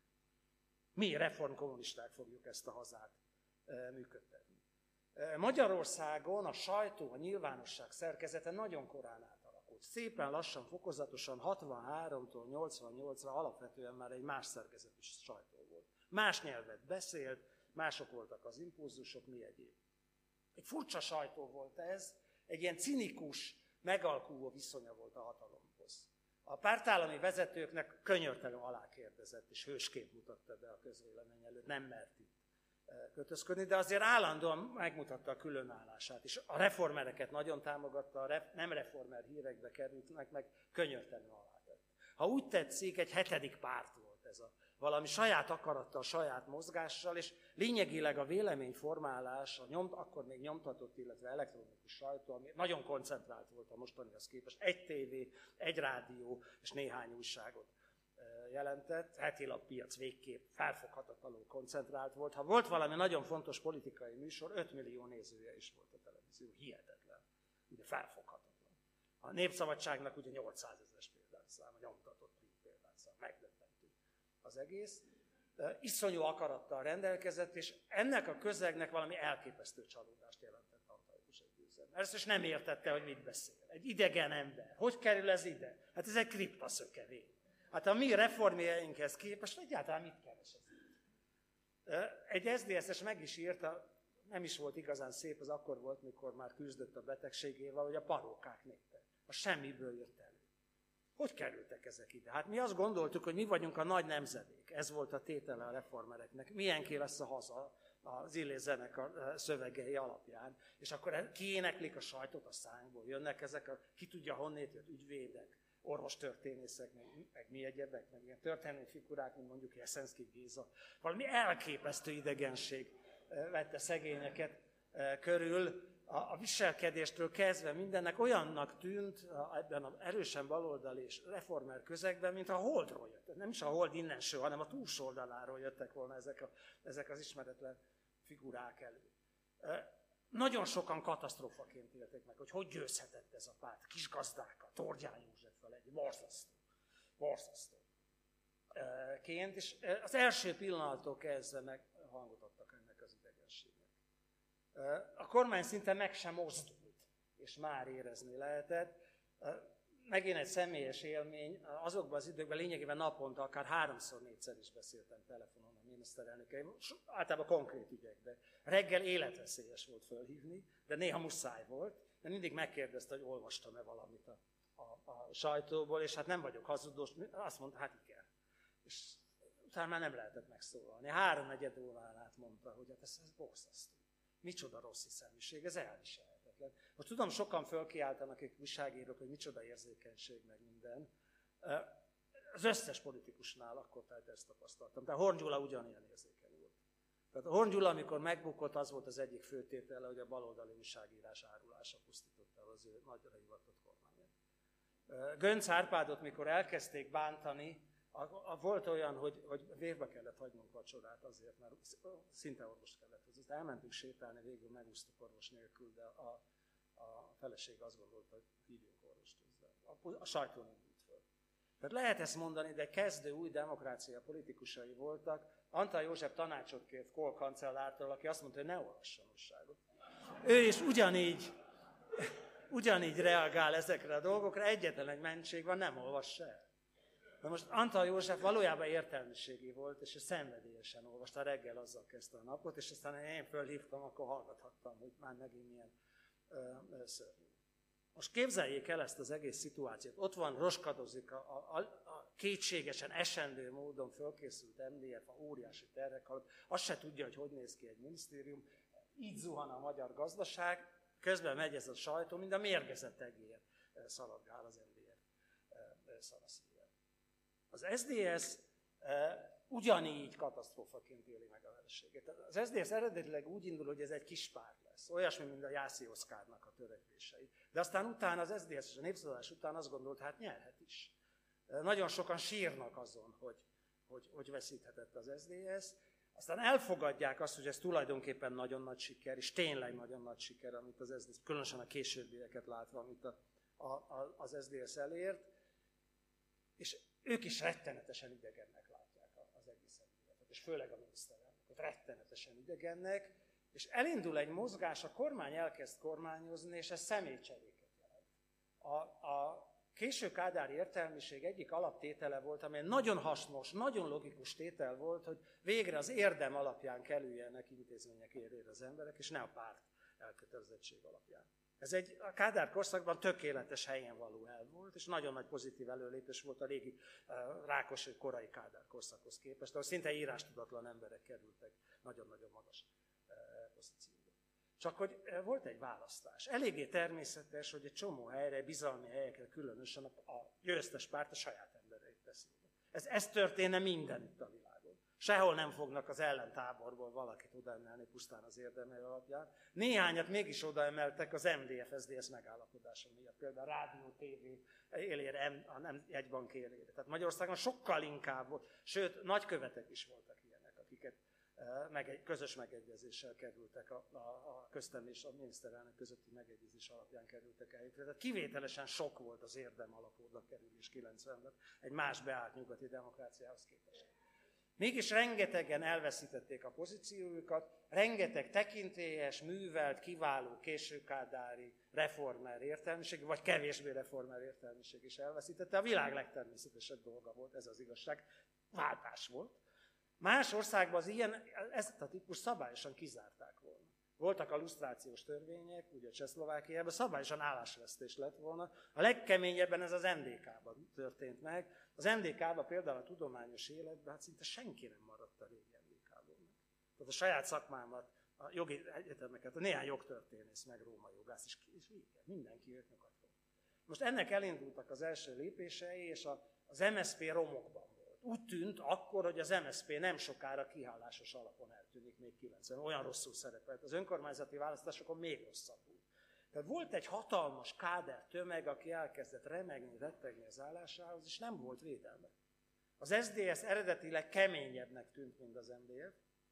Mi reformkommunisták fogjuk ezt a hazát működtetni. Magyarországon a sajtó, a nyilvánosság szerkezete nagyon korán átalakult. Szépen lassan, fokozatosan hatvanháromtól nyolcvannyolcra alapvetően már egy más szerkezetű sajtó volt. Más nyelvet beszélt, mások voltak az impulzusok, mi egyéb. Egy furcsa sajtó volt ez, egy ilyen cinikus, megalkuló viszonya volt a hatalomhoz. A pártállami vezetőknek könyörtelen alákérdezett, és hősként mutatta be a közvélemény előtt, nem mert itt kötözködni, de azért állandóan megmutatta a különállását, és a reformereket nagyon támogatta, a ref, nem reformer hírekbe kerültnek, meg könyörtelenül alátett. Ha úgy tetszik, egy hetedik párt volt ez a valami saját akarattal, saját mozgással, és lényegileg a véleményformálás, a nyom, akkor még nyomtatott, illetve elektronikus sajtó, ami nagyon koncentrált volt a mostanihoz képest, egy tévé, egy rádió és néhány újságot jelentett, hetilap piac végképp felfoghatatlanul koncentrált volt. Ha volt valami nagyon fontos politikai műsor, öt millió nézője is volt a televízió, hihetetlen, ugye felfoghatatlan. A Népszabadságnak ugye nyolcszázezres példányszám, a nyomtatott példányszám, megdöbbentő az egész. Iszonyú akarattal rendelkezett, és ennek a közegnek valami elképesztő csalódást jelentett Antall József győzelme. Ezt is nem értette, hogy mit beszél. Egy idegen ember. Hogy kerül ez ide? Hát ez egy kriptaszökevény. Hát a mi reformjainkhez képest egyáltalán mit keres ez? Egy es zé dé es-es meg is írta, nem is volt igazán szép, az akkor volt, mikor már küzdött a betegségével, hogy a parókák népe. A semmiből jött elő. Hogy kerültek ezek ide? Hát mi azt gondoltuk, hogy mi vagyunk a nagy nemzedék. Ez volt a tétele a reformereknek. Milyenké lesz a haza az Illés zenekar szövegei alapján. És akkor kiéneklik a sajtot a szánkból. Jönnek ezek a, ki tudja honnét jött, ügyvédek, orvostörténészek, meg, meg mi egyebek, meg ilyen történelmi figurák, mint mondjuk Jeszenszky Géza. Valami elképesztő idegenség vette szegényeket körül. A, a viselkedéstől kezdve mindennek olyannak tűnt ebben az erősen baloldali és reformer közegben, mint a Holdról jött. Nem is a Hold innenső, hanem a túlsó oldaláról jöttek volna ezek, a, ezek az ismeretlen figurák elő. nagyon sokan katasztrófaként élték meg, hogy hogy győzhetett ez a párt, kis gazdákkal, Tordján Józseffel egy borzasztó, borzasztó ként, és az első pillanattól kezdve meg hangot adtak ennek az idegenségnek. A kormány szinte meg sem mozdult, és már érezni lehetett. Megint egy személyes élmény, azokban az időkben lényegében naponta akár háromszor, négyszer is beszéltem telefonon a miniszterelnökeim, általában konkrét ügyekben. Reggel életveszélyes volt fölhívni, de néha muszáj volt, de mindig megkérdezte, hogy olvastam-e valamit a, a, a sajtóból, és hát nem vagyok hazudós, azt mondta, hát igen. És utána már nem lehetett megszólalni. Háromnegyed órán át mondta, hogy hát ez, ez borzasztó. Micsoda rossz hiszeműség, ez elviselhetetlen. Most tudom, sokan fölkiáltanak, akik újságírók, hogy micsoda érzékenység, meg minden. Az összes politikusnál akkor tehát ezt tapasztaltam. Tehát Horn Gyula ugyanilyen érzékeny volt. Tehát Horn Gyula, amikor megbukott, az volt az egyik főtétele, hogy a baloldali újságírás árulása pusztította el az ő nagyra hivatott kormányát. Göncz Árpádot, mikor elkezdték bántani, A, a, volt olyan, hogy, hogy vérbe kellett hagynunk vacsorát azért, mert szinte orvost kellett hozni. Elmentünk sétálni, végül megúsztuk orvos nélkül, de a, a feleség azt gondolta, hogy hívjunk orvost hozzá. A, a sajtó nem ült föl. Tehát lehet ezt mondani, de kezdő új demokrácia politikusai voltak. Antal József tanácsot kért Kohl kancellártól, aki azt mondta, hogy ne olvasson újságot. Ő is ugyanígy, ugyanígy reagál ezekre a dolgokra, egyetlen egy mentség van, nem olvass el. De most Antal József valójában értelmiségi volt, és ő szenvedélyesen olvasta, reggel azzal kezdte a napot, és aztán én fölhívtam, akkor hallgathattam, hogy már megint milyen ö, ö, szörnyű. Most képzeljék el ezt az egész szituációt. Ott van, roskadozik a, a, a kétségesen, esendő módon fölkészült em dé ef, a óriási terhek alatt, azt se tudja, hogy hogy néz ki egy minisztérium, így zuhan a magyar gazdaság, közben megy ez a sajtó, mind a mérgezett egér szaladgál az em dé ef szanaszével. Az es zé dé es e, ugyanígy katasztrófaként éli meg a vereséget. Az es zé dé es eredetileg úgy indul, hogy ez egy kis párt lesz, olyasmi, mint a Jászi Oszkárnak a törekvései. De aztán utána az es zé dé es és a Népszavazás után azt gondolt, hát nyerhet is. E, nagyon sokan sírnak azon, hogy, hogy, hogy veszíthetett az es zé dé es. Aztán elfogadják azt, hogy ez tulajdonképpen nagyon nagy siker, és tényleg nagyon nagy siker, amit az es zé dé es, különösen a későbbieket látva, amit a, a, a, az es zé dé es elért. És ők is rettenetesen idegennek látják az egész emléket, és főleg a miniszterelnököt rettenetesen idegennek, és elindul egy mozgás, a kormány elkezd kormányozni, és ez személycseréket jelent. A, a késő kádári értelmiség egyik alaptétele volt, amely nagyon hasznos, nagyon logikus tétel volt, hogy végre az érdem alapján kerüljenek intézmények élére az emberek, és ne a párt elkötelezettség alapján. Ez egy a Kádár korszakban tökéletes helyen való elv volt, és nagyon nagy pozitív előlépés volt a régi uh, Rákosi korai Kádár korszakhoz képest, ahol szinte írástudatlan emberek kerültek nagyon-nagyon magas uh, pozícióba. Csak hogy uh, volt egy választás. Eléggé természetes, hogy egy csomó helyre, bizalmi helyekre különösen a, a győztes párt a saját embereit teszi. Ez, ez történne mindenütt a világon. Sehol nem fognak az ellentáborból valakit odaemelni pusztán az érdemei alapján. Néhányat mégis odaemeltek az em dé ef es zé dé es megállapodása miatt, például a rádió, tévé élére, a nem jegybank élére. Tehát Magyarországon sokkal inkább volt, sőt, nagykövetek is voltak ilyenek, akiket meg, közös megegyezéssel kerültek, a, a, a köztem és a miniszterelnök közötti megegyezés alapján kerültek el. Tehát kivételesen sok volt az érdem alapú oda kerülés kilencvenben egy más beállt nyugati demokráciához képest. Mégis rengetegen elveszítették a pozíciójukat, rengeteg tekintélyes, művelt, kiváló későkádári reformer értelmiség, vagy kevésbé reformer értelmiség is elveszítette. A világ legtermészetesebb dolga volt, ez az igazság. Váltás volt. Más országban az ilyen, ezt a típus szabályosan kizárták volna. Voltak a lusztrációs törvények, ugye Csehszlovákiában, szabályosan állásvesztés lett volna. A legkeményebben ez az em dé ká-ban történt meg. Az em dé ká-ban például a tudományos életben hát szinte senki nem maradt a régi em dé ká-ból. Tehát a saját szakmámat, a jogi egyetemeket, a néhány jogtörténész, meg római jogász, és, és mindenki jött nyugatról. Most ennek elindultak az első lépései, és a, az em es zé pé romokban volt. Úgy tűnt akkor, hogy az em es zé pé nem sokára kihálásos alapon eltűnik, még kilencven. Olyan rosszul szerepelt. Az önkormányzati választásokon még rosszabbul. Tehát volt egy hatalmas káder tömeg, aki elkezdett remegni, rettegni az állásához, és nem volt védelme. Az es zé dé es eredetileg keményebbnek tűnt, mint az em dé ef,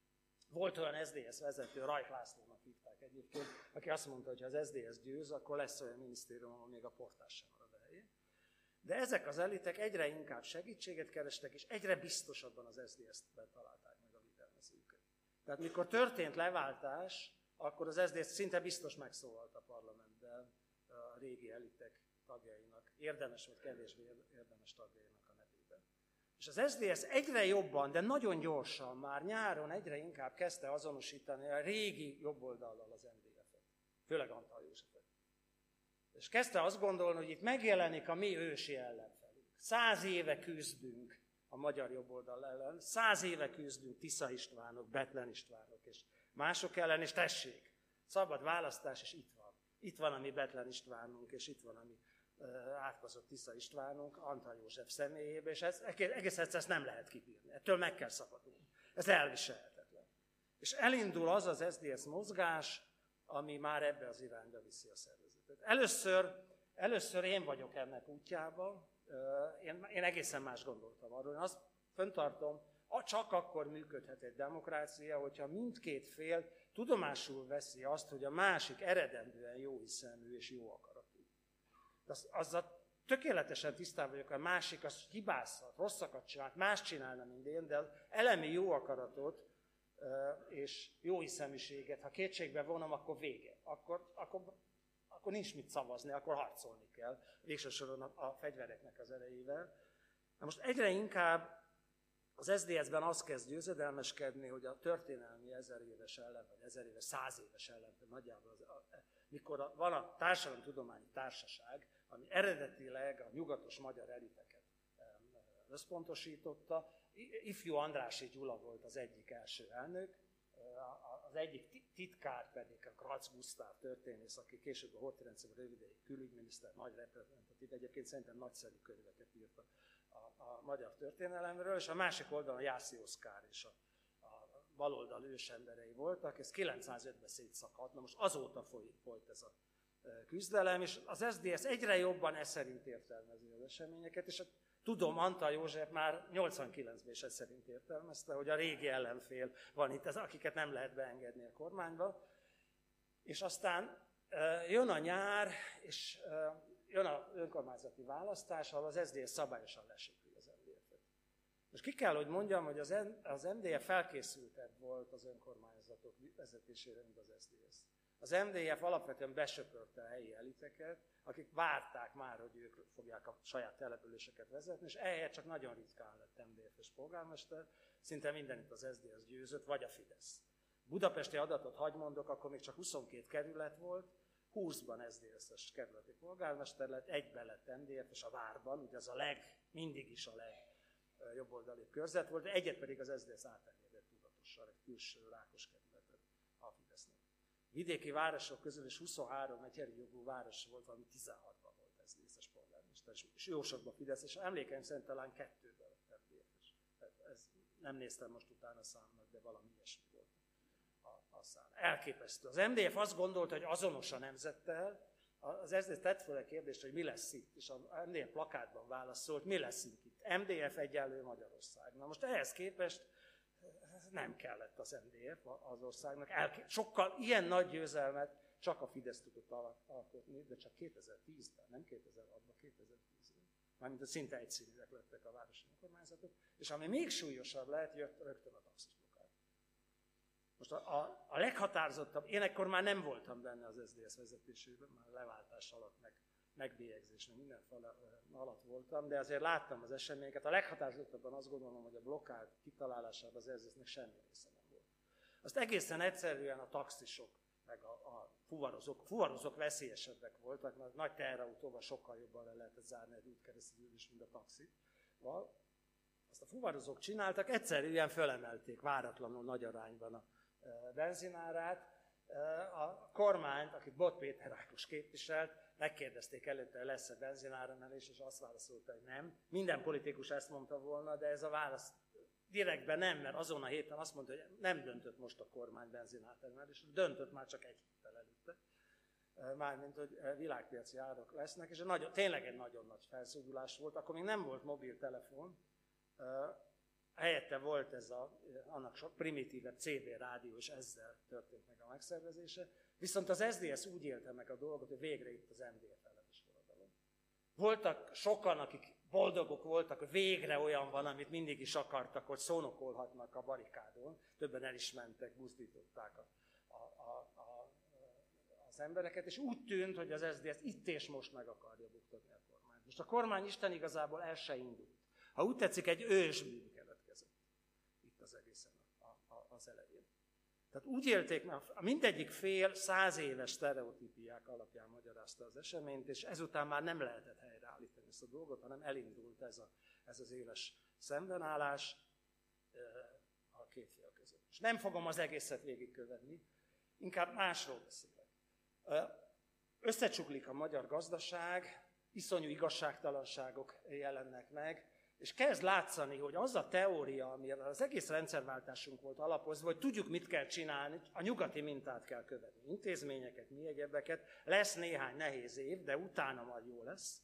Volt olyan es zé dé es vezető, Rajk Lászlónak hívták egyébként, aki azt mondta, hogy ha az es zé dé es győz, akkor lesz olyan minisztérium, ahol még a portás sem marad a helyén. De ezek az elitek egyre inkább segítséget kerestek, és egyre biztosabban az es zé dé es-ben találták meg a védelmezőket. Tehát mikor történt leváltás, akkor az es zé dé es szinte biztos megszólalt a parlamentben a régi elitek tagjainak, érdemes vagy kevésbé érdemes tagjainak a nevében. És az es zé dé es egyre jobban, de nagyon gyorsan, már nyáron egyre inkább kezdte azonosítani a régi jobboldallal az em dé ef-et, főleg Antall Józsefet. És kezdte azt gondolni, hogy itt megjelenik a mi ősi ellenfelünk. Száz éve küzdünk a magyar jobboldal ellen, száz éve küzdünk Tisza Istvánok, Bethlen Istvánok és mások ellen, és tessék, szabad választás, és itt van. Itt van a mi Bethlen Istvánunk, és itt van a mi átkozott Tisza Istvánunk, Antall József személyébe, és ez, egész egyszerűen ezt nem lehet kibírni. Ettől meg kell szabadulni. Ez elviselhetetlen. És elindul az az es zé dé es mozgás, ami már ebbe az irányba viszi a szervezetet. Először, először én vagyok ennek útjában, én, én egészen más gondoltam arról. Én azt fenntartom, csak akkor működhet egy demokrácia, hogyha mindkét fél tudomásul veszi azt, hogy a másik eredendően jóhiszemű és jó akaratú. Az, azzal tökéletesen tisztában vagyok, a másik az hibázhat, rosszakat csinált, más csinálna, mint én, de az elemi jó akaratot és jóhiszeműséget, ha kétségbe vonom, akkor vége. Akkor, akkor, akkor nincs mit szavazni, akkor harcolni kell, végső soron a, a fegyvereknek az erejével. Na most egyre inkább az es zé dé es-ben az kezd győzedelmeskedni, hogy a történelmi ezer éves ellen, vagy ezer éves, száz éves ellen, nagyjából az, a, mikor a, van a társadalomtudományi társaság, ami eredetileg a nyugatos magyar eliteket összpontosította. Ifjú Andrássy Gyula volt az egyik első elnök, az egyik titkár pedig a Kratz Gusztáv történész, aki később a horthy-rendszerben rövideig külügyminiszter, nagy reprezentatív, egyébként szerintem nagyszerű könyveket írt a, a, a magyar történelemről, és a másik oldalon Jászi Oszkár és a, a baloldal ősemberei voltak, ez kilencszázötben szétszakadt, na most azóta folyt, folyt ez a küzdelem, és az es zé dé es egyre jobban ez szerint értelmezi az eseményeket, és a tudom, Antall József már nyolcvankilencben is ezt szerint értelmezte, hogy a régi ellenfél van itt, akiket nem lehet beengedni a kormányba. És aztán jön a nyár, és jön az önkormányzati választás, ahol az es zé dé es szabályosan lesöpri az em dé ef-et. Most ki kell, hogy mondjam, hogy az em dé ef felkészültebb volt az önkormányzatok vezetésére, mint az es zé dé es. Az em dé ef alapvetően besöpörte a helyi eliteket, akik várták már, hogy ők fogják a saját településeket vezetni, és ehelyett csak nagyon ritkán lett em dé ef-es polgármester, szinte mindenütt az es zé dé es győzött, vagy a Fidesz. Budapesti adatot hagy mondok, akkor még csak huszonkét kerület volt, húszban es dé es-es kerületi polgármester lett, egyben lett em dé ef, és a Várban, ugye ez a leg, mindig is a legjobboldali körzet volt, de egyet pedig az es dé es átengedett tudatosan, egy külső rákos kerületet a Fidesznek. Vidéki városok közül is huszonhárom megyeri jogú város volt, valami tizenhatban volt es dé es-es polgármester, és jó sokban Fidesz, és emlékeim szerint talán kettőben lett em dé ef-es. Ez, nem néztem most utána számnak, de valami ilyesmi volt a, a szám. Elképesztő. Az em dé ef azt gondolta, hogy azonos a nemzettel, az es dé es tett fel a kérdést, hogy mi lesz itt, és az em dé ef plakátban válaszolt, mi lesz itt. em dé ef egyenlő Magyarország. Na most ehhez képest nem kellett az em dé ef az országnak. Elké... Sokkal ilyen nagy győzelmet csak a Fidesz tudott alkotni, de csak kétezer-tízben, nem kétezer-hatban, kétezer-tízben. Mármint szinte egyszínűek lettek a városi önkormányzatok, és ami még súlyosabb lehet, jött rögtön a taxis blokkád. Most a, a, a leghatározottabb, én ekkor már nem voltam benne az es dé es vezetésében, már leváltás alatt, meg megbélyegzés, meg minden alatt voltam, de azért láttam az eseményeket. A leghatározottabban azt gondolom, hogy a blokkád kitalálásában az es dé es-nek semmi része nem volt. Azt egészen egyszerűen a taxisok, meg a, a fuvarozók, fuvarozók veszélyesebbek voltak, mert nagy teherautóval sokkal jobban le lehetett zárni egy útkereszteződést, mint a taxival. Azt a fuvarozók csináltak, egyszerűen fölemelték váratlanul nagy arányban a benzinárát. A kormányt, akit Bot Péter Ákos képviselt, megkérdezték előtte, hogy lesz-e benzináremelés, és azt válaszolta, hogy nem. Minden politikus ezt mondta volna, de ez a válasz direktben nem, mert azon a héten azt mondta, hogy nem döntött most a kormány benzináremelésről, döntött már csak egy héttel előtte. Mármint, hogy világpiaci árak lesznek, és nagy, tényleg egy nagyon nagy felszódulás volt. Akkor még nem volt mobiltelefon. helyette volt ez a, annak sok primitívebb cé dé rádió, és ezzel történt meg a megszervezése. Viszont az es zé dé es úgy élte meg a dolgot, hogy végre itt az em dé ef ellenes forradalom. Voltak sokan, akik boldogok voltak, hogy végre olyan van, amit mindig is akartak, hogy szónokolhatnak a barikádon. Többen el is mentek, buzdították a, a, a, a, az embereket, és úgy tűnt, hogy az es zé dé es itt és most meg akarja buktatni a kormányt. Most a kormány Isten igazából el se indult. Ha úgy tetszik, egy ősbűn keletkezett itt az egészen a, a, az elején. Tehát úgy élték, mert mindegyik fél száz éves sztereotípiák alapján magyarázta az eseményt, és ezután már nem lehetett helyreállítani ezt a dolgot, hanem elindult ez, a, ez az éles szembenállás a két fél között. És nem fogom az egészet végigkövetni, inkább másról beszélek. Összecsuklik a magyar gazdaság, iszonyú igazságtalanságok jelennek meg, és kezd látszani, hogy az a teória, amire az egész rendszerváltásunk volt alapozva, hogy tudjuk, mit kell csinálni, a nyugati mintát kell követni. Intézményeket, mi egyebeket, lesz néhány nehéz év, de utána majd jó lesz.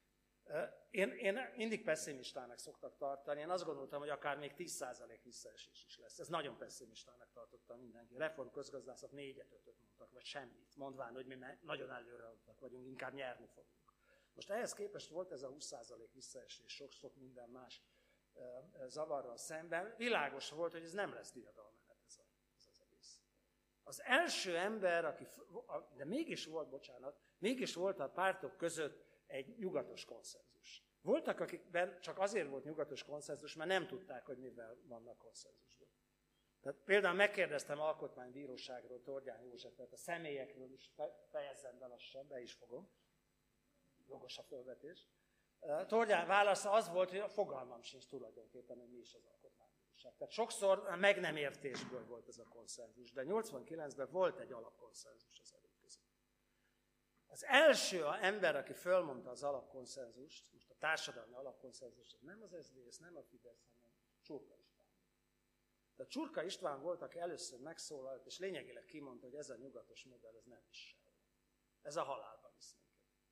Én, én mindig pessimistának szoktak tartani, én azt gondoltam, hogy akár még tíz százalék visszaesés is lesz. Ez nagyon pessimistának tartottam mindenki. Reform közgazdászok négyet, ötöt mondtak, vagy semmit, mondván, hogy mi nagyon előreadtak vagyunk, inkább nyerni fogunk. Most ehhez képest volt ez a húsz százalék visszaesés, sok-sok minden más zavarral szemben. Világos volt, hogy ez nem lesz diadalmenet ez, ez az egész. Az első ember, aki, de mégis volt, bocsánat, mégis volt a pártok között egy nyugatos konszenzus. Voltak, akikben csak azért volt nyugatos konszenzus, mert nem tudták, hogy mivel vannak konszenzusban. Tehát például megkérdeztem alkotmánybíróságról Tordján Józsefet, a személyekről is fejezzem be lassan, be is fogom. Jogos a fölvetés. Tordján válasza az volt, hogy a fogalmam sincs tulajdonképpen, hogy mi is az alkotmánybíróság. Tehát sokszor meg nem értésből volt ez a konszenzus, de nyolcvankilencben volt egy alapkonszenzus az erők között. Az első ember, aki fölmondta az alapkonszenzust, most a társadalmi alapkonszenzust, az nem az es zé dé es, nem a Fidesz, hanem Csurka István. De Csurka István volt, aki először megszólalt, és lényegileg kimondta, hogy ez a nyugatos modell, ez nem is semmi. Ez a halálba visz minket.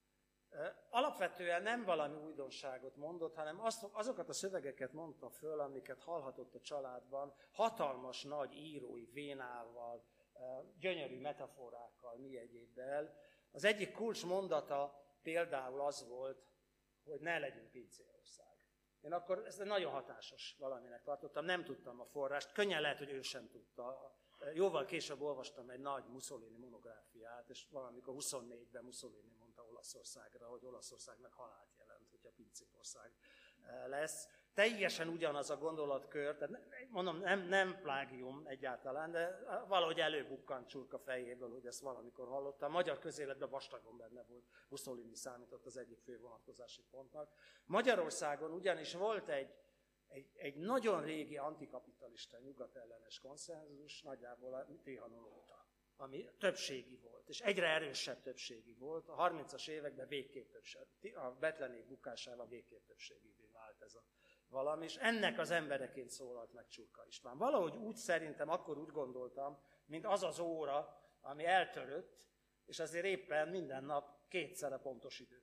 Alapvetően nem valami újdonságot mondott, hanem azokat a szövegeket mondta föl, amiket hallhatott a családban, hatalmas nagy írói vénával, gyönyörű metaforákkal, mi egyébbel. Az egyik kulcsmondata például az volt, hogy ne legyünk pincérország. Én akkor ezt nagyon hatásos valaminek tartottam, nem tudtam a forrást, könnyen lehet, hogy ő sem tudta. Jóval később olvastam egy nagy Mussolini monográfiát, és valamikor huszonnégyben Mussolini mondta Olaszországra, hogy Olaszországnak halált jelent, hogyha pincérország lesz. Teljesen ugyanaz a gondolatkör, tehát mondom, nem, nem plágium egyáltalán, de valahogy előbukkant Csurka fejéből, hogy ezt valamikor hallottam. Magyar közéletben vastagon benne volt, Mussolini számított az egyik fő vonatkozási pontnak. Magyarországon ugyanis volt egy Egy, egy nagyon régi antikapitalista nyugatellenes konszenzus, nagyjából a Trianon óta, ami többségi volt, és egyre erősebb többségi volt. A harmincas években végképp többségi, a Betlenék bukásával végképp többségivé vált ez a valami, és ennek az embereként szólalt meg Csurka István. Valahogy úgy szerintem, akkor úgy gondoltam, mint az az óra, ami eltörött, és azért éppen minden nap kétszer a pontos időt.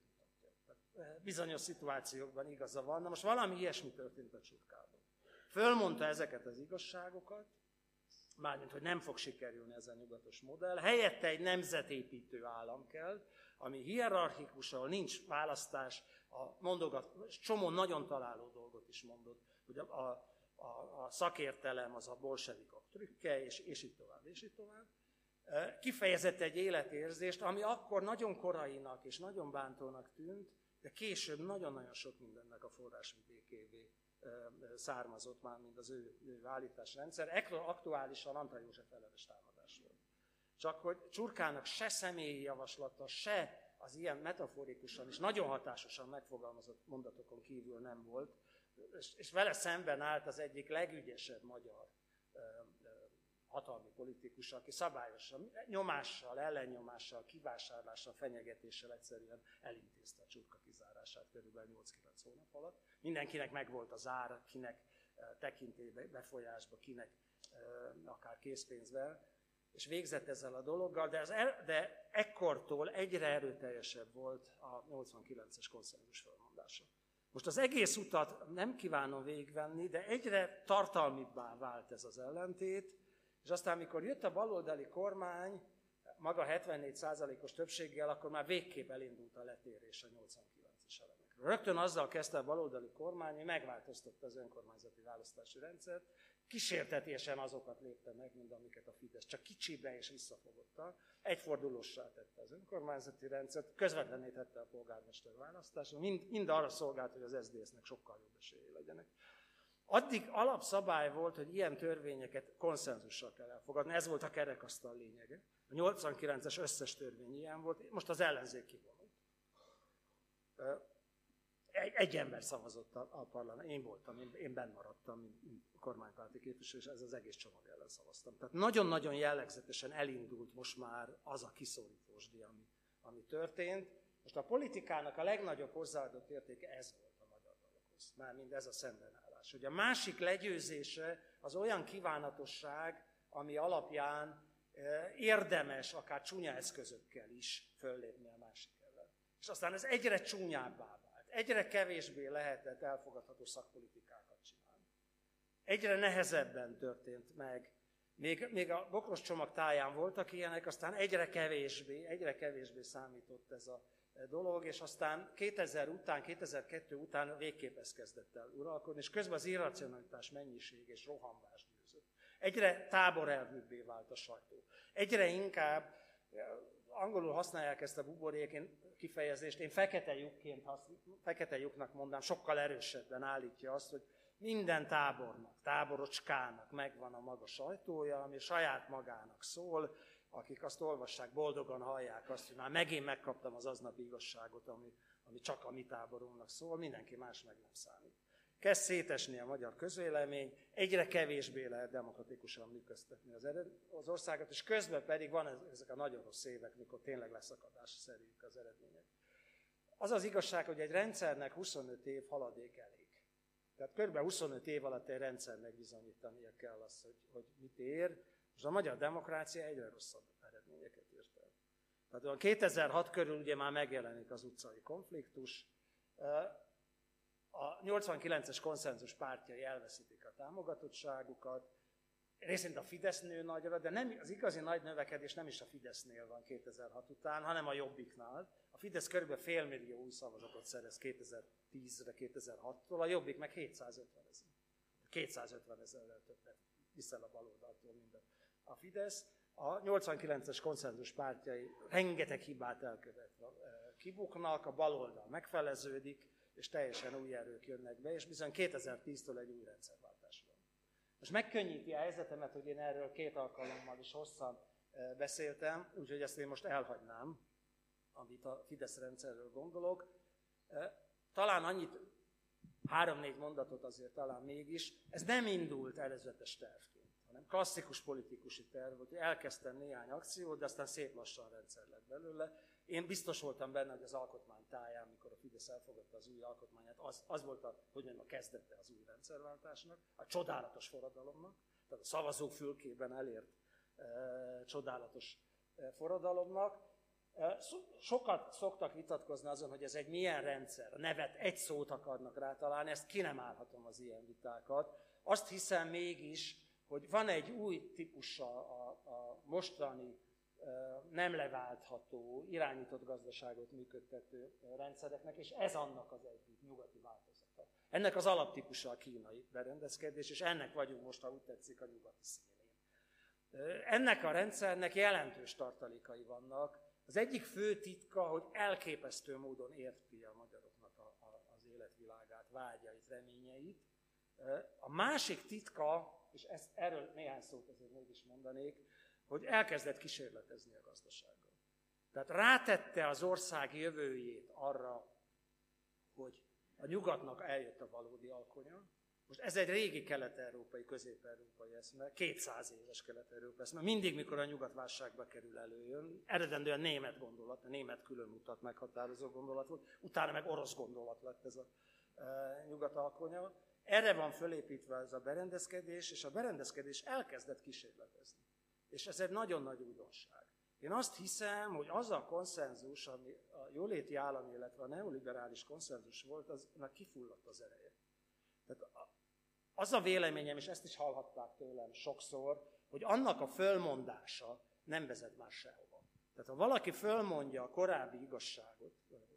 Bizonyos szituációkban igaza van. Na most valami ilyesmi történt a Csurkában. Fölmondta ezeket az igazságokat, mármint, hogy nem fog sikerülni ez a nyugatos modell, helyette egy nemzetépítő állam kell, ami hierarchikus, ahol nincs választás, a mondogat, csomó nagyon találó dolgot is mondott, hogy a, a, a, a szakértelem az a bolsevikok trükke, és, és így tovább, és így tovább. Kifejezett egy életérzést, ami akkor nagyon korainak és nagyon bántónak tűnt, de később nagyon-nagyon sok mindennek a forrásvidékévé származott már, mint az ő, ő állításrendszer. Aktuálisan Antal József ellenes támadás volt. Csak hogy Csurkának se személyi javaslata, se az ilyen metaforikusan és nagyon hatásosan megfogalmazott mondatokon kívül nem volt, és, és vele szemben állt az egyik legügyesebb magyar hatalmi politikus, aki szabályosan, nyomással, ellennyomással, kivásárlással, fenyegetéssel egyszerűen elintézte a Csurka kizárását körülbelül nyolc-kilenc hónap alatt. Mindenkinek megvolt az ára, kinek tekintély befolyásba, kinek akár készpénzvel, és végzett ezzel a dologgal, de, az el, de ekkortól egyre erőteljesebb volt a nyolcvankilences konszenzus felmondása. Most az egész utat nem kívánom végigvenni, de egyre tartalmibbá vált ez az ellentét, és aztán, amikor jött a baloldali kormány, maga hetvennégy százalékos többséggel, akkor már végképp elindult a letérés a nyolcvankilences elemekről. Rögtön azzal kezdte a baloldali kormány, hogy megváltoztatta az önkormányzati választási rendszert, kísértetésen azokat lépte meg, mint amiket a Fidesz, csak kicsibe és visszafogottan. Egyfordulóssá tette az önkormányzati rendszert, közvetlenné tette a polgármester választáson, mind, mind arra szolgált, hogy az es zé dé es-nek sokkal jobb esélyei legyenek. Addig alapszabály volt, hogy ilyen törvényeket konszenzussal kell elfogadni, ez volt a kerekasztal lényege. A nyolcvankilences összes törvény ilyen volt, most az ellenzék kivonult. Egy, egy ember szavazott a, a parlament, én voltam, én, én benn maradtam, mint, mint kormánypárti képviselő, és ez az egész csomag ellen szavaztam. Tehát nagyon-nagyon jellegzetesen elindult most már az a kiszorítósdi, ami, ami történt. Most a politikának a legnagyobb hozzáadott értéke ez volt a magyar dologhoz, mármint ez a szembenállás. Hogy a másik legyőzése az olyan kívánatosság, ami alapján eh, érdemes akár csúnya eszközökkel is föllépni a másik ellen. És aztán ez egyre csúnyábbá vált, egyre kevésbé lehetett elfogadható szakpolitikákat csinálni. Egyre nehezebben történt meg. Még, még a bokros csomag táján voltak ilyenek, aztán egyre kevésbé, egyre kevésbé számított ez a dolog, és aztán kétezer után, kétezer-kettő után végképp ez kezdett el uralkodni, és közben az irracionalitás mennyiség és rohanvás győzött. Egyre táborelvűbbé vált a sajtó. Egyre inkább, angolul használják ezt a buborék kifejezést, én fekete lyukként, fekete lyuknak mondám, sokkal erősebben állítja azt, hogy minden tábornak, táborocskának megvan a maga sajtója, ami saját magának szól, akik azt olvassák, boldogan hallják azt, hogy már megint megkaptam az aznapi igazságot, ami, ami csak a mi táborunknak szól, mindenki más meg nem számít. Kezd szétesni a magyar közvélemény, egyre kevésbé lehet demokratikusan működtetni az, ered, az országot, és közben pedig van ezek a nagyon rossz évek, mikor tényleg leszakadásszerűek az eredmények. Az az igazság, hogy egy rendszernek huszonöt év haladék elég. Tehát kb. huszonöt év alatt egy rendszernek bizonyítania kell azt, hogy, hogy mit ér, és a magyar demokrácia egyre rosszabb eredményeket ért el. Tehát kétezer-hat körül ugye már megjelenik az utcai konfliktus, a nyolcvankilences konszenzus pártjai elveszítik a támogatottságukat, részint a Fidesz nő nagyra, de nem, az igazi nagy növekedés nem is a Fidesznél van kétezer-hat után, hanem a Jobbiknál. A Fidesz kb. Félmillió új szavazatot szerez kétezer-tízre, kétezer-hattól, a Jobbik meg hétszázötven ezer. kétszázötven ezerrel többet viszel a baloldaltól minden. A Fidesz a nyolcvankilences konszenzus pártjai rengeteg hibát elkövetve kibuknak, a baloldal megfeleződik, és teljesen új erők jönnek be, és bizony kétezer-tíztől egy új rendszerváltás van. Most megkönnyíti a helyzetemet, hogy én erről két alkalommal is hosszan beszéltem, úgyhogy ezt én most elhagynám, amit a Fidesz rendszerről gondolok. Talán annyit, három-négy mondatot azért talán mégis, ez nem indult előzetes tervként, hanem klasszikus politikusi terv, hogy elkezdtem néhány akciót, de aztán szép lassan rendszer lett belőle. Én biztos voltam benne, hogy az alkotmány táján, mikor a Fidesz elfogadta az új alkotmányát, az, az volt a, hogy mondjam, a kezdete az új rendszerváltásnak, a csodálatos forradalomnak, tehát a szavazók fülkében elért e, csodálatos e, forradalomnak. E, sokat szoktak vitatkozni azon, hogy ez egy milyen rendszer, a nevet egy szót akarnak rátalálni, ezt ki nem állhatom az ilyen vitákat. Azt hiszem mégis, hogy van egy új típusa a, a mostani nem leváltható, irányított gazdaságot működtető rendszereknek, és ez annak az egyik nyugati változata. Ennek az alaptípusa a kínai berendezkedés, és ennek vagyunk most, ha úgy tetszik, a nyugati színén. Ennek a rendszernek jelentős tartalékai vannak. Az egyik fő titka, hogy elképesztő módon érti a magyaroknak a, a, az életvilágát, vágyait, reményeit. A másik titka, és ezt, erről néhány szót azért mégis mondanék, hogy elkezdett kísérletezni a gazdasággal. Tehát rátette az ország jövőjét arra, hogy a nyugatnak eljött a valódi alkonya. Most ez egy régi kelet-európai, közép-európai eszme, kétszáz éves kelet-európai eszme. Mindig, mikor a nyugat válságba kerül, előjön. Eredendően német gondolat, a német különmutat meghatározó gondolat volt, utána meg orosz gondolat lett ez a e, nyugat alkonya. Erre van fölépítve ez a berendezkedés, és a berendezkedés elkezdett kísérletezni. És ez egy nagyon nagy újdonság. Én azt hiszem, hogy az a konszenzus, ami a jóléti állam, illetve a neoliberális konszenzus volt, aznak kifulladt az ereje. Tehát az a véleményem, és ezt is hallhatták tőlem sokszor, hogy annak a fölmondása nem vezet már sehova. Tehát ha valaki fölmondja a korábbi igazságot,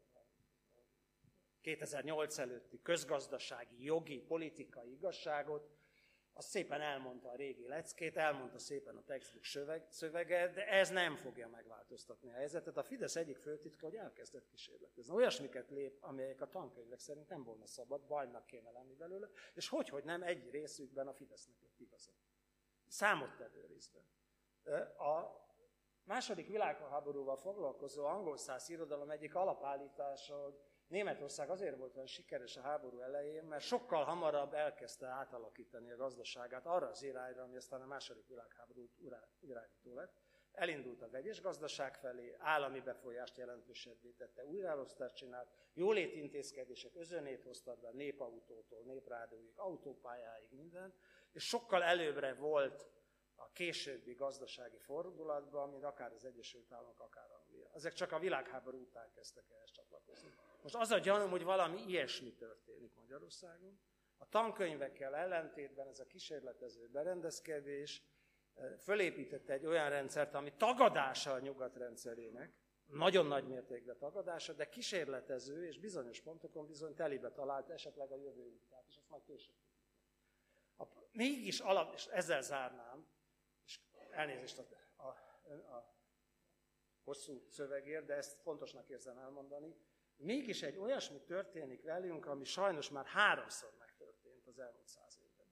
kétezer-nyolc előtti közgazdasági, jogi, politikai igazságot, az szépen elmondta a régi leckét, elmondta szépen a textbook szöveget, de ez nem fogja megváltoztatni a helyzetet. A Fidesz egyik főtitka, hogy elkezdett kísérletezni. Olyasmiket lép, amelyek a tankönyvek szerint nem volna szabad, bajnak kéne lenni belőle, és hogy, hogy nem, egy részükben a Fidesznek lett igaza. Számottevő részben. A második világháborúval foglalkozó angol száz irodalom egyik alapállítása, hogy Németország azért volt olyan sikeres a háború elején, mert sokkal hamarabb elkezdte átalakítani a gazdaságát arra az irányra, ami aztán a második világháború irányító lett. Elindult a vegyes gazdaság felé, állami befolyást jelentősebbé tette, újraelosztást csinált, jóléti intézkedések özönét hoztak be, népautótól, néprádióig, autópályáig, minden, és sokkal előbbre volt a későbbi gazdasági fordulatban, mint akár az Egyesült Államok, akár Anglia. Ezek csak a világháború után kezdtek ehhez csatlakozni. Most az a gyanúm, hogy valami ilyesmi történik Magyarországon. A tankönyvekkel ellentétben ez a kísérletező berendezkedés fölépítette egy olyan rendszert, ami tagadása a nyugat rendszerének, nagyon nagy mértékben tagadása, de kísérletező, és bizonyos pontokon bizony telibe talált esetleg a jövő útját, és ezt majd később. A, mégis alap, és ezzel zárnám, és elnézést a, a, a hosszú szövegért, de ezt fontosnak érzem elmondani, mégis egy olyasmi történik velünk, ami sajnos már háromszor megtörtént az elmúlt száz évben.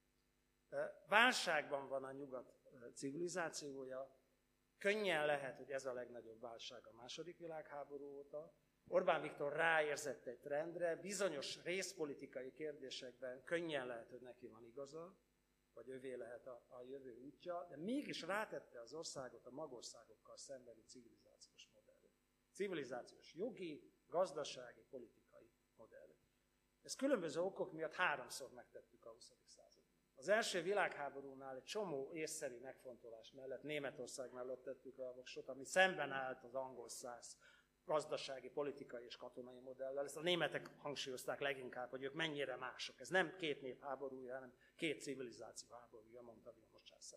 Válságban van a nyugat civilizációja, könnyen lehet, hogy ez a legnagyobb válság a második világháború óta. Orbán Viktor ráérzett egy trendre, bizonyos részpolitikai kérdésekben könnyen lehet, hogy neki van igaza, vagy övé lehet a, a jövő útja, de mégis rátette az országot a magországokkal szembeni civilizációs modellre. Civilizációs jogi, gazdasági, politikai modellre. Ez különböző okok miatt háromszor megtettük a huszadik században. Az első világháborúnál egy csomó észszerű megfontolás mellett Németország mellett tettük a voksot, ami szemben állt az angol száz gazdasági, politikai és katonai modellel. Ezt a németek hangsúlyozták leginkább, hogy ők mennyire mások. Ez nem két nép háborúja, hanem két civilizáció háborúja, mondta Vilmos császár.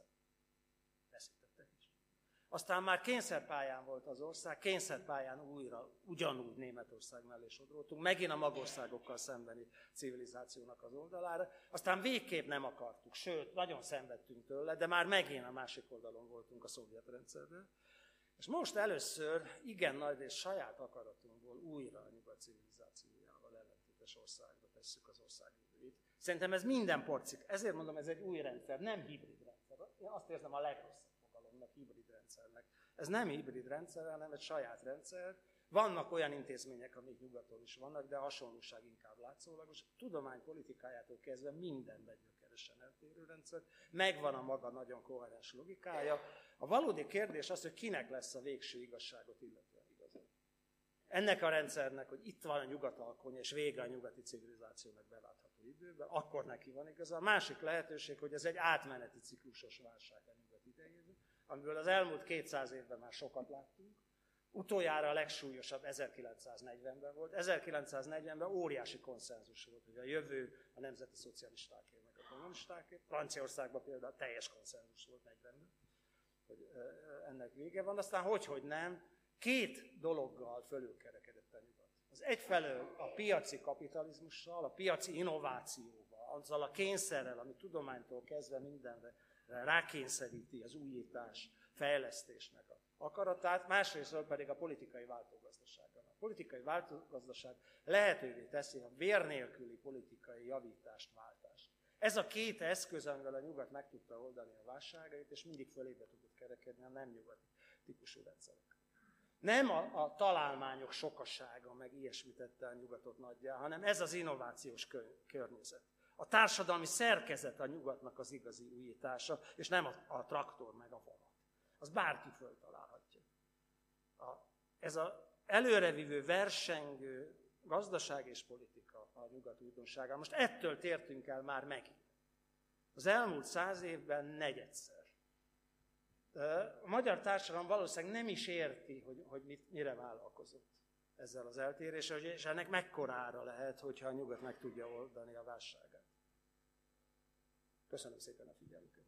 Veszítettek is. Aztán már kényszerpályán volt az ország, kényszerpályán újra, ugyanúgy Németország mellé sodródtunk, megint a magországokkal szembeni civilizációnak az oldalára. Aztán végképp nem akartuk, sőt, nagyon szenvedtünk tőle, de már megint a másik oldalon voltunk a szovjet rendszerrel. És most először igen nagy és saját akaratunkból újra a nyugat civilizációjával ellentétes országba tesszük az ország jövőjét. Szerintem ez minden porcik. Ezért mondom, ez egy új rendszer, nem hibrid rendszer. Én azt érzem a legrosszabb fogalomnak, hibrid rendszernek. Ez nem hibrid rendszer, hanem egy saját rendszer. Vannak olyan intézmények, amik nyugaton is vannak, de a hasonlóság inkább látszólagos. A tudomány politikájától kezdve mindenben gyökeresen eltérő rendszer. Megvan a maga nagyon koherens logikája. A valódi kérdés az, hogy kinek lesz a végső igazságot illetően igaza. Ennek a rendszernek, hogy itt van a nyugat alkonya, és vége a nyugati civilizációnak belátható időben, akkor neki van igaza. A másik lehetőség, hogy ez egy átmeneti ciklusos válság a nyugat idejében, amiből az elmúlt kétszáz évben már sokat láttunk. Utoljára a legsúlyosabb ezerkilencszáznegyvenben volt. ezerkilencszáznegyvenben óriási konszenzus volt, hogy a jövő a nemzeti szocialistáké, meg a kommunistáké. Franciaországban például teljes konszenzus volt negyvenben, hogy ennek vége van. Aztán hogy-hogy nem, két dologgal fölülkerekedett a nyugat. Az egyfelől a piaci kapitalizmussal, a piaci innovációval, azzal a kényszerrel, ami tudománytól kezdve mindenre rákényszeríti az újítás, fejlesztésnek a akaratát, másrésztről pedig a politikai váltógazdasággal. A politikai váltógazdaság lehetővé teszi a vér nélküli politikai javítást, váltást. Ez a két eszköz, amivel a nyugat meg tudta oldani a válságait, és mindig fölébe tudott kerekedni a nem nyugati típusú rendszerek. Nem a, a találmányok sokasága, meg ilyesmi tette a nyugatot nagyjá, hanem ez az innovációs környezet. A társadalmi szerkezet a nyugatnak az igazi újítása, és nem a, a traktor meg a vonat. Az bárki föltalálhatja. A, ez az előrevívő, versengő gazdaság és politika a nyugat újdonsága. Most ettől tértünk el már megint. Az elmúlt száz évben negyedszer. A magyar társadalom valószínűleg nem is érti, hogy, hogy mit, mire vállalkozott ezzel az eltéréssel, és ennek mekkorára lehet, hogyha a nyugat meg tudja oldani a válságát. Köszönöm szépen a figyelmüket.